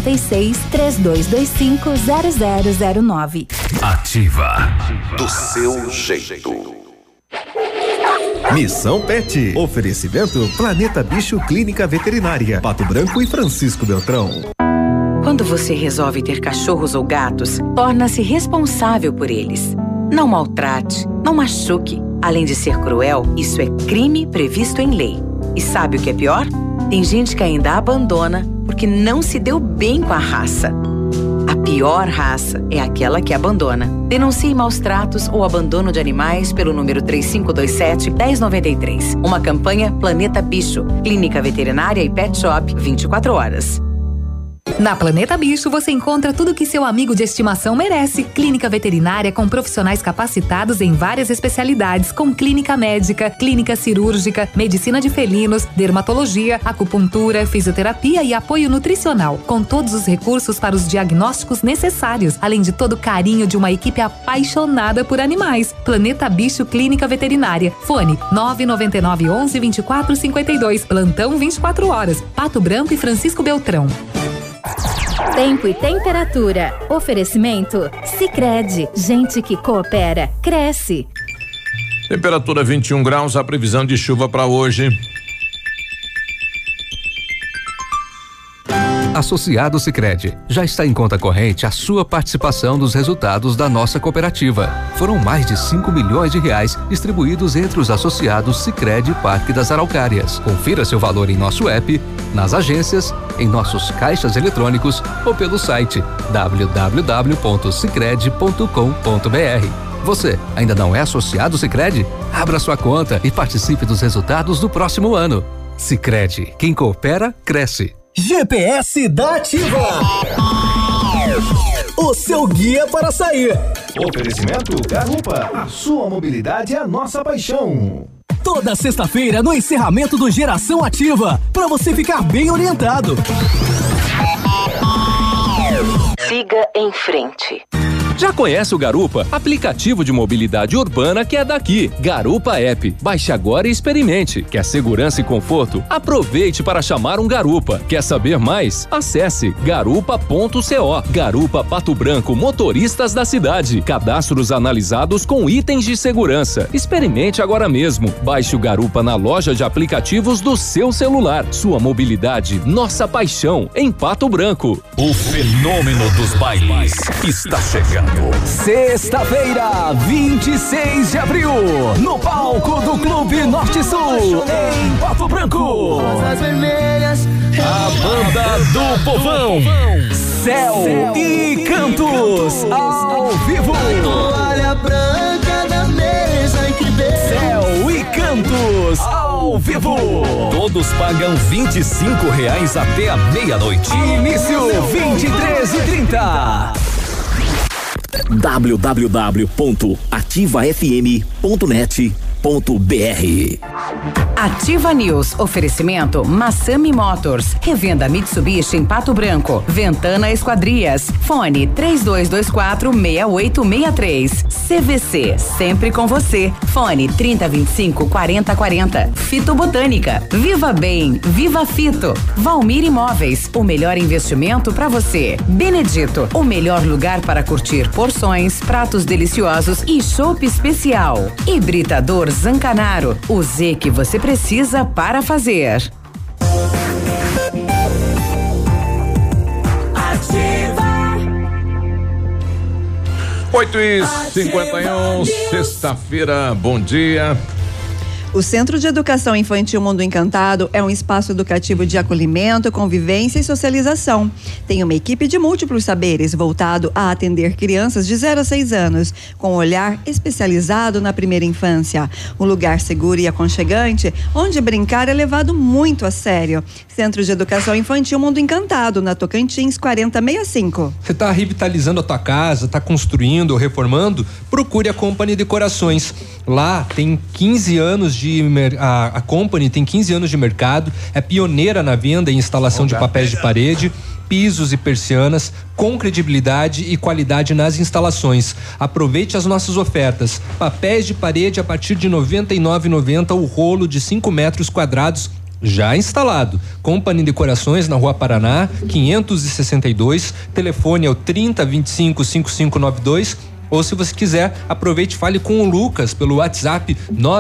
Speaker 4: 46-3225-0009.
Speaker 7: Ativa. Do seu jeito. Missão Pet. Oferecimento Planeta Bicho Clínica Veterinária. Pato Branco e Francisco Beltrão.
Speaker 22: Quando você resolve ter cachorros ou gatos, torna-se responsável por eles. Não maltrate, não machuque. Além de ser cruel, isso é crime previsto em lei. E sabe o que é pior? Tem gente que ainda abandona porque não se deu bem com a raça. A pior raça é aquela que abandona. Denuncie maus tratos ou abandono de animais pelo número 3527-1093. Uma campanha Planeta Bicho, Clínica Veterinária e Pet Shop 24 horas.
Speaker 11: Na Planeta Bicho você encontra tudo que seu amigo de estimação merece. Clínica veterinária com profissionais capacitados em várias especialidades, com clínica médica, clínica cirúrgica, medicina de felinos, dermatologia, acupuntura, fisioterapia e apoio nutricional, com todos os recursos para os diagnósticos necessários, além de todo o carinho de uma equipe apaixonada por animais. Planeta Bicho Clínica Veterinária. Fone 999 11 24 52. Plantão 24 horas. Pato Branco e Francisco Beltrão.
Speaker 4: Tempo e temperatura. Oferecimento Sicredi. Gente que coopera, cresce.
Speaker 14: Temperatura 21 graus, a previsão de chuva para hoje.
Speaker 3: Associado Sicredi, já está em conta corrente a sua participação nos resultados da nossa cooperativa. Foram mais de 5 milhões de reais distribuídos entre os associados Sicredi Parque das Araucárias. Confira seu valor em nosso app, nas agências, em nossos caixas eletrônicos ou pelo site www.sicredi.com.br. Você ainda não é associado Sicredi? Abra sua conta e participe dos resultados do próximo ano. Sicredi, quem coopera, cresce.
Speaker 21: GPS da Ativa. O seu guia para sair. Oferecimento Garupa. A sua mobilidade é a nossa paixão. Toda sexta-feira no encerramento do Geração Ativa, para você ficar bem orientado.
Speaker 22: Siga em frente.
Speaker 9: Já conhece o Garupa? Aplicativo de mobilidade urbana que é daqui. Garupa App. Baixe agora e experimente. Quer segurança e conforto? Aproveite para chamar um Garupa. Quer saber mais? Acesse garupa.co. Garupa Pato Branco, motoristas da cidade. Cadastros analisados com itens de segurança. Experimente agora mesmo. Baixe o Garupa na loja de aplicativos do seu celular. Sua mobilidade, nossa paixão, em Pato Branco.
Speaker 20: O fenômeno dos bailes está chegando.
Speaker 21: Sexta-feira, 26 de abril, no palco do Clube Norte Sul, em Pato Branco. A banda do povão, Céu e Cantos, ao vivo. Toalha branca na mesa em que Céu e Cantos, ao vivo.
Speaker 20: Todos pagam R$25 até a meia-noite.
Speaker 21: Início 23h30.
Speaker 22: www.ativafm.net.br. Ativa News. Oferecimento Massami Motors. Revenda Mitsubishi em Pato Branco. Ventana Esquadrias. Fone 3224-6863. CVC. Sempre com você. Fone 3025-4040. Fito Botânica. Viva Bem. Viva Fito. Valmir Imóveis. O melhor investimento para você. Benedito. O melhor lugar para curtir porções, pratos deliciosos e chopp especial. Hibridador Zancanaro. O Z que você precisa para fazer.
Speaker 14: Ativa. 8h51, sexta-feira, bom dia.
Speaker 16: O Centro de Educação Infantil Mundo Encantado é um espaço educativo de acolhimento, convivência e socialização. Tem uma equipe de múltiplos saberes voltado a atender crianças de 0 a 6 anos, com um olhar especializado na primeira infância. Um lugar seguro e aconchegante, onde brincar é levado muito a sério. Centro de Educação Infantil Mundo Encantado, na Tocantins 4065.
Speaker 15: Você está revitalizando a tua casa, está construindo ou reformando? Procure a Company Decorações. Lá tem 15 anos a Company tem 15 anos de mercado, é pioneira na venda e instalação de papéis de parede, pisos e persianas, com credibilidade e qualidade nas instalações. Aproveite as nossas ofertas. Papéis de parede a partir de R$ 99,90 o rolo de 5 metros quadrados já instalado. Company Decorações na Rua Paraná, 562. Telefone é o 3025-5592. Ou se você quiser, aproveite e fale com o Lucas pelo WhatsApp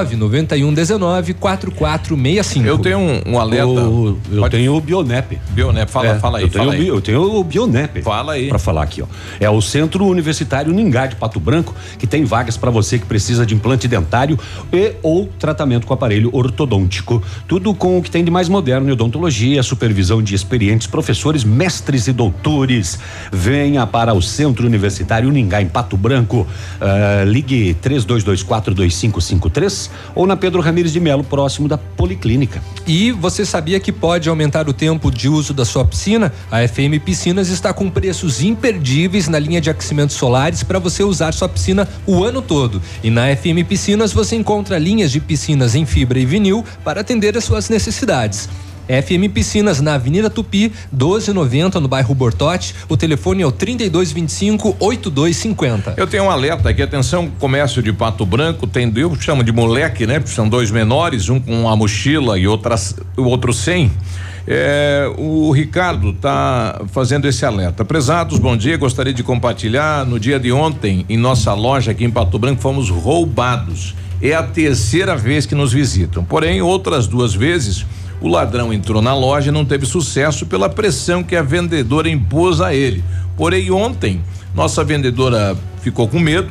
Speaker 15: 991194465.
Speaker 14: Eu tenho um alerta.
Speaker 1: Eu tenho o Bionep.
Speaker 14: Bionep, fala aí.
Speaker 1: Eu tenho o Bionep.
Speaker 14: Fala aí.
Speaker 1: Pra falar aqui, ó. É o Centro Universitário Ningá de Pato Branco, que tem vagas para você que precisa de implante dentário e ou tratamento com aparelho ortodôntico. Tudo com o que tem de mais moderno em odontologia, supervisão de experientes professores, mestres e doutores. Venha para o Centro Universitário Ningá em Pato Branco. Branco. Ligue 32242553 ou na Pedro Ramires de Melo, próximo da Policlínica.
Speaker 15: E você sabia que pode aumentar o tempo de uso da sua piscina? A FM Piscinas está com preços imperdíveis na linha de aquecimentos solares para você usar sua piscina o ano todo. E na FM Piscinas você encontra linhas de piscinas em fibra e vinil para atender às suas necessidades. FM Piscinas na Avenida Tupi, 1290, no bairro Bortote. O telefone é o 3225-8250.
Speaker 14: Eu tenho um alerta aqui, atenção, comércio de Pato Branco, eu chamo de moleque, né? São dois menores, um com uma mochila e o outro sem. O Ricardo tá fazendo esse alerta. Prezados, bom dia, gostaria de compartilhar. No dia de ontem, em nossa loja aqui em Pato Branco, fomos roubados. É a terceira vez que nos visitam. Porém, outras 2 vezes, o ladrão entrou na loja e não teve sucesso pela pressão que a vendedora impôs a ele. Porém, ontem, nossa vendedora ficou com medo,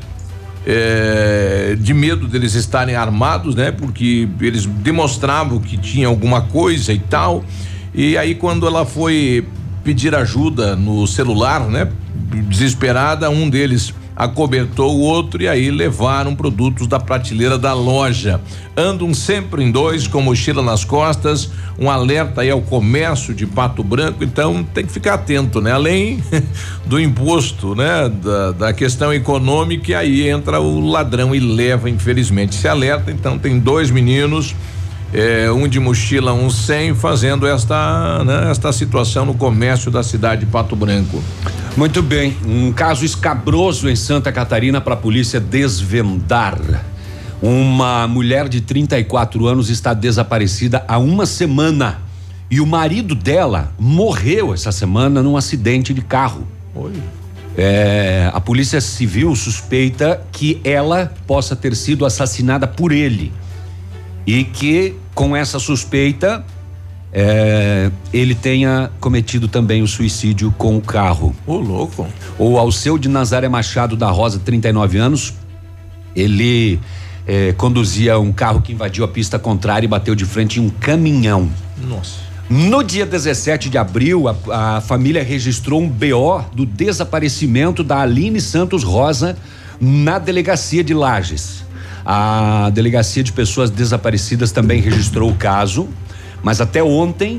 Speaker 14: de medo deles estarem armados, né? Porque eles demonstravam que tinha alguma coisa e tal. E aí, quando ela foi pedir ajuda no celular, né? Desesperada, um deles acobertou o outro e aí levaram produtos da prateleira da loja. Andam sempre em 2 com mochila nas costas, um alerta aí ao comércio de Pato Branco, então tem que ficar atento, né? Além do imposto, né? Da questão econômica, e aí entra o ladrão e leva, infelizmente, esse alerta. Então tem 2 meninos, um de mochila, um sem, fazendo esta situação no comércio da cidade de Pato Branco.
Speaker 1: Muito bem, um caso escabroso em Santa Catarina para a polícia desvendar. Uma mulher de 34 anos está desaparecida há 1 semana e o marido dela morreu essa semana num acidente de carro.
Speaker 14: Oi.
Speaker 1: A polícia civil suspeita que ela possa ter sido assassinada por ele e que com essa suspeita ele tenha cometido também o suicídio com o carro.
Speaker 14: Ô, louco.
Speaker 1: O Alceu de Nazaré Machado da Rosa, 39 anos, ele conduzia um carro que invadiu a pista contrária e bateu de frente em um caminhão.
Speaker 14: Nossa.
Speaker 1: No dia 17 de abril, a família registrou um BO do desaparecimento da Aline Santos Rosa na delegacia de Lages. A delegacia de pessoas desaparecidas também registrou o caso, mas até ontem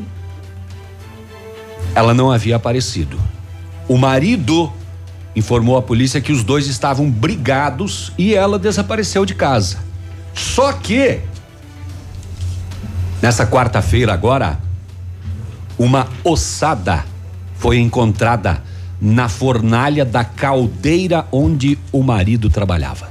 Speaker 1: ela não havia aparecido. O marido informou à polícia que os dois estavam brigados e ela desapareceu de casa. Só que nessa quarta-feira agora, uma ossada foi encontrada na fornalha da caldeira onde o marido trabalhava.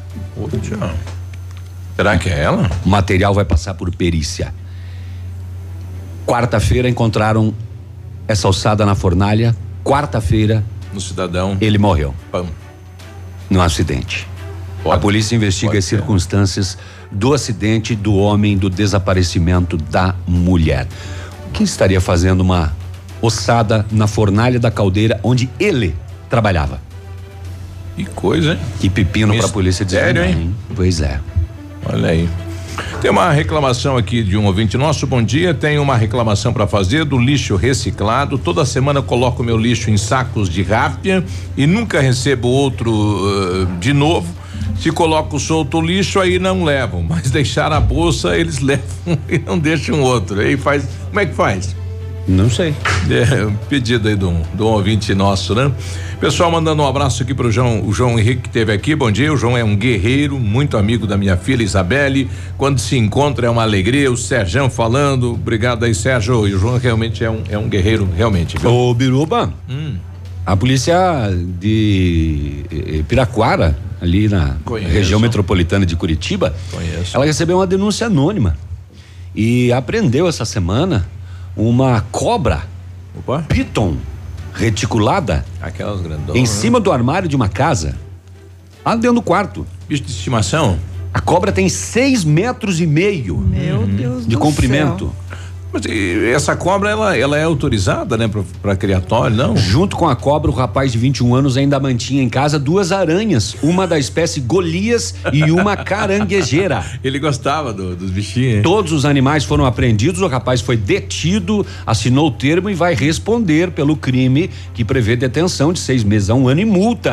Speaker 14: Será que é ela?
Speaker 1: O material vai passar por perícia. Quarta-feira encontraram essa ossada na fornalha. Quarta-feira,
Speaker 14: no cidadão,
Speaker 1: ele morreu num acidente. A polícia investiga as circunstâncias do acidente, do homem, do desaparecimento da mulher. O que estaria fazendo uma ossada na fornalha da caldeira onde ele trabalhava?
Speaker 14: Que coisa, hein?
Speaker 1: Que pepino pra polícia dizer, hein? Pois é.
Speaker 14: Olha aí. Tem uma reclamação aqui de um ouvinte nosso. Bom dia, tenho uma reclamação para fazer do lixo reciclado. Toda semana eu coloco meu lixo em sacos de ráfia e nunca recebo outro de novo. Se coloco solto o lixo, aí não levam, mas deixar a bolsa eles levam e não deixam outro. Aí faz, como é que faz?
Speaker 1: Não sei.
Speaker 14: Pedido aí do ouvinte nosso, né? Pessoal, mandando um abraço aqui pro João, o João Henrique que esteve aqui. Bom dia, o João é um guerreiro, muito amigo da minha filha Isabelle. Quando se encontra é uma alegria. O Serjão falando, obrigado aí, Sérgio. E o João realmente é um guerreiro, realmente. Viu?
Speaker 1: Ô, Biruba, a polícia de Piraquara, ali na região metropolitana de Curitiba, ela recebeu uma denúncia anônima e apreendeu essa semana uma cobra piton reticulada,
Speaker 14: aquelas grandonas,
Speaker 1: em cima do armário de uma casa, lá dentro do quarto.
Speaker 14: Bicho de estimação?
Speaker 1: A cobra tem 6,5 metros.
Speaker 16: Meu Deus
Speaker 1: de
Speaker 16: do
Speaker 1: comprimento.
Speaker 16: céu.
Speaker 14: Mas essa cobra, ela é autorizada, né, para criatório, não?
Speaker 1: Junto com a cobra, o rapaz de 21 anos ainda mantinha em casa 2 aranhas, uma da espécie Golias e uma caranguejeira.
Speaker 14: Ele gostava dos bichinhos, hein?
Speaker 1: Todos os animais foram apreendidos, o rapaz foi detido, assinou o termo e vai responder pelo crime que prevê detenção de 6 meses a 1 ano e multa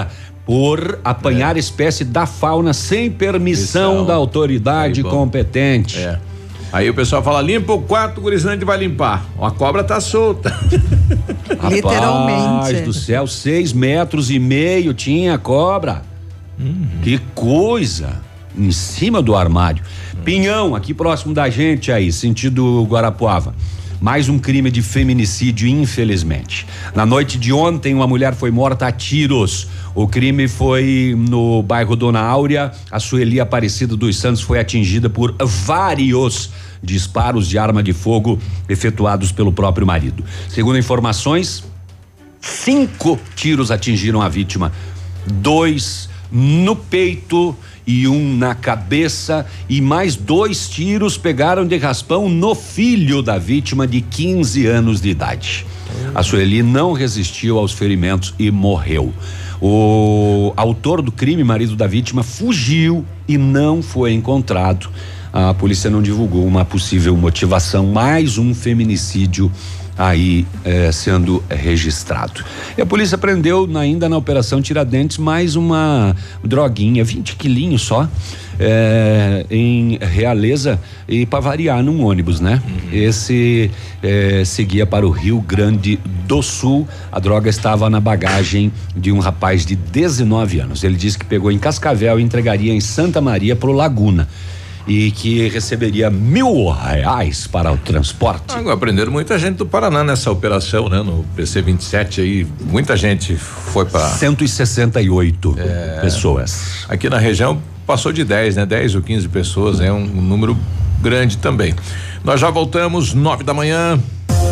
Speaker 1: por apanhar espécie da fauna sem permissão da autoridade competente.
Speaker 14: Aí o pessoal fala, limpa o quarto, o gurizante vai limpar. A cobra tá solta.
Speaker 16: Literalmente.
Speaker 1: Rapaz do céu, 6,5 metros tinha a cobra. Que coisa. Em cima do armário. Pinhão, aqui próximo da gente aí, sentido Guarapuava. Mais um crime de feminicídio, infelizmente. Na noite de ontem, uma mulher foi morta a tiros. O crime foi no bairro Dona Áurea. A Sueli Aparecida dos Santos foi atingida por vários disparos de arma de fogo efetuados pelo próprio marido. Segundo informações, 5 tiros atingiram a vítima. 2 no peito e 1 na cabeça, e mais 2 tiros pegaram de raspão no filho da vítima de 15 anos de idade. A Sueli não resistiu aos ferimentos e morreu. O autor do crime, marido da vítima, fugiu e não foi encontrado. A polícia não divulgou uma possível motivação. Mais um feminicídio aí sendo registrado. E a polícia prendeu ainda na Operação Tiradentes mais uma droguinha, 20 quilinhos só, em Realeza, e para variar num ônibus, né? Esse seguia para o Rio Grande do Sul. A droga estava na bagagem de um rapaz de 19 anos. Ele disse que pegou em Cascavel e entregaria em Santa Maria pro Laguna, e que receberia R$1.000 para o transporte.
Speaker 14: Agora prenderam muita gente do Paraná nessa operação, né? No PC-27 aí, muita gente foi para
Speaker 1: 168 pessoas.
Speaker 14: Aqui na região passou de 10, né? 10 ou 15 pessoas, é um número grande também. Nós já voltamos, 9 da manhã.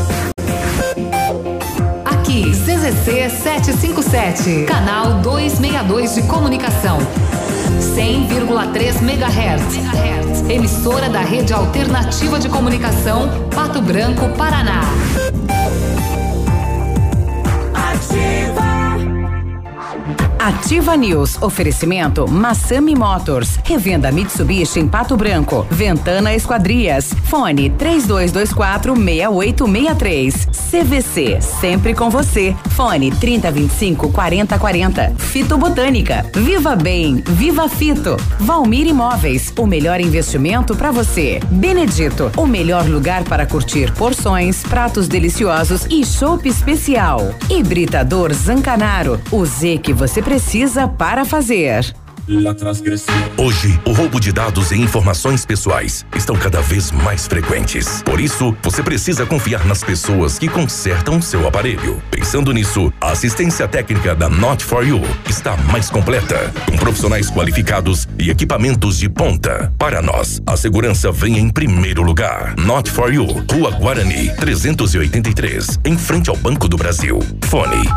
Speaker 11: Aqui, CZC 757, canal 262 de comunicação. 100,3 MHz. Emissora da Rede Alternativa de Comunicação, Pato Branco, Paraná.
Speaker 22: Ativa News. Oferecimento Massami Motors. Revenda Mitsubishi em Pato Branco. Ventana Esquadrias. Fone 3224-6863. CVC. Sempre com você. Fone 3025-4040. Fito Botânica. Viva Bem. Viva Fito. Valmir Imóveis. O melhor investimento para você. Benedito. O melhor lugar para curtir porções, pratos deliciosos e chopp especial. Hibridador Zancanaro. O Z que você precisa para fazer.
Speaker 8: Hoje, o roubo de dados e informações pessoais estão cada vez mais frequentes. Por isso, você precisa confiar nas pessoas que consertam seu aparelho. Pensando nisso, a assistência técnica da Not4U está mais completa, com profissionais qualificados e equipamentos de ponta. Para nós, a segurança vem em primeiro lugar. Not4U, Rua Guarani, 383, em frente ao Banco do Brasil. Fone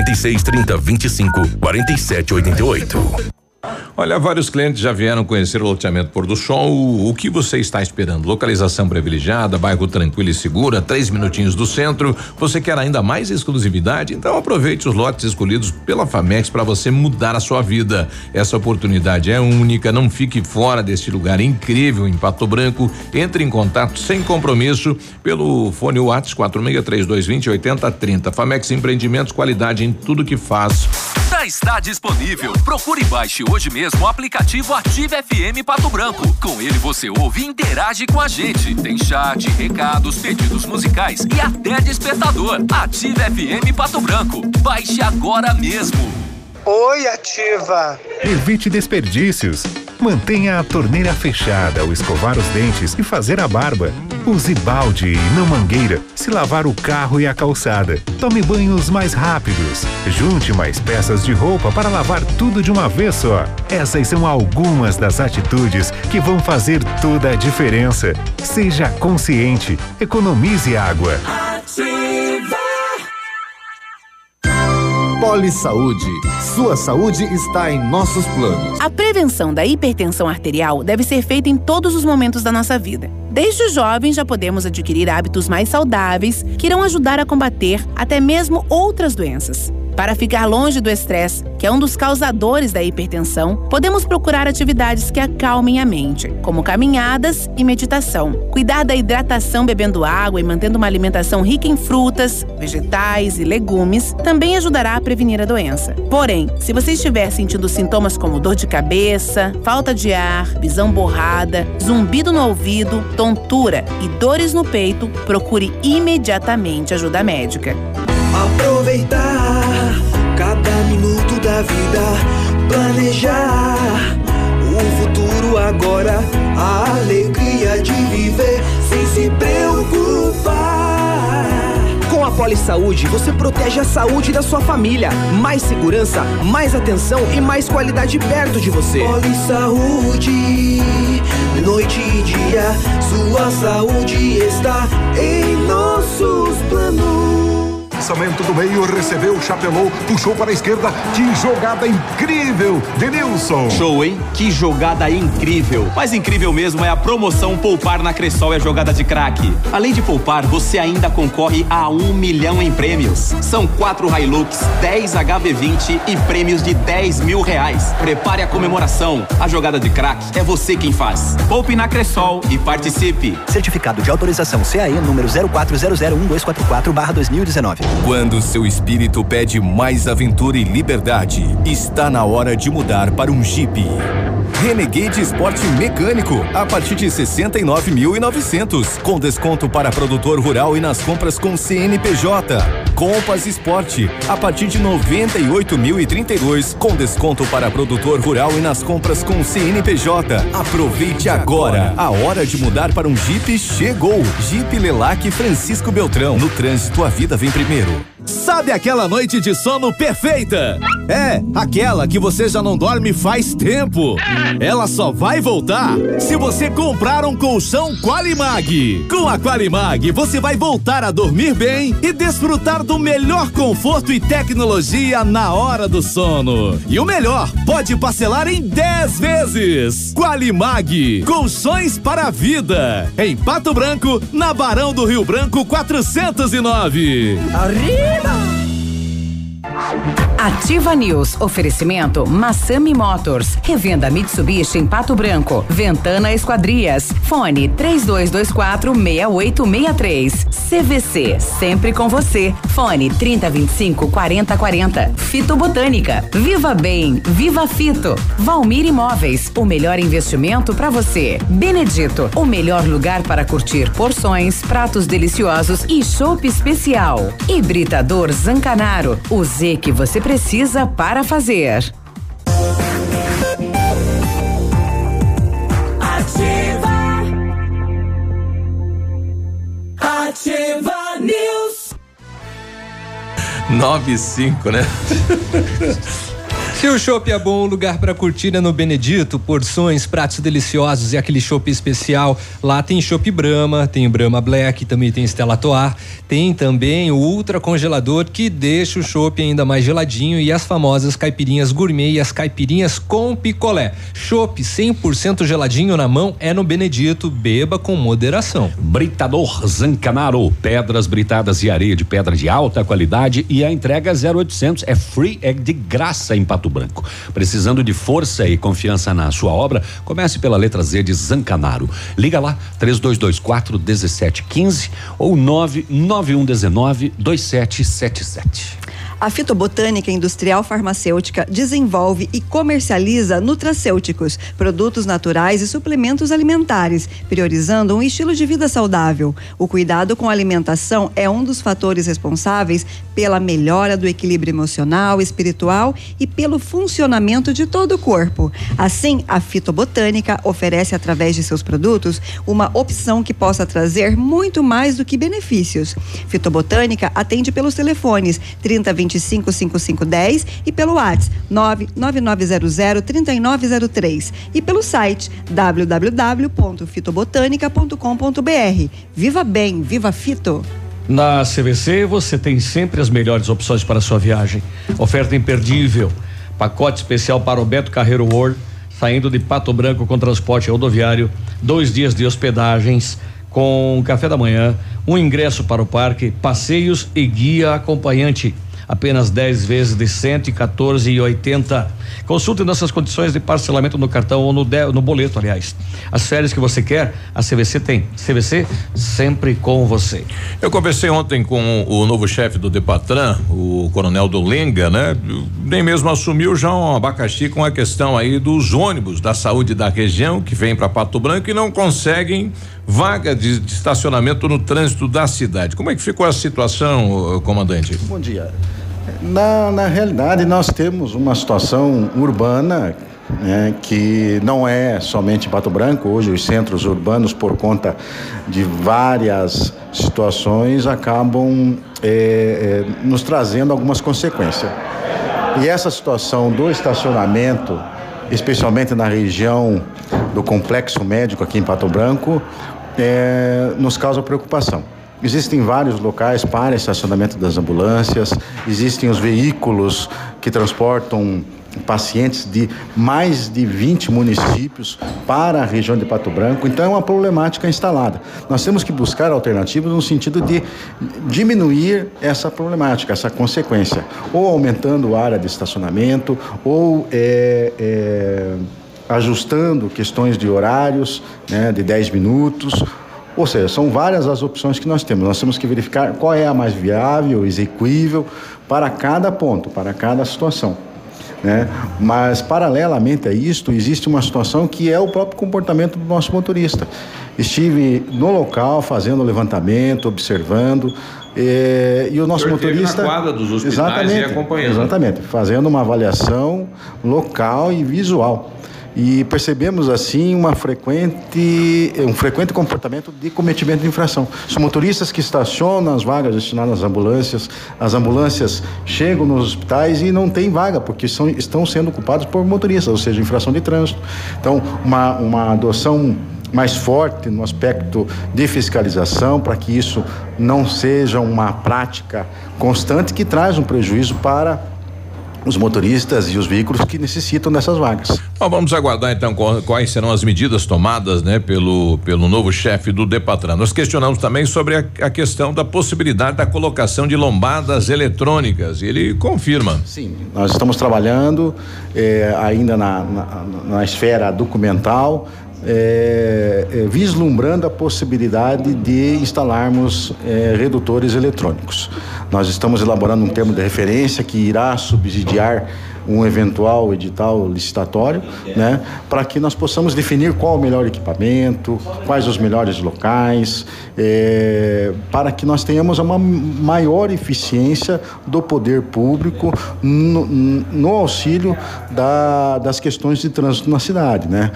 Speaker 8: 4630-25-4788.
Speaker 14: Olha, vários clientes já vieram conhecer o loteamento Pôr do Sol. O que você está esperando? Localização privilegiada, bairro tranquilo e segura, 3 minutinhos do centro. Você quer ainda mais exclusividade? Então aproveite os lotes escolhidos pela Famex para você mudar a sua vida. Essa oportunidade é única, não fique fora deste lugar incrível em Pato Branco. Entre em contato sem compromisso pelo fone WhatsApp 463220-8030. Famex Empreendimentos, qualidade em tudo que faz.
Speaker 10: Já está disponível. Procure e baixe hoje mesmo o aplicativo Ative FM Pato Branco. Com ele você ouve e interage com a gente. Tem chat, recados, pedidos musicais e até despertador. Ative FM Pato Branco. Baixe agora mesmo.
Speaker 12: Oi, Ativa.
Speaker 13: Evite desperdícios. Mantenha a torneira fechada ao escovar os dentes e fazer a barba. Use balde e não mangueira se lavar o carro e a calçada. Tome banhos mais rápidos. Junte mais peças de roupa para lavar tudo de uma vez só. Essas são algumas das atitudes que vão fazer toda a diferença. Seja consciente. Economize água.
Speaker 21: Ativa. Poli Saúde. Sua saúde está em nossos planos.
Speaker 18: A prevenção da hipertensão arterial deve ser feita em todos os momentos da nossa vida. Desde os jovens já podemos adquirir hábitos mais saudáveis que irão ajudar a combater até mesmo outras doenças. Para ficar longe do estresse, que é um dos causadores da hipertensão, podemos procurar atividades que acalmem a mente, como caminhadas e meditação. Cuidar da hidratação bebendo água e mantendo uma alimentação rica em frutas, vegetais e legumes também ajudará a prevenir a doença. Porém, se você estiver sentindo sintomas como dor de cabeça, falta de ar, visão borrada, zumbido no ouvido, tontura e dores no peito, procure imediatamente ajuda médica.
Speaker 5: Aproveitar cada minuto da vida, planejar o futuro agora, a alegria de viver sem se preocupar.
Speaker 21: Com a Polisaúde, você protege a saúde da sua família. Mais segurança, mais atenção e mais qualidade perto de você.
Speaker 5: Polisaúde, noite e dia, sua saúde está em nossos planos.
Speaker 6: Lançamento do meio, recebeu, chapelou, puxou para a esquerda, que jogada incrível, Denilson.
Speaker 19: Show, hein? Que jogada incrível. Mais incrível mesmo é a promoção Poupar na Cressol e a jogada de craque. Além de poupar, você ainda concorre a 1 milhão em prêmios. São 4 Hilux, 10 HB20 e prêmios de R$10 mil. Prepare a comemoração. A jogada de craque é você quem faz. Poupe na Cressol e participe.
Speaker 23: Certificado de autorização CAE número 04001244/2019.
Speaker 20: Quando seu espírito pede mais aventura e liberdade, está na hora de mudar para um Jeep. Renegade Sport Mecânico, a partir de 69.900, com desconto para produtor rural e nas compras com CNPJ. Compass Sport, a partir de 98.032, com desconto para produtor rural e nas compras com CNPJ. Aproveite agora, a hora de mudar para um Jeep chegou. Jeep Lelac Francisco Beltrão, no trânsito a vida vem primeiro.
Speaker 21: Sabe aquela noite de sono perfeita? É, aquela que você já não dorme faz tempo. Ela só vai voltar se você comprar um colchão Qualimag. Com a Qualimag, você vai voltar a dormir bem e desfrutar do melhor conforto e tecnologia na hora do sono. E o melhor, pode parcelar em 10 vezes. Qualimag, colchões para a vida. Em Pato Branco, na Barão do Rio Branco 409.
Speaker 18: Arriba! Ativa News. Oferecimento Massami Motors. Revenda Mitsubishi em Pato Branco. Ventana Esquadrias. Fone 3224-6863. CVC. Sempre com você. Fone 3025-4040. Fito Botânica. Viva Bem. Viva Fito. Valmir Imóveis. O melhor investimento para você. Benedito. O melhor lugar para curtir porções, pratos deliciosos e chopp especial. Hibridador Zancanaro. O Z que você precisa para fazer.
Speaker 5: Ativa. Ativa News.
Speaker 14: 9:05, né?
Speaker 15: Se o chopp é bom, o lugar para curtir é no Benedito. Porções, pratos deliciosos e aquele chopp especial. Lá tem chopp Brahma, tem o Brahma Black, também tem Stella Artois. Tem também o ultra congelador que deixa o chopp ainda mais geladinho e as famosas caipirinhas gourmet e as caipirinhas com picolé. Chopp 100% geladinho na mão é no Benedito. Beba com moderação.
Speaker 1: Britador Zancanaro, pedras britadas e areia de pedra de alta qualidade e a entrega 0800 é free, é de graça em Pato Branco. Precisando de força e confiança na sua obra? Comece pela letra Z de Zancanaro. Liga lá 3224-1715 ou 99119-2777.
Speaker 16: A Fitobotânica Industrial Farmacêutica desenvolve e comercializa nutracêuticos, produtos naturais e suplementos alimentares, priorizando um estilo de vida saudável. O cuidado com a alimentação é um dos fatores responsáveis pela melhora do equilíbrio emocional, espiritual e pelo funcionamento de todo o corpo. Assim, a Fitobotânica oferece, através de seus produtos, uma opção que possa trazer muito mais do que benefícios. Fitobotânica atende pelos telefones 3025-5510 e pelo WhatsApp 99900-3903 e pelo site www.fitobotanica.com.br. Viva bem, viva Fito!
Speaker 17: Na CVC você tem sempre as melhores opções para a sua viagem. Oferta imperdível, pacote especial para o Beto Carreiro World, saindo de Pato Branco com transporte rodoviário, 2 dias de hospedagens com café da manhã, um ingresso para o parque, passeios e guia acompanhante. apenas 10 vezes de R$114,80. Consulte nossas condições de parcelamento no cartão ou no boleto, aliás. As férias que você quer, a CVC tem. CVC sempre com você.
Speaker 14: Eu conversei ontem com o novo chefe do Depatran, o Coronel Dolenga, né? Nem mesmo assumiu já um abacaxi com a questão aí dos ônibus da saúde da região que vem para Pato Branco e não conseguem vaga de estacionamento no trânsito da cidade. Como é que ficou a situação, comandante?
Speaker 2: Bom dia. Na realidade, nós temos uma situação urbana, né, que não é somente em Pato Branco. Hoje os centros urbanos, por conta de várias situações, acabam nos trazendo algumas consequências. E essa situação do estacionamento, especialmente na região do complexo médico aqui em Pato Branco, nos causa preocupação. Existem vários locais para estacionamento das ambulâncias, existem os veículos que transportam pacientes de mais de 20 municípios para a região de Pato Branco, então é uma problemática instalada. Nós temos que buscar alternativas no sentido de diminuir essa problemática, essa consequência, ou aumentando a área de estacionamento, ou ajustando questões de horários, né, de 10 minutos. Ou seja, são várias as opções que nós temos. Nós temos que verificar qual é a mais viável, execuível para cada ponto, para cada situação, né? Mas, paralelamente a isto, existe uma situação que é o próprio comportamento do nosso motorista. Estive no local fazendo o levantamento, observando, e o nosso motorista...
Speaker 14: na quadra dos hospitais e acompanhando.
Speaker 2: Exatamente, fazendo uma avaliação local e visual. E percebemos assim um frequente comportamento de cometimento de infração. Os motoristas que estacionam as vagas destinadas às ambulâncias chegam nos hospitais e não tem vaga, porque estão sendo ocupados por motoristas, ou seja, infração de trânsito. Então, uma adoção mais forte no aspecto de fiscalização, para que isso não seja uma prática constante que traz um prejuízo para os motoristas e os veículos que necessitam dessas vagas.
Speaker 14: Bom, vamos aguardar então quais serão as medidas tomadas, né, pelo novo chefe do Depatran. Nós questionamos também sobre a questão da possibilidade da colocação de lombadas eletrônicas. Ele confirma.
Speaker 2: Sim, nós estamos trabalhando ainda na esfera documental, vislumbrando a possibilidade de instalarmos redutores eletrônicos. Nós estamos elaborando um termo de referência que irá subsidiar um eventual edital licitatório, né, para que nós possamos definir qual o melhor equipamento, quais os melhores locais, para que nós tenhamos uma maior eficiência do poder público no auxílio das questões de trânsito na cidade, né?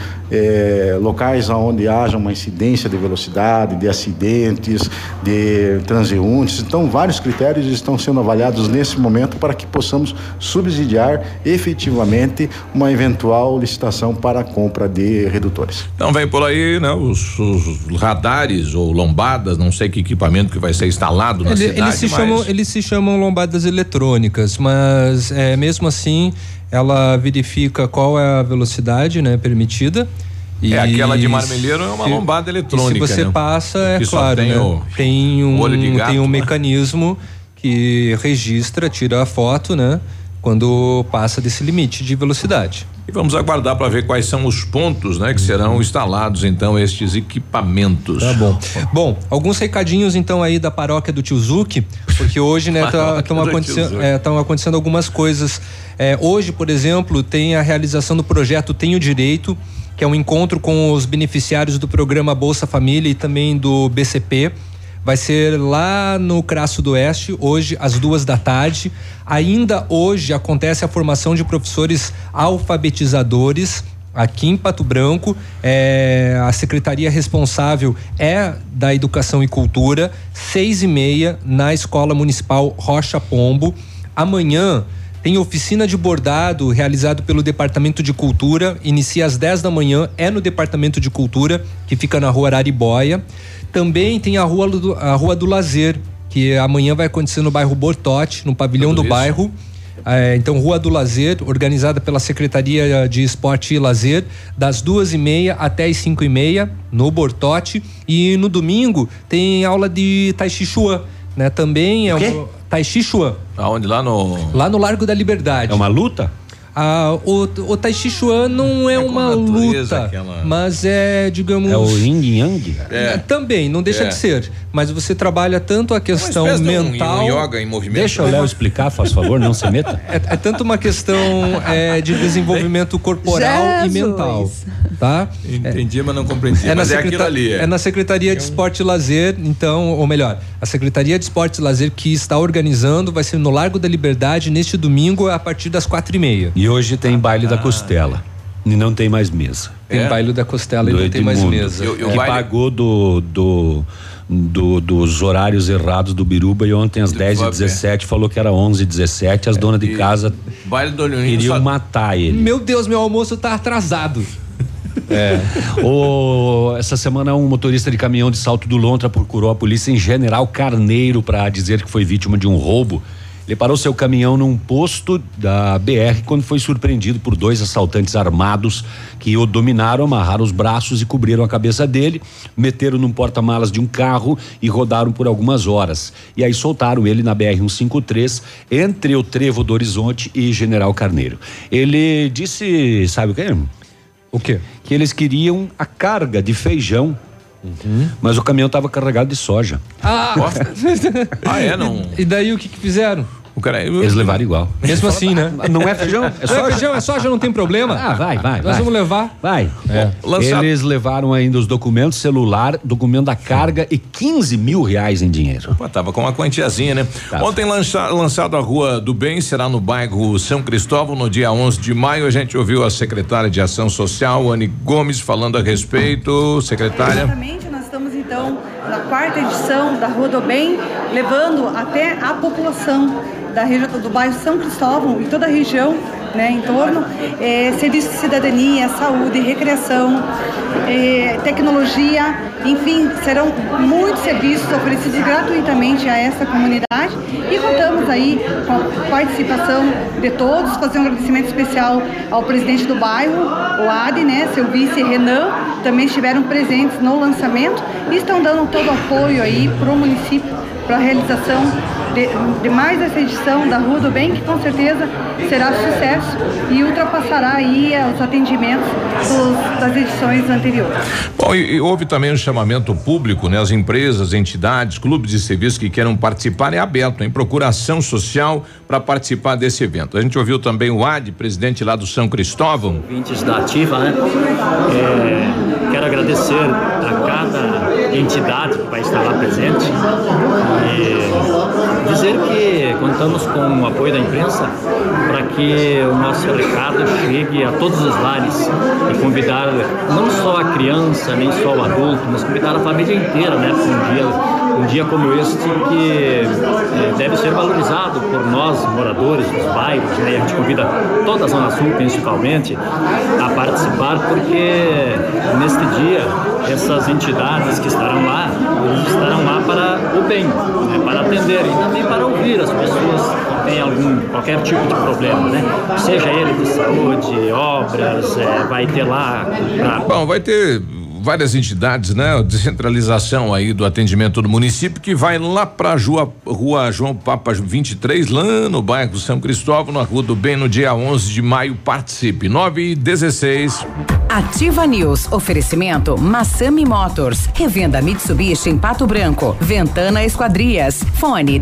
Speaker 2: Locais onde haja uma incidência de velocidade, de acidentes, de transeuntes. Então, vários critérios estão sendo avaliados nesse momento para que possamos subsidiar efetivamente uma eventual licitação para a compra de redutores.
Speaker 14: Então vem por aí, né, os radares ou lombadas, não sei que equipamento que vai ser instalado na cidade.
Speaker 15: Eles se chamam lombadas eletrônicas, mas mesmo assim ela verifica qual é a velocidade, né, permitida. E
Speaker 14: aquela de Marmeleiro é uma lombada eletrônica.
Speaker 15: E se você passa,
Speaker 14: que
Speaker 15: claro,
Speaker 14: tem,
Speaker 15: né, tem um
Speaker 14: né,
Speaker 15: mecanismo que registra, tira a foto, né, quando passa desse limite de velocidade.
Speaker 14: E vamos aguardar para ver quais são os pontos, né, que serão instalados então estes equipamentos.
Speaker 15: Tá bom. Bom, alguns recadinhos então aí da paróquia do Tio Zuc, porque hoje, né, estão acontecendo algumas coisas. Hoje, por exemplo, tem a realização do projeto Tenho Direito, que é um encontro com os beneficiários do programa Bolsa Família e também do BCP. Vai ser lá no Crasso do Oeste, hoje às 2h. Ainda hoje acontece a formação de professores alfabetizadores aqui em Pato Branco. A secretaria responsável é da Educação e Cultura, 6h30 na Escola Municipal Rocha Pombo. Amanhã tem oficina de bordado realizado pelo Departamento de Cultura, inicia às 10h, é no Departamento de Cultura, que fica na Rua Araribóia. Também tem a Rua do Lazer, que amanhã vai acontecer no bairro Bortote, no pavilhão do bairro. Então, Rua do Lazer, organizada pela Secretaria de Esporte e Lazer, das 2h30 até as 5h30, no Bortote. E no domingo tem aula de Tai Chi Chuan, né? Também é Tai Chi Chuan.
Speaker 14: Aonde? Lá no
Speaker 15: Largo da Liberdade.
Speaker 1: É uma luta?
Speaker 15: O Tai Chi Chuan não é uma luta, mas é, digamos...
Speaker 1: É o Yin Yang?
Speaker 15: Também, não deixa de ser. Mas você trabalha tanto a questão mental...
Speaker 14: Um yoga em movimento.
Speaker 1: Deixa o Léo explicar, faz favor, não se meta.
Speaker 15: É tanto uma questão de desenvolvimento corporal e mental. Tá?
Speaker 14: Entendi, mas não compreendi. Mas aquilo ali.
Speaker 15: É na Secretaria de Esporte e Lazer, então, ou melhor, a Secretaria de Esporte e Lazer que está organizando vai ser no Largo da Liberdade neste domingo a partir das 4h30.
Speaker 1: E hoje tem baile da costela. E não tem mais mesa.
Speaker 15: Tem baile da costela e não tem mais mesa.
Speaker 1: Que pagou dos horários errados do Biruba e ontem às 10h17 falou que era 11h17. As donas de casa queriam matar ele.
Speaker 15: Meu Deus, meu almoço tá atrasado.
Speaker 1: Essa semana um motorista de caminhão de Salto do Lontra procurou a polícia em General Carneiro para dizer que foi vítima de um roubo. Ele parou seu caminhão num posto da BR quando foi surpreendido por 2 assaltantes armados que o dominaram, amarraram os braços e cobriram a cabeça dele, meteram num porta-malas de um carro e rodaram por algumas horas. E aí soltaram ele na BR-153 entre o Trevo do Horizonte e General Carneiro. Ele disse, sabe o quê?
Speaker 15: O quê?
Speaker 1: Que eles queriam a carga de feijão. Mas o caminhão estava carregado de soja.
Speaker 14: Não.
Speaker 15: E daí o que fizeram?
Speaker 1: Eles levaram igual.
Speaker 15: Mesmo assim, né?
Speaker 1: Não é feijão?
Speaker 15: É soja? Não é feijão, é soja, não tem problema.
Speaker 1: Vai.
Speaker 15: Nós vamos levar.
Speaker 1: Vai. Eles levaram ainda os documentos, celular, documento da carga e R$15 mil em dinheiro.
Speaker 14: Tava com uma quantiazinha, né? Ontem lançado a Rua do Bem, será no bairro São Cristóvão, no dia 11 de maio. A gente ouviu a secretária de Ação Social, Anne Gomes, falando a respeito. Secretária.
Speaker 3: Exatamente, nós estamos então na 4ª edição da Rua do Bem, levando até a população da região do bairro São Cristóvão e toda a região, né, em torno, serviço de cidadania, saúde, recreação, tecnologia, enfim, serão muitos serviços oferecidos gratuitamente a essa comunidade e contamos aí com a participação de todos, fazer um agradecimento especial ao presidente do bairro, o AD, né, seu vice Renan, também estiveram presentes no lançamento e estão dando todo o apoio aí para o município, para a realização de mais essa edição da Rua do Bem, que com certeza será sucesso e ultrapassará aí os atendimentos das edições anteriores.
Speaker 14: Bom, e houve também um chamamento público, né? As empresas, entidades, clubes de serviço que queiram participar é aberto, em procuração social para participar desse evento. A gente ouviu também o AD, presidente lá do São Cristóvão.
Speaker 4: Ouvintes da Ativa, né? Quero agradecer a cada entidade que vai estar lá presente e dizer que contamos com o apoio da imprensa para que o nosso recado chegue a todos os lares e convidar não só a criança, nem só o adulto, mas convidar a família inteira, né, para um dia como este que deve ser valorizado por nós, moradores dos bairros, né? A gente convida toda a Zona Sul, principalmente, a participar, porque neste dia essas entidades que estarão lá, eles estarão lá para o bem, né? Para atender e também para ouvir as pessoas que têm qualquer tipo de problema, né? Seja ele de saúde, obras, vai ter lá...
Speaker 14: Bom, vai ter várias entidades, né? Descentralização aí do atendimento do município, que vai lá pra Rua João Papa 23, lá no bairro São Cristóvão, na Rua do Bem, no dia 11 de maio. Participe. 9h16.
Speaker 18: Ativa News. Oferecimento Massami Motors. Revenda Mitsubishi em Pato Branco. Ventana Esquadrias. Fone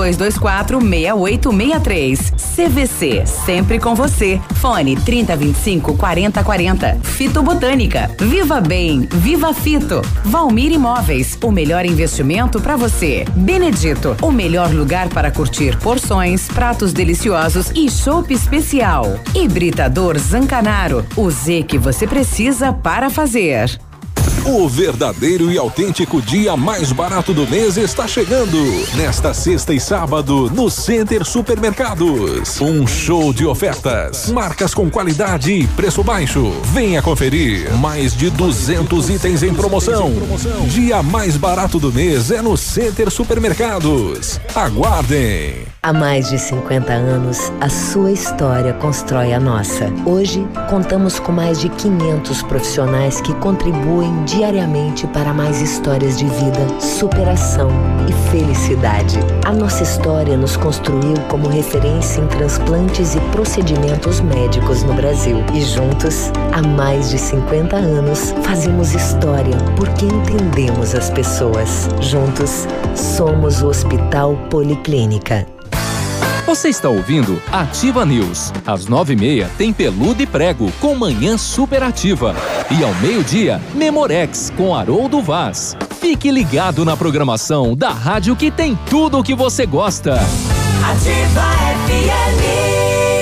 Speaker 18: 3224-6863. CVC. Sempre com você. Fone 3025-4040. Fito Botânica. Viva Bem. Viva Fito. Valmir Imóveis. O melhor investimento para você. Benedito. O melhor lugar para curtir porções, pratos deliciosos e chopp especial. Hibridador Zancanaro. O Z que você precisa para fazer.
Speaker 7: O verdadeiro e autêntico dia mais barato do mês está chegando. Nesta sexta e sábado, no Center Supermercados. Um show de ofertas, marcas com qualidade e preço baixo. Venha conferir. Mais de 200 itens em promoção. Dia mais barato do mês é no Center Supermercados. Aguardem.
Speaker 24: Há mais de 50 anos, a sua história constrói a nossa. Hoje, contamos com mais de 500 profissionais que contribuem dia diariamente para mais histórias de vida, superação e felicidade. A nossa história nos construiu como referência em transplantes e procedimentos médicos no Brasil. E juntos, há mais de 50 anos, fazemos história porque entendemos as pessoas. Juntos, somos o Hospital Policlínica.
Speaker 8: Você está ouvindo Ativa News. Às 9h30 tem Peludo e Prego com Manhã Superativa. E ao meio-dia, Memorex com Haroldo Vaz. Fique ligado na programação da rádio que tem tudo o que você gosta.
Speaker 9: Ativa FM.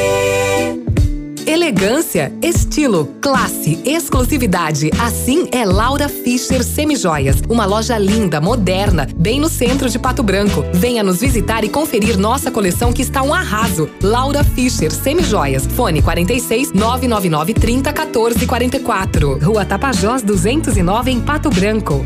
Speaker 9: Elegância, estilo, classe, exclusividade. Assim é Laura Fischer Semijoias. Uma loja linda, moderna, bem no centro de Pato Branco. Venha nos visitar e conferir nossa coleção que está um arraso. Laura Fischer Semijoias. Fone 46 999 30 14 44. Rua Tapajós 209 em Pato Branco.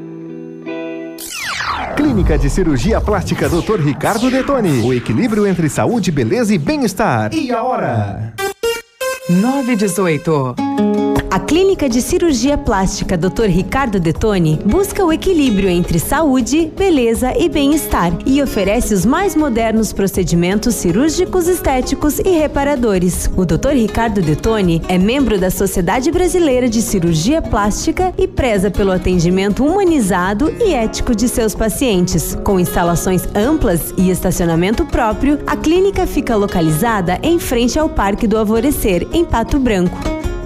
Speaker 11: Clínica de Cirurgia Plástica Dr. Ricardo Detoni. O equilíbrio entre saúde, beleza e bem-estar. E a hora?
Speaker 22: 9h18. A Clínica de Cirurgia Plástica Dr. Ricardo Detoni busca o equilíbrio entre saúde, beleza e bem-estar e oferece os mais modernos procedimentos cirúrgicos, estéticos e reparadores. O Dr. Ricardo Detoni é membro da Sociedade Brasileira de Cirurgia Plástica e preza pelo atendimento humanizado e ético de seus pacientes. Com instalações amplas e estacionamento próprio, a clínica fica localizada em frente ao Parque do Alvorecer, em Pato Branco.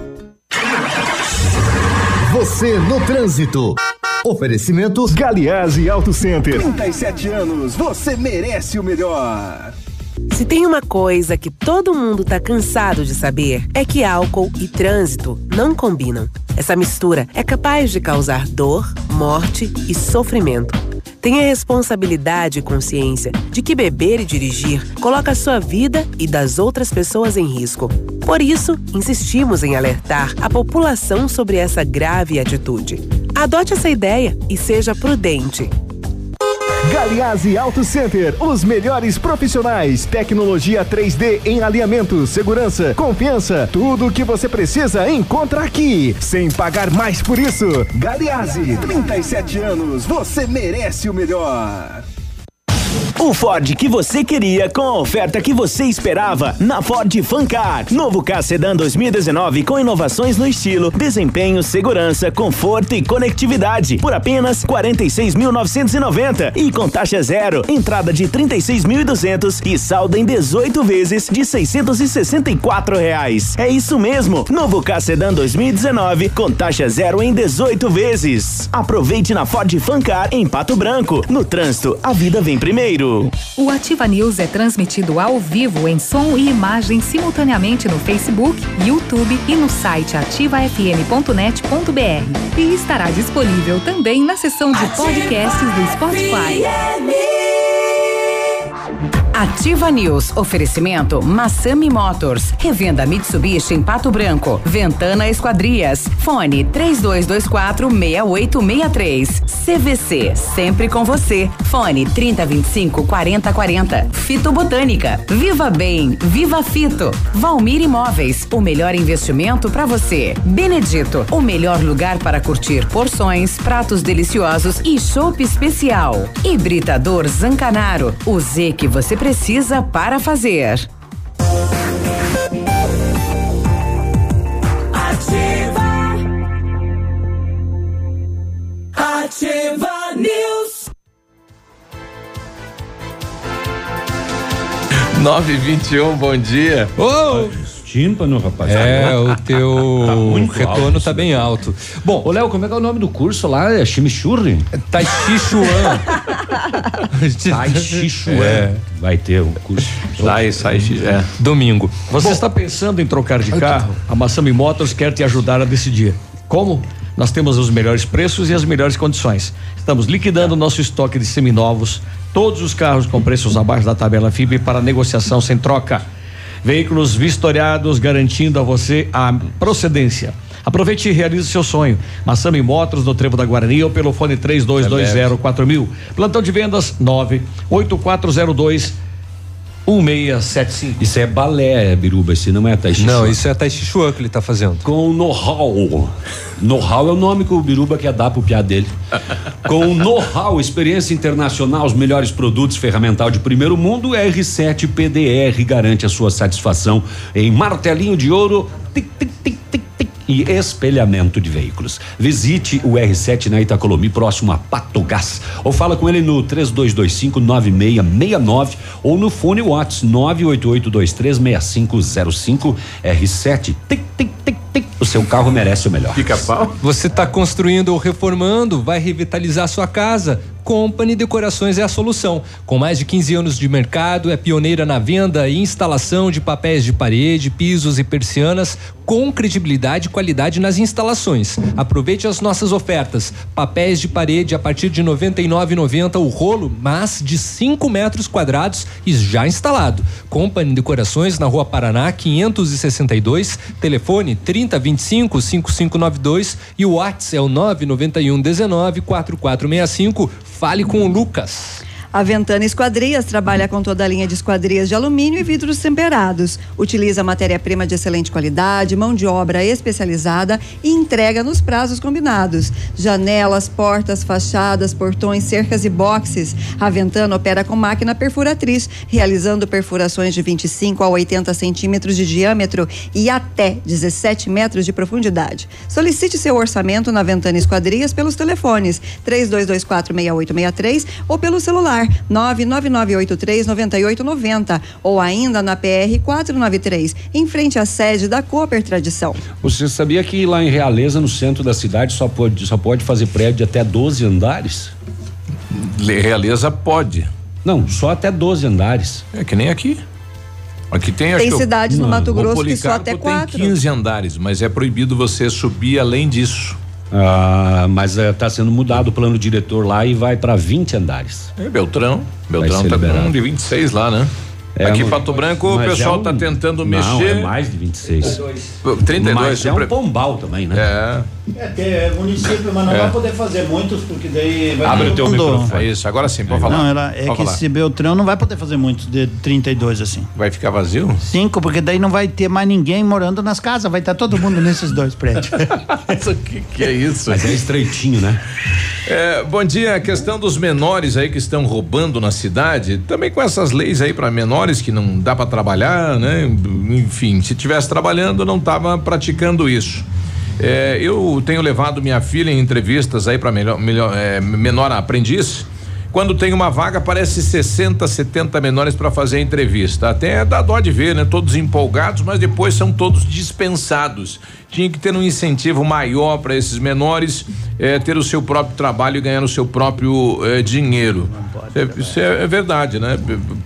Speaker 11: Você no trânsito. Oferecimentos Galiase Auto Center. 37 anos, você merece o melhor.
Speaker 25: Se tem uma coisa que todo mundo tá cansado de saber, é que álcool e trânsito não combinam. Essa mistura é capaz de causar dor, morte e sofrimento. Tenha responsabilidade e consciência de que beber e dirigir coloca a sua vida e das outras pessoas em risco. Por isso, insistimos em alertar a população sobre essa grave atitude. Adote essa ideia e seja prudente.
Speaker 11: Galiase Auto Center, os melhores profissionais, tecnologia 3D em alinhamento, segurança, confiança, tudo o que você precisa encontra aqui, sem pagar mais por isso. Galiase, 37 anos, você merece o melhor.
Speaker 26: O Ford que você queria com a oferta que você esperava na Ford Fancar. Novo Ka Sedan 2019 com inovações no estilo, desempenho, segurança, conforto e conectividade por apenas R$46.990 e com taxa zero, entrada de R$36.200 e saldo em 18 vezes de R$664. É isso mesmo, novo Ka Sedan 2019 com taxa zero em 18 vezes. Aproveite na Ford Fancar em Pato Branco. No trânsito, a vida vem primeiro.
Speaker 27: O Ativa News é transmitido ao vivo em som e imagem simultaneamente no Facebook, YouTube e no site ativafm.net.br. E estará disponível também na seção de podcasts do Spotify. Ativa News. Oferecimento Massami Motors. Revenda Mitsubishi em Pato Branco. Ventana Esquadrias. Fone 3224-6863. CVC. Sempre com você. Fone 3025-4040. Fito Botânica. Viva Bem. Viva Fito. Valmir Imóveis. O melhor investimento para você. Benedito. O melhor lugar para curtir porções, pratos deliciosos e chopp especial. Hibridador Zancanaro. O Z que você precisa para fazer.
Speaker 9: Ativa. Ativa News.
Speaker 14: 9h21, bom dia.
Speaker 1: Ô! Tímpano, rapaziada.
Speaker 15: É, o teu retorno
Speaker 1: alto,
Speaker 15: tá bem alto. Bom,
Speaker 1: ô Léo, como é que é o nome do curso lá? É Chimichurri?
Speaker 15: Tai Chi Chuan.
Speaker 1: Tai Chi Chuan.
Speaker 14: É.
Speaker 1: Vai ter um curso.
Speaker 15: Domingo.
Speaker 17: Você está pensando em trocar de carro? A Massami Motors quer te ajudar a decidir. Como? Nós temos os melhores preços e as melhores condições. Estamos liquidando nosso estoque de seminovos, todos os carros com preços abaixo da tabela FIB para negociação sem troca. Veículos vistoriados, garantindo a você a procedência. Aproveite e realize seu sonho. Massami Motors no Trevo da Guarani ou pelo fone 3220-4000. Plantão de vendas 98402 1675.
Speaker 1: Isso é balé, Biruba, isso não é Tai Chi Chuan.
Speaker 15: Não, isso é Tai Chi Chuan que ele tá fazendo.
Speaker 1: Com know-how. Know-how é o nome que o Biruba quer dar pro piá dele. Com know-how, experiência internacional, os melhores produtos, ferramental de primeiro mundo, R7 PDR garante a sua satisfação em martelinho de ouro, e espelhamento de veículos. Visite o R7 na Itacolomi, próximo a Patogás, ou fala com ele no 3225-9669 ou no fone WhatsApp 988236505. R7, o seu carro merece o melhor.
Speaker 14: Pica-pau.
Speaker 15: Você está construindo ou reformando, vai revitalizar sua casa? Company Decorações é a solução. Com mais de 15 anos de mercado, é pioneira na venda e instalação de papéis de parede, pisos e persianas, com credibilidade e qualidade nas instalações. Aproveite as nossas ofertas. Papéis de parede a partir de R$ 99,90 o rolo, mas de 5 metros quadrados e já instalado. Company Decorações na Rua Paraná 562, telefone 3025-5592 e o WhatsApp é o 991194465. Fale com o Lucas.
Speaker 16: A Ventana Esquadrias trabalha com toda a linha de esquadrias de alumínio e vidros temperados. Utiliza matéria-prima de excelente qualidade, mão de obra especializada e entrega nos prazos combinados. Janelas, portas, fachadas, portões, cercas e boxes. A Ventana opera com máquina perfuratriz, realizando perfurações de 25 a 80 centímetros de diâmetro e até 17 metros de profundidade. Solicite seu orçamento na Ventana Esquadrias pelos telefones 3224-6863 ou pelo celular 99983-9890 ou ainda na PR 493, em frente à sede da Cooper Tradição.
Speaker 1: Você sabia que lá em Realeza, no centro da cidade, só pode fazer prédio de até 12 andares?
Speaker 14: Realeza pode.
Speaker 1: Não, só até 12 andares.
Speaker 14: É que nem aqui. Aqui tem
Speaker 16: cidades no Mato Grosso que só até 4.
Speaker 14: Tem 15 andares, mas é proibido você subir além disso.
Speaker 1: Mas está sendo mudado o plano diretor lá e vai para 20 andares.
Speaker 14: Beltrão tá com de 26 lá, né? Aqui em Pato Branco o pessoal tá tentando mexer.
Speaker 1: Não, é mais de 26.
Speaker 14: 32.
Speaker 1: Mas é um pombal também, né?
Speaker 6: É município, mas não vai poder fazer muitos, porque daí vai...
Speaker 14: Abre o teu microfone. É isso, agora sim, pode falar.
Speaker 6: Não, esse Beltrão não vai poder fazer muitos de 32 assim.
Speaker 14: Vai ficar vazio?
Speaker 6: 5, porque daí não vai ter mais ninguém morando nas casas, vai estar todo mundo nesses 2 prédios.
Speaker 14: que é isso?
Speaker 1: Mas é estreitinho, né?
Speaker 14: Bom dia, a questão dos menores aí que estão roubando na cidade, também com essas leis aí para menores que não dá para trabalhar, né? Enfim, se tivesse trabalhando não tava praticando isso. Eu tenho levado minha filha em entrevistas aí para menor aprendiz. Quando tem uma vaga, aparece 60, 70 menores para fazer a entrevista. Até dá dó de ver, né? Todos empolgados, mas depois são todos dispensados. Tinha que ter um incentivo maior para esses menores ter o seu próprio trabalho e ganhar o seu próprio dinheiro. Isso é verdade, né?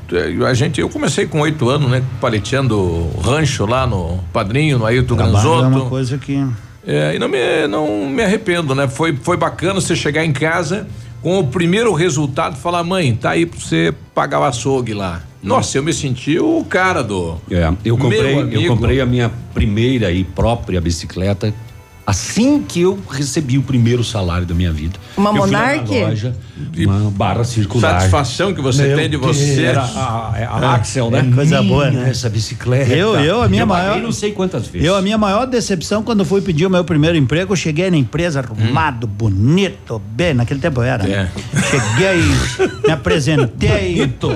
Speaker 14: Eu comecei com 8 anos, né? Paleteando rancho lá no Padrinho, no Ailton Granzotto.
Speaker 6: É uma coisa que...
Speaker 14: E não me arrependo, né? Foi bacana você chegar em casa com o primeiro resultado, falar: mãe, tá aí pra você pagar o açougue lá. Nossa, eu me senti o cara do...
Speaker 1: Eu comprei a minha primeira e própria bicicleta assim que eu recebi o primeiro salário da minha vida.
Speaker 16: Uma Monarch?
Speaker 1: Loja, uma barra circular.
Speaker 14: Satisfação que você tem de você.
Speaker 1: Era a Axel, né?
Speaker 6: Coisa boa, né?
Speaker 1: Essa bicicleta.
Speaker 6: A minha maior...
Speaker 1: não sei quantas vezes.
Speaker 6: A minha maior decepção quando fui pedir o meu primeiro emprego, eu cheguei na empresa arrumado, bonito, bem, naquele tempo eu era. Cheguei, me apresentei.
Speaker 1: Bonito.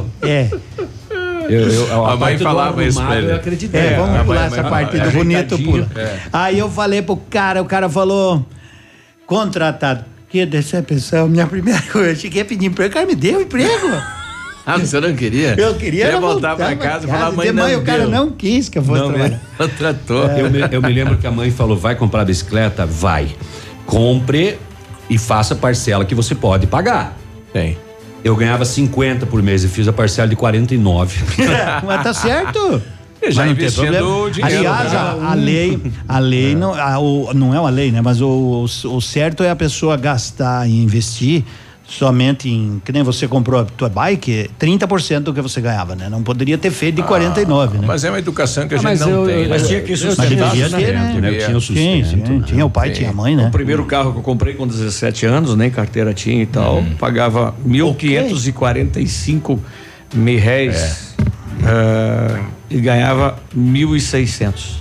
Speaker 14: A mãe falava isso pra ele.
Speaker 1: Eu acreditei.
Speaker 6: Vamos pular essa parte do bonito, pula. Aí eu falei pro cara, o cara falou: contratado. Que decepção, minha primeira coisa. Eu cheguei a pedir emprego, o cara me deu emprego.
Speaker 14: Você não queria?
Speaker 6: Eu queria
Speaker 14: voltar pra casa e falar: mãe,
Speaker 6: o cara não quis que eu fosse trabalhar.
Speaker 14: Contratou.
Speaker 1: Eu me lembro que a mãe falou: vai comprar bicicleta? Vai. Compre e faça parcela que você pode pagar.
Speaker 14: Tem.
Speaker 1: Eu ganhava 50 por mês e fiz a parcela de 49.
Speaker 6: Mas tá certo.
Speaker 14: Já investindo dinheiro.
Speaker 6: Aliás, a lei não é uma lei, né? Mas o certo é a pessoa gastar e investir somente em, que nem você comprou a tua bike, 30% do que você ganhava, né? Não poderia ter feito de 49, né?
Speaker 14: Mas é uma educação que a gente não tem.
Speaker 17: Mas tinha que sustentar.
Speaker 1: Eu tinha o sustento.
Speaker 6: Tinha o pai, tinha a mãe, né?
Speaker 17: O primeiro carro que eu comprei com 17 anos, nem carteira tinha e tal, pagava R$ 1.545 reais. E ganhava 1.600.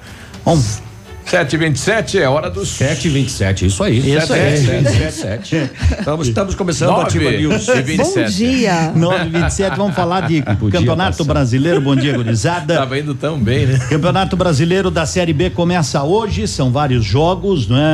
Speaker 14: 7h27 é hora dos
Speaker 1: 7h27, isso aí.
Speaker 6: Isso aí.
Speaker 17: 7h27. Estamos começando a Ativa News.
Speaker 16: Bom dia.
Speaker 6: 9h27, vamos falar de Campeonato Brasileiro. Bom dia, gurizada.
Speaker 14: Tava indo tão bem, né?
Speaker 6: Campeonato Brasileiro da Série B começa hoje, são vários jogos, né?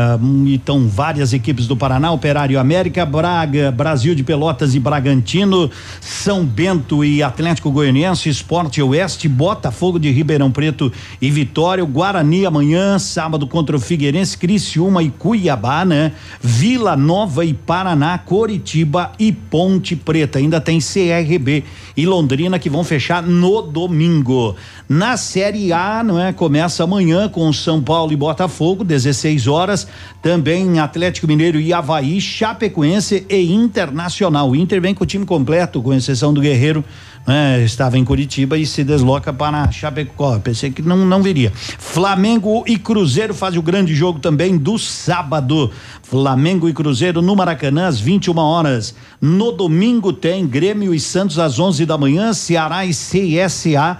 Speaker 6: E estão várias equipes do Paraná, Operário América, Braga, Brasil de Pelotas e Bragantino, São Bento e Atlético Goianiense, Sport Oeste, Botafogo de Ribeirão Preto e Vitória, o Guarani amanhã, sábado contra o Figueirense, Criciúma e Cuiabá, né? Vila Nova e Paraná, Coritiba e Ponte Preta. Ainda tem CRB e Londrina que vão fechar no domingo. Na Série A, não é? Começa amanhã com São Paulo e Botafogo, 16 horas. Também Atlético Mineiro e Avaí, Chapecoense e Internacional. O Inter vem com o time completo, com exceção do Guerreiro, né? Estava em Curitiba e se desloca para Chapecó. Pensei que não viria. Flamengo e Cruzeiro fazem o grande jogo também do sábado. Flamengo e Cruzeiro no Maracanã às 21 horas. No domingo tem Grêmio e Santos às 11 da manhã, Ceará e CSA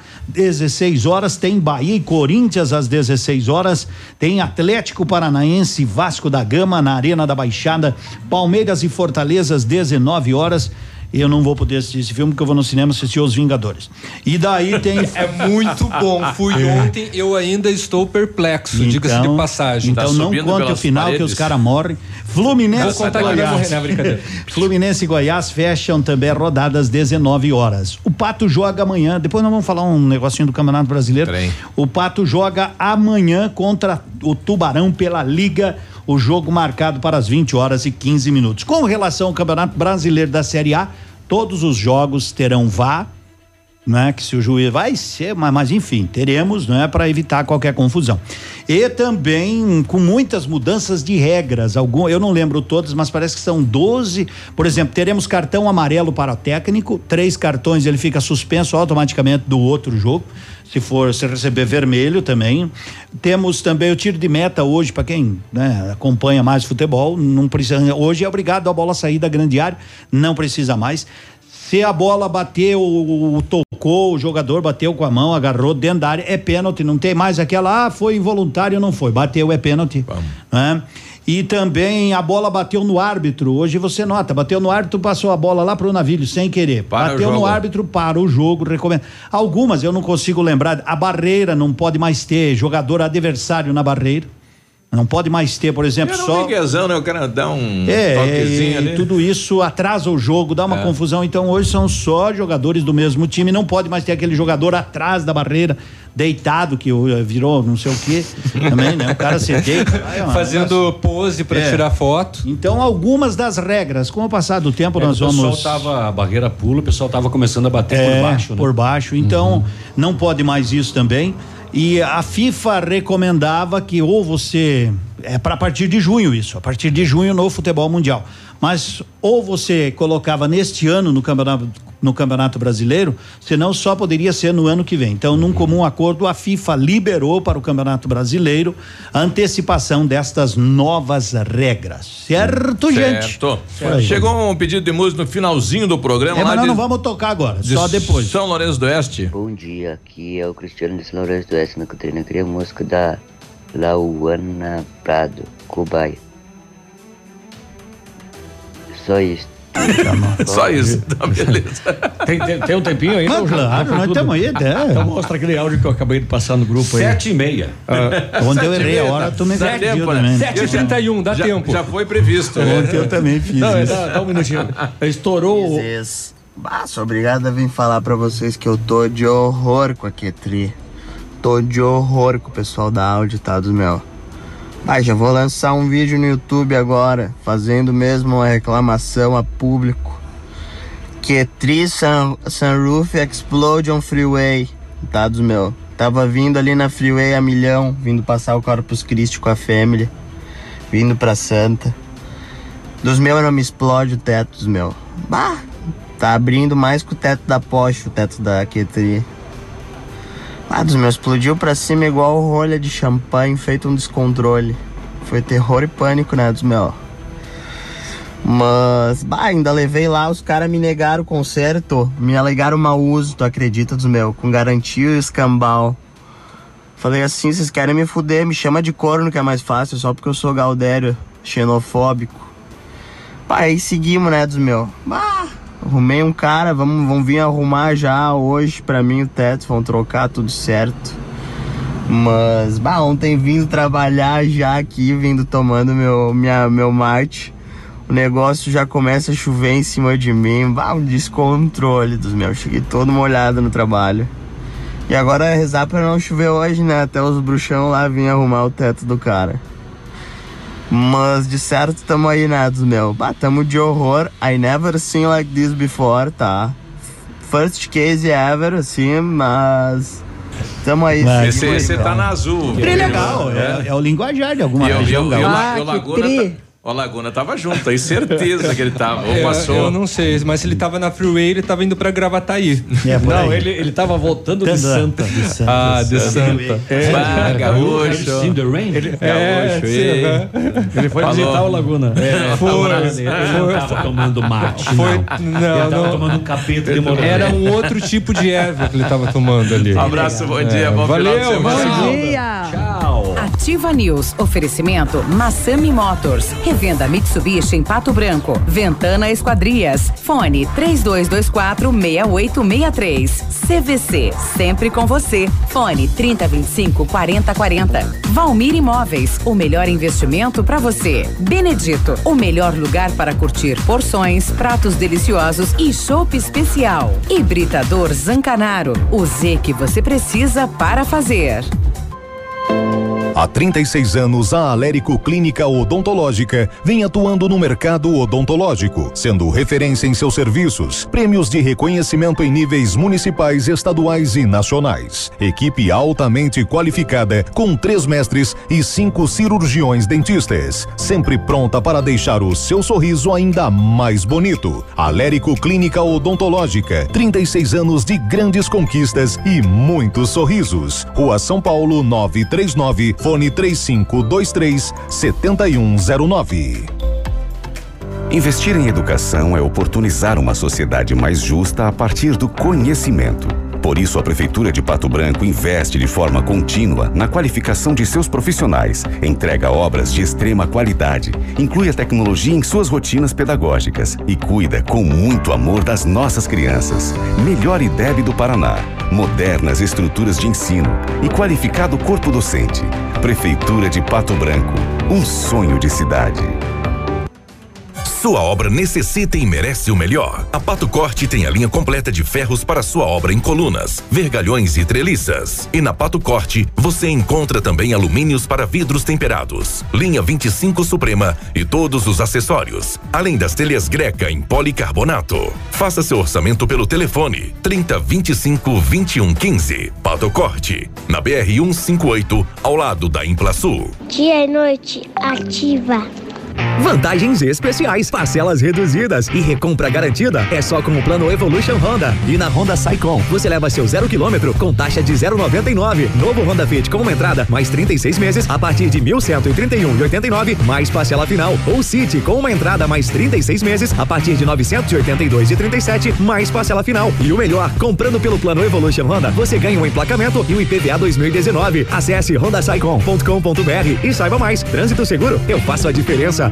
Speaker 6: 16 horas, tem Bahia e Corinthians às 16 horas, tem Atlético Paranaense e Vasco da Gama na Arena da Baixada, Palmeiras e Fortaleza às 19 horas. Eu não vou poder assistir esse filme porque eu vou no cinema assistir Os Vingadores. E daí tem...
Speaker 15: É muito bom. Fui ontem, eu ainda estou perplexo,
Speaker 6: então,
Speaker 15: diga-se de passagem.
Speaker 6: Então
Speaker 15: tá
Speaker 6: não conte o final
Speaker 15: paredes.
Speaker 6: Que os caras morrem. Fluminense
Speaker 15: e Goiás.
Speaker 6: Fluminense e Goiás fecham também a rodada às 19 horas. O Pato joga amanhã, depois nós vamos falar um negocinho do Campeonato Brasileiro. O Pato joga amanhã contra o Tubarão pela Liga, o jogo marcado para as 20 horas e 15 minutos. Com relação ao Campeonato Brasileiro da Série A, todos os jogos terão VAR, né? Que se o juiz vai ser, mas enfim, teremos, não é, para evitar qualquer confusão. E também com muitas mudanças de regras, eu não lembro todas, mas parece que são 12. Por exemplo, teremos cartão amarelo para o técnico, 3 cartões ele fica suspenso automaticamente do outro jogo. Se receber vermelho também. Temos também o tiro de meta hoje, para quem, né, acompanha mais futebol, não precisa, hoje é obrigado a bola sair da grande área, não precisa mais. Se a bola bateu, tocou, o jogador bateu com a mão, agarrou dentro da área, é pênalti, não tem mais aquela, foi involuntário, não foi, bateu, é pênalti. Né? E também a bola bateu no árbitro, hoje você nota, bateu no árbitro, passou a bola lá pro Navilho, sem querer. Bateu no árbitro, para o jogo, recomendo. Algumas eu não consigo lembrar, a barreira não pode mais ter jogador adversário na barreira. Não pode mais ter, por exemplo,
Speaker 14: era
Speaker 6: só...
Speaker 14: miguezão, né? O cara dá um toquezinho ali.
Speaker 6: Tudo isso atrasa o jogo, dá uma confusão. Então hoje são só jogadores do mesmo time, não pode mais ter aquele jogador atrás da barreira, deitado, que virou não sei o quê, também, né? O cara se deita.
Speaker 15: Fazendo pose para tirar foto.
Speaker 6: Então algumas das regras, com o passar do tempo nós vamos...
Speaker 1: O pessoal tava, a barreira pula, o pessoal tava começando a bater por baixo, né?
Speaker 6: Por baixo, então não pode mais isso também. E a FIFA recomendava que ou você, para a partir de junho isso, a partir de junho no futebol mundial, mas ou você colocava neste ano no Campeonato Brasileiro, senão só poderia ser no ano que vem. Então, num comum acordo, a FIFA liberou para o Campeonato Brasileiro a antecipação destas novas regras. Certo, gente?
Speaker 14: Certo. Chegou um pedido de música no finalzinho do programa.
Speaker 6: Mas nós não vamos tocar agora, só depois.
Speaker 14: São Lourenço do Oeste.
Speaker 10: Bom dia, aqui é o Cristiano de São Lourenço do Oeste, na Catarina. Queria a música da Lauana Prado, Cobaia. Só isso.
Speaker 14: Só isso, tá beleza.
Speaker 17: Tem um tempinho aí?
Speaker 6: Mas claro, nós estamos aí,
Speaker 17: Então mostra aquele áudio que eu acabei de passar no grupo aí.
Speaker 1: 7h30.
Speaker 6: Ontem eu errei a hora, tu me perdeu também.
Speaker 15: 7h31, dá tempo.
Speaker 14: Já foi previsto.
Speaker 6: Ontem eu também fiz isso.
Speaker 17: Dá um minutinho. Estourou.
Speaker 12: Sou obrigado a vir falar pra vocês que eu tô de horror com a Ketri. Tô de horror com o pessoal da Audi, tá, dos meus. Já vou lançar um vídeo no YouTube agora, fazendo mesmo uma reclamação a público. Ketri Sunroof Explode on Freeway, tá, dos meus. Tava vindo ali na Freeway a milhão, vindo passar o Corpus Christi com a família, vindo pra Santa. Dos meus não me explode o teto, dos meus. Tá abrindo mais que o teto da Porsche, o teto da Ketri. Dos meus explodiu pra cima igual rolha de champanhe, feito um descontrole. Foi terror e pânico, né, dos meus. Mas, ainda levei lá, os caras me negaram o conserto, me alegaram mau uso, tu acredita, dos meus, com garantia e escambau. Falei assim, vocês querem me fuder, me chama de corno que é mais fácil, só porque eu sou gaudério, xenofóbico. Aí seguimos, né, dos meus. Arrumei um cara, vamos vir arrumar já hoje pra mim o teto, vão trocar tudo certo. Mas, ontem vindo trabalhar já aqui, vindo tomando meu mate. O negócio já começa a chover em cima de mim, um descontrole dos meus. Cheguei todo molhado no trabalho. E agora é rezar pra não chover hoje, né? Até os bruxão lá vêm arrumar o teto do cara. Mas de certo tamo aí, né, dos meus. Tamo de horror. I never seen like this before, tá? First case ever, assim, mas... Tamo aí.
Speaker 14: Você tá na azul.
Speaker 6: Que legal, é o linguajar de alguma região.
Speaker 14: O Laguna tava junto, aí certeza que ele tava.
Speaker 15: Eu não sei, mas se ele tava na Freeway, ele tava indo pra Gravataí.
Speaker 17: Não, ele tava voltando de Santa.
Speaker 15: De Santa.
Speaker 14: Gaúcho.
Speaker 17: In the rain?
Speaker 14: Gaúcho.
Speaker 17: Ele foi visitar o Laguna.
Speaker 15: Ele
Speaker 17: não tava tomando mate. Ele tava tomando um capeta de morena.
Speaker 15: Era um outro tipo de erva que ele tava tomando ali.
Speaker 14: Abraço, bom dia, bom final de semana.
Speaker 16: Bom dia.
Speaker 17: Tchau.
Speaker 27: Ativa News. Oferecimento Massami Motors. Revenda Mitsubishi em Pato Branco. Ventana Esquadrias. Fone 3224-6863. CVC. Sempre com você. Fone 3025-4040. Valmir Imóveis. O melhor investimento para você. Benedito. O melhor lugar para curtir porções, pratos deliciosos e chopp especial. Hibridador Zancanaro. O Z que você precisa para fazer.
Speaker 2: Há 36 anos, a Alérico Clínica Odontológica vem atuando no mercado odontológico, sendo referência em seus serviços, prêmios de reconhecimento em níveis municipais, estaduais e nacionais. Equipe altamente qualificada, com 3 mestres e 5 cirurgiões dentistas, sempre pronta para deixar o seu sorriso ainda mais bonito. Alérico Clínica Odontológica, 36 anos de grandes conquistas e muitos sorrisos. Rua São Paulo 939, fone 3523-7109.
Speaker 5: Investir em educação é oportunizar uma sociedade mais justa a partir do conhecimento. Por isso, a Prefeitura de Pato Branco investe de forma contínua na qualificação de seus profissionais, entrega obras de extrema qualidade, inclui a tecnologia em suas rotinas pedagógicas e cuida com muito amor das nossas crianças. Melhor IDEB do Paraná, modernas estruturas de ensino e qualificado corpo docente. Prefeitura de Pato Branco, um sonho de cidade.
Speaker 13: Sua obra necessita e merece o melhor. A Pato Corte tem a linha completa de ferros para sua obra em colunas, vergalhões e treliças. E na Pato Corte, você encontra também alumínios para vidros temperados, linha 25 Suprema e todos os acessórios, além das telhas Greca em policarbonato. Faça seu orçamento pelo telefone 3025-2115. Pato Corte, na BR 158, ao lado da Implasul.
Speaker 19: Dia e noite, ativa.
Speaker 20: Vantagens especiais, parcelas reduzidas e recompra garantida é só com o plano Evolution Honda. E na Honda Saicom, você leva seu 0 km com taxa de 0,99. Novo Honda Fit com uma entrada mais 36 meses a partir de 1.131,89 mais parcela final. Ou City com uma entrada mais 36 meses a partir de 982,37 mais parcela final. E o melhor, comprando pelo plano Evolution Honda, você ganha um emplacamento e um IPVA 2019. Acesse hondasaicom.com.br e saiba mais. Trânsito seguro, eu faço a diferença.